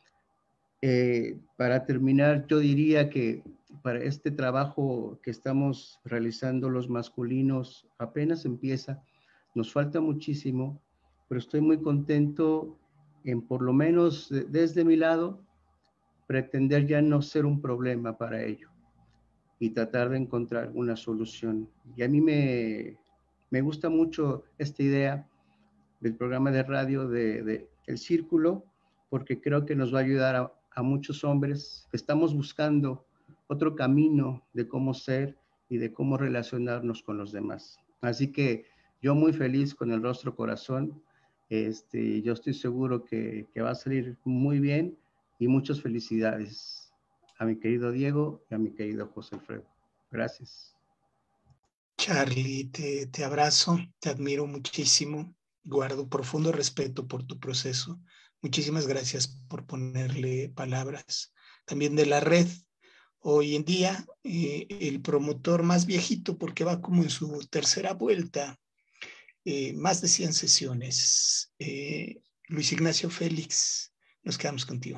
Para terminar, yo diría que para este trabajo que estamos realizando los masculinos apenas empieza, nos falta muchísimo, pero estoy muy contento en, por lo menos desde mi lado, pretender ya no ser un problema para ello y tratar de encontrar una solución. Y a mí me gusta mucho esta idea del programa de radio de El Círculo, porque creo que nos va a ayudar a muchos hombres que estamos buscando otro camino de cómo ser y de cómo relacionarnos con los demás. Así que yo muy feliz con el Rostro Corazón. Yo estoy seguro que va a salir muy bien y muchas felicidades a mi querido Diego y a mi querido José Alfredo. Gracias. Charlie, te abrazo, te admiro muchísimo, guardo profundo respeto por tu proceso. Muchísimas gracias por ponerle palabras. También de la red, hoy en día, el promotor más viejito, porque va como en su tercera vuelta, más de 100 sesiones. Luis Ignacio Félix, nos quedamos contigo.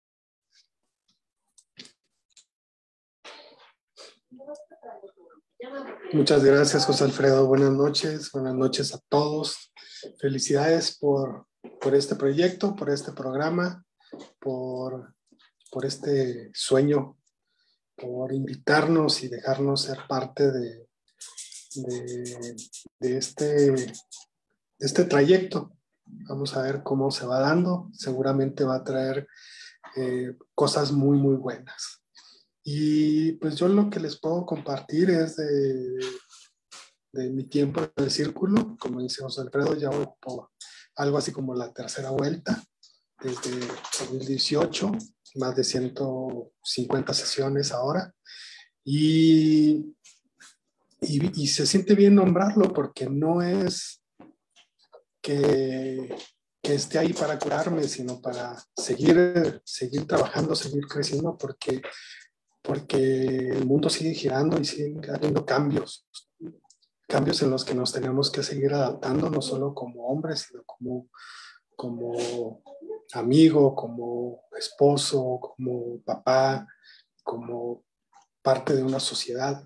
Muchas gracias, José Alfredo. Buenas noches a todos. Felicidades por este proyecto, por este programa, por este sueño, por invitarnos y dejarnos ser parte de este trayecto. Vamos a ver cómo se va dando. Seguramente va a traer cosas muy, muy buenas. Y pues yo lo que les puedo compartir es de mi tiempo en el círculo. Como dice José Alfredo, ya voy por algo así como la tercera vuelta, desde 2018, más de 150 sesiones ahora. Y se siente bien nombrarlo porque no es que esté ahí para curarme, sino para seguir trabajando, seguir creciendo, porque el mundo sigue girando y sigue habiendo cambios en los que nos tenemos que seguir adaptando, no solo como hombres, sino como amigo, como esposo, como papá, como parte de una sociedad.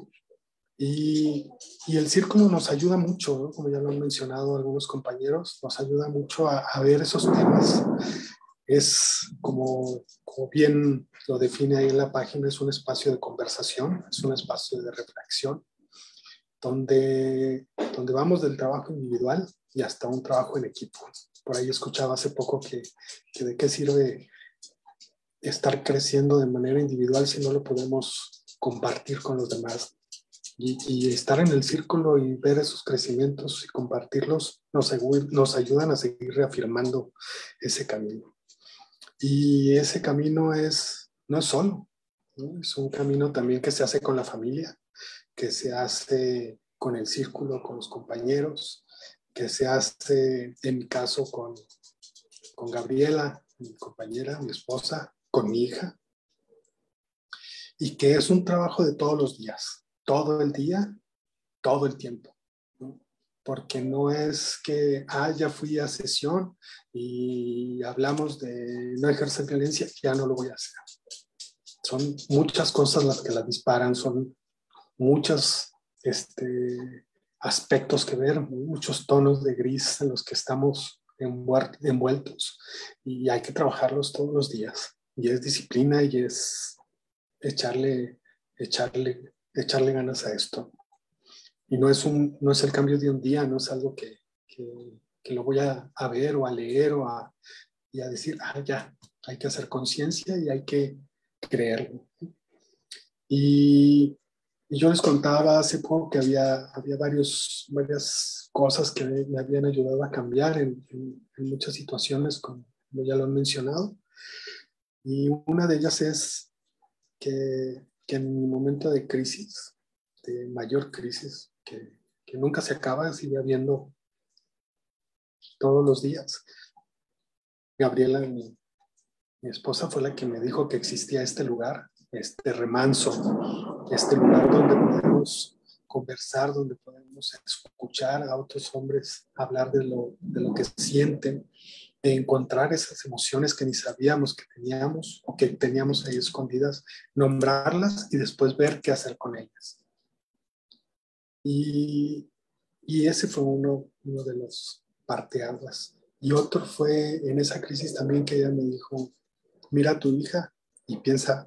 Y el círculo nos ayuda mucho, ¿no? Como ya lo han mencionado algunos compañeros, nos ayuda mucho a ver esos temas Es como bien lo define ahí en la página, es un espacio de conversación, es un espacio de reflexión, donde vamos del trabajo individual y hasta un trabajo en equipo. Por ahí escuchaba hace poco que de qué sirve estar creciendo de manera individual si no lo podemos compartir con los demás. Y estar en el círculo y ver esos crecimientos y compartirlos nos ayudan a seguir reafirmando ese camino. Y ese camino no es solo, ¿no? Es un camino también que se hace con la familia, que se hace con el círculo, con los compañeros, que se hace, en mi caso, con Gabriela, mi compañera, mi esposa, con mi hija, y que es un trabajo de todos los días, todo el día, todo el tiempo, ¿no? Porque no es que, ya fui a sesión y hablamos de no ejercer violencia, ya no lo voy a hacer. Son muchas cosas las que la disparan, son muchos aspectos que ver, muchos tonos de gris en los que estamos envueltos, y hay que trabajarlos todos los días. Y es disciplina y es echarle ganas a esto. Y no es el cambio de un día, no es algo que lo voy a ver o a leer y a decir, ya, hay que hacer conciencia y hay que creerlo. Y yo les contaba hace poco que había varias cosas que me habían ayudado a cambiar en muchas situaciones, como ya lo han mencionado. Y una de ellas es que en mi momento de crisis, de mayor crisis, que nunca se acaba, sigue habiendo todos los días. Gabriela, mi esposa, fue la que me dijo que existía este lugar, este remanso, este lugar donde podemos conversar, donde podemos escuchar a otros hombres hablar de lo que sienten, de encontrar esas emociones que ni sabíamos que teníamos o que teníamos ahí escondidas, nombrarlas y después ver qué hacer con ellas. Y ese fue uno de los parteaguas. Y otro fue en esa crisis también que ella me dijo, mira a tu hija y piensa,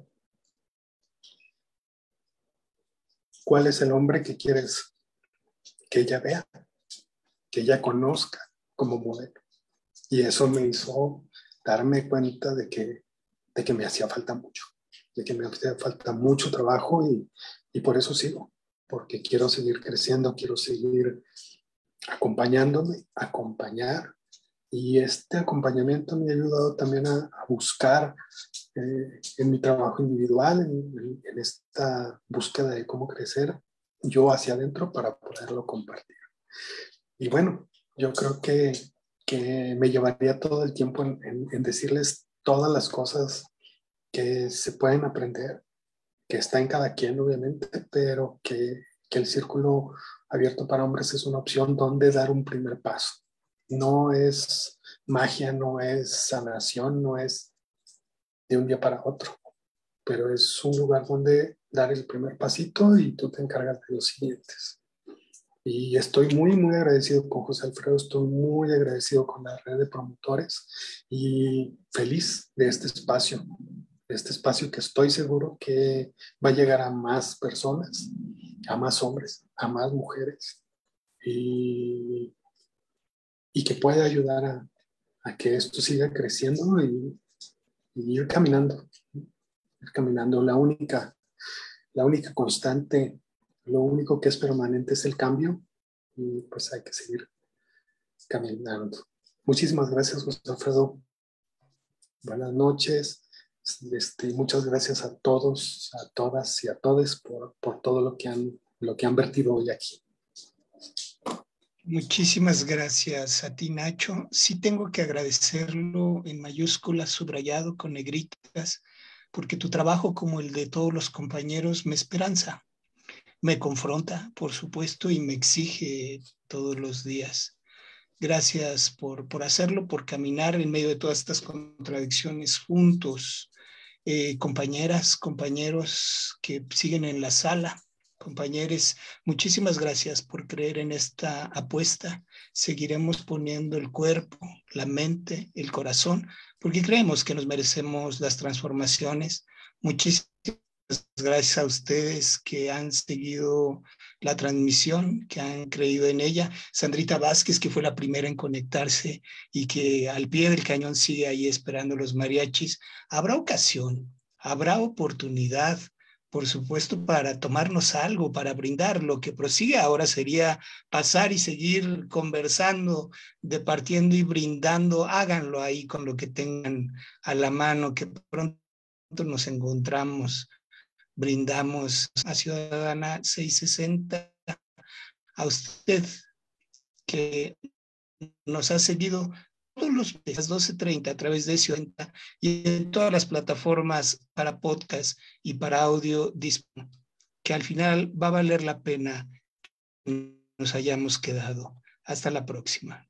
¿cuál es el hombre que quieres que ella vea, que ella conozca como modelo? Y eso me hizo darme cuenta de que me hacía falta mucho, de que me hacía falta mucho trabajo y por eso sigo, porque quiero seguir creciendo, quiero seguir acompañándome, acompañar. Y este acompañamiento me ha ayudado también a buscar en mi trabajo individual, en esta búsqueda de cómo crecer yo hacia adentro para poderlo compartir. Y bueno, yo creo que me llevaría todo el tiempo en decirles todas las cosas que se pueden aprender, que está en cada quien obviamente, pero que el círculo abierto para hombres es una opción donde dar un primer paso. No es magia, no es sanación, no es de un día para otro, pero es un lugar donde dar el primer pasito y tú te encargas de los siguientes. Y estoy muy, muy agradecido con José Alfredo, estoy muy agradecido con la red de promotores y feliz de este espacio que estoy seguro que va a llegar a más personas, a más hombres, a más mujeres y que puede ayudar a que esto siga creciendo y ir caminando. La única constante, lo único que es permanente es el cambio y pues hay que seguir caminando. Muchísimas gracias, José Alfredo. Buenas noches. Muchas gracias a todos, a todas y a todos por todo lo que han vertido hoy aquí. Muchísimas gracias a ti, Nacho. Sí tengo que agradecerlo en mayúsculas, subrayado con negritas, porque tu trabajo, como el de todos los compañeros, me esperanza, me confronta, por supuesto, y me exige todos los días. Gracias por hacerlo, por caminar en medio de todas estas contradicciones juntos. Compañeras, compañeros que siguen en la sala, Compañeros, muchísimas gracias por creer en esta apuesta. Seguiremos poniendo el cuerpo, la mente, el corazón, porque creemos que nos merecemos las transformaciones. Muchísimas gracias a ustedes que han seguido la transmisión, que han creído en ella. Sandrita Vázquez, que fue la primera en conectarse y que al pie del cañón sigue ahí esperando los mariachis. Habrá ocasión, habrá oportunidad, por supuesto, para tomarnos algo, para brindar. Lo que prosigue ahora sería pasar y seguir conversando, departiendo y brindando. Háganlo ahí con lo que tengan a la mano, que pronto nos encontramos. Brindamos a Ciudadana 660, a usted que nos ha seguido todos los días 12:30 a través de Ciudadana y en todas las plataformas para podcast y para audio, que al final va a valer la pena que nos hayamos quedado. Hasta la próxima.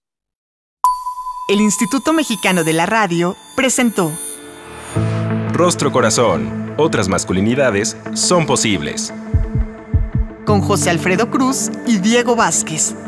El Instituto Mexicano de la Radio presentó Rostro Corazón. Otras masculinidades son posibles. Con José Alfredo Cruz y Diego Vázquez.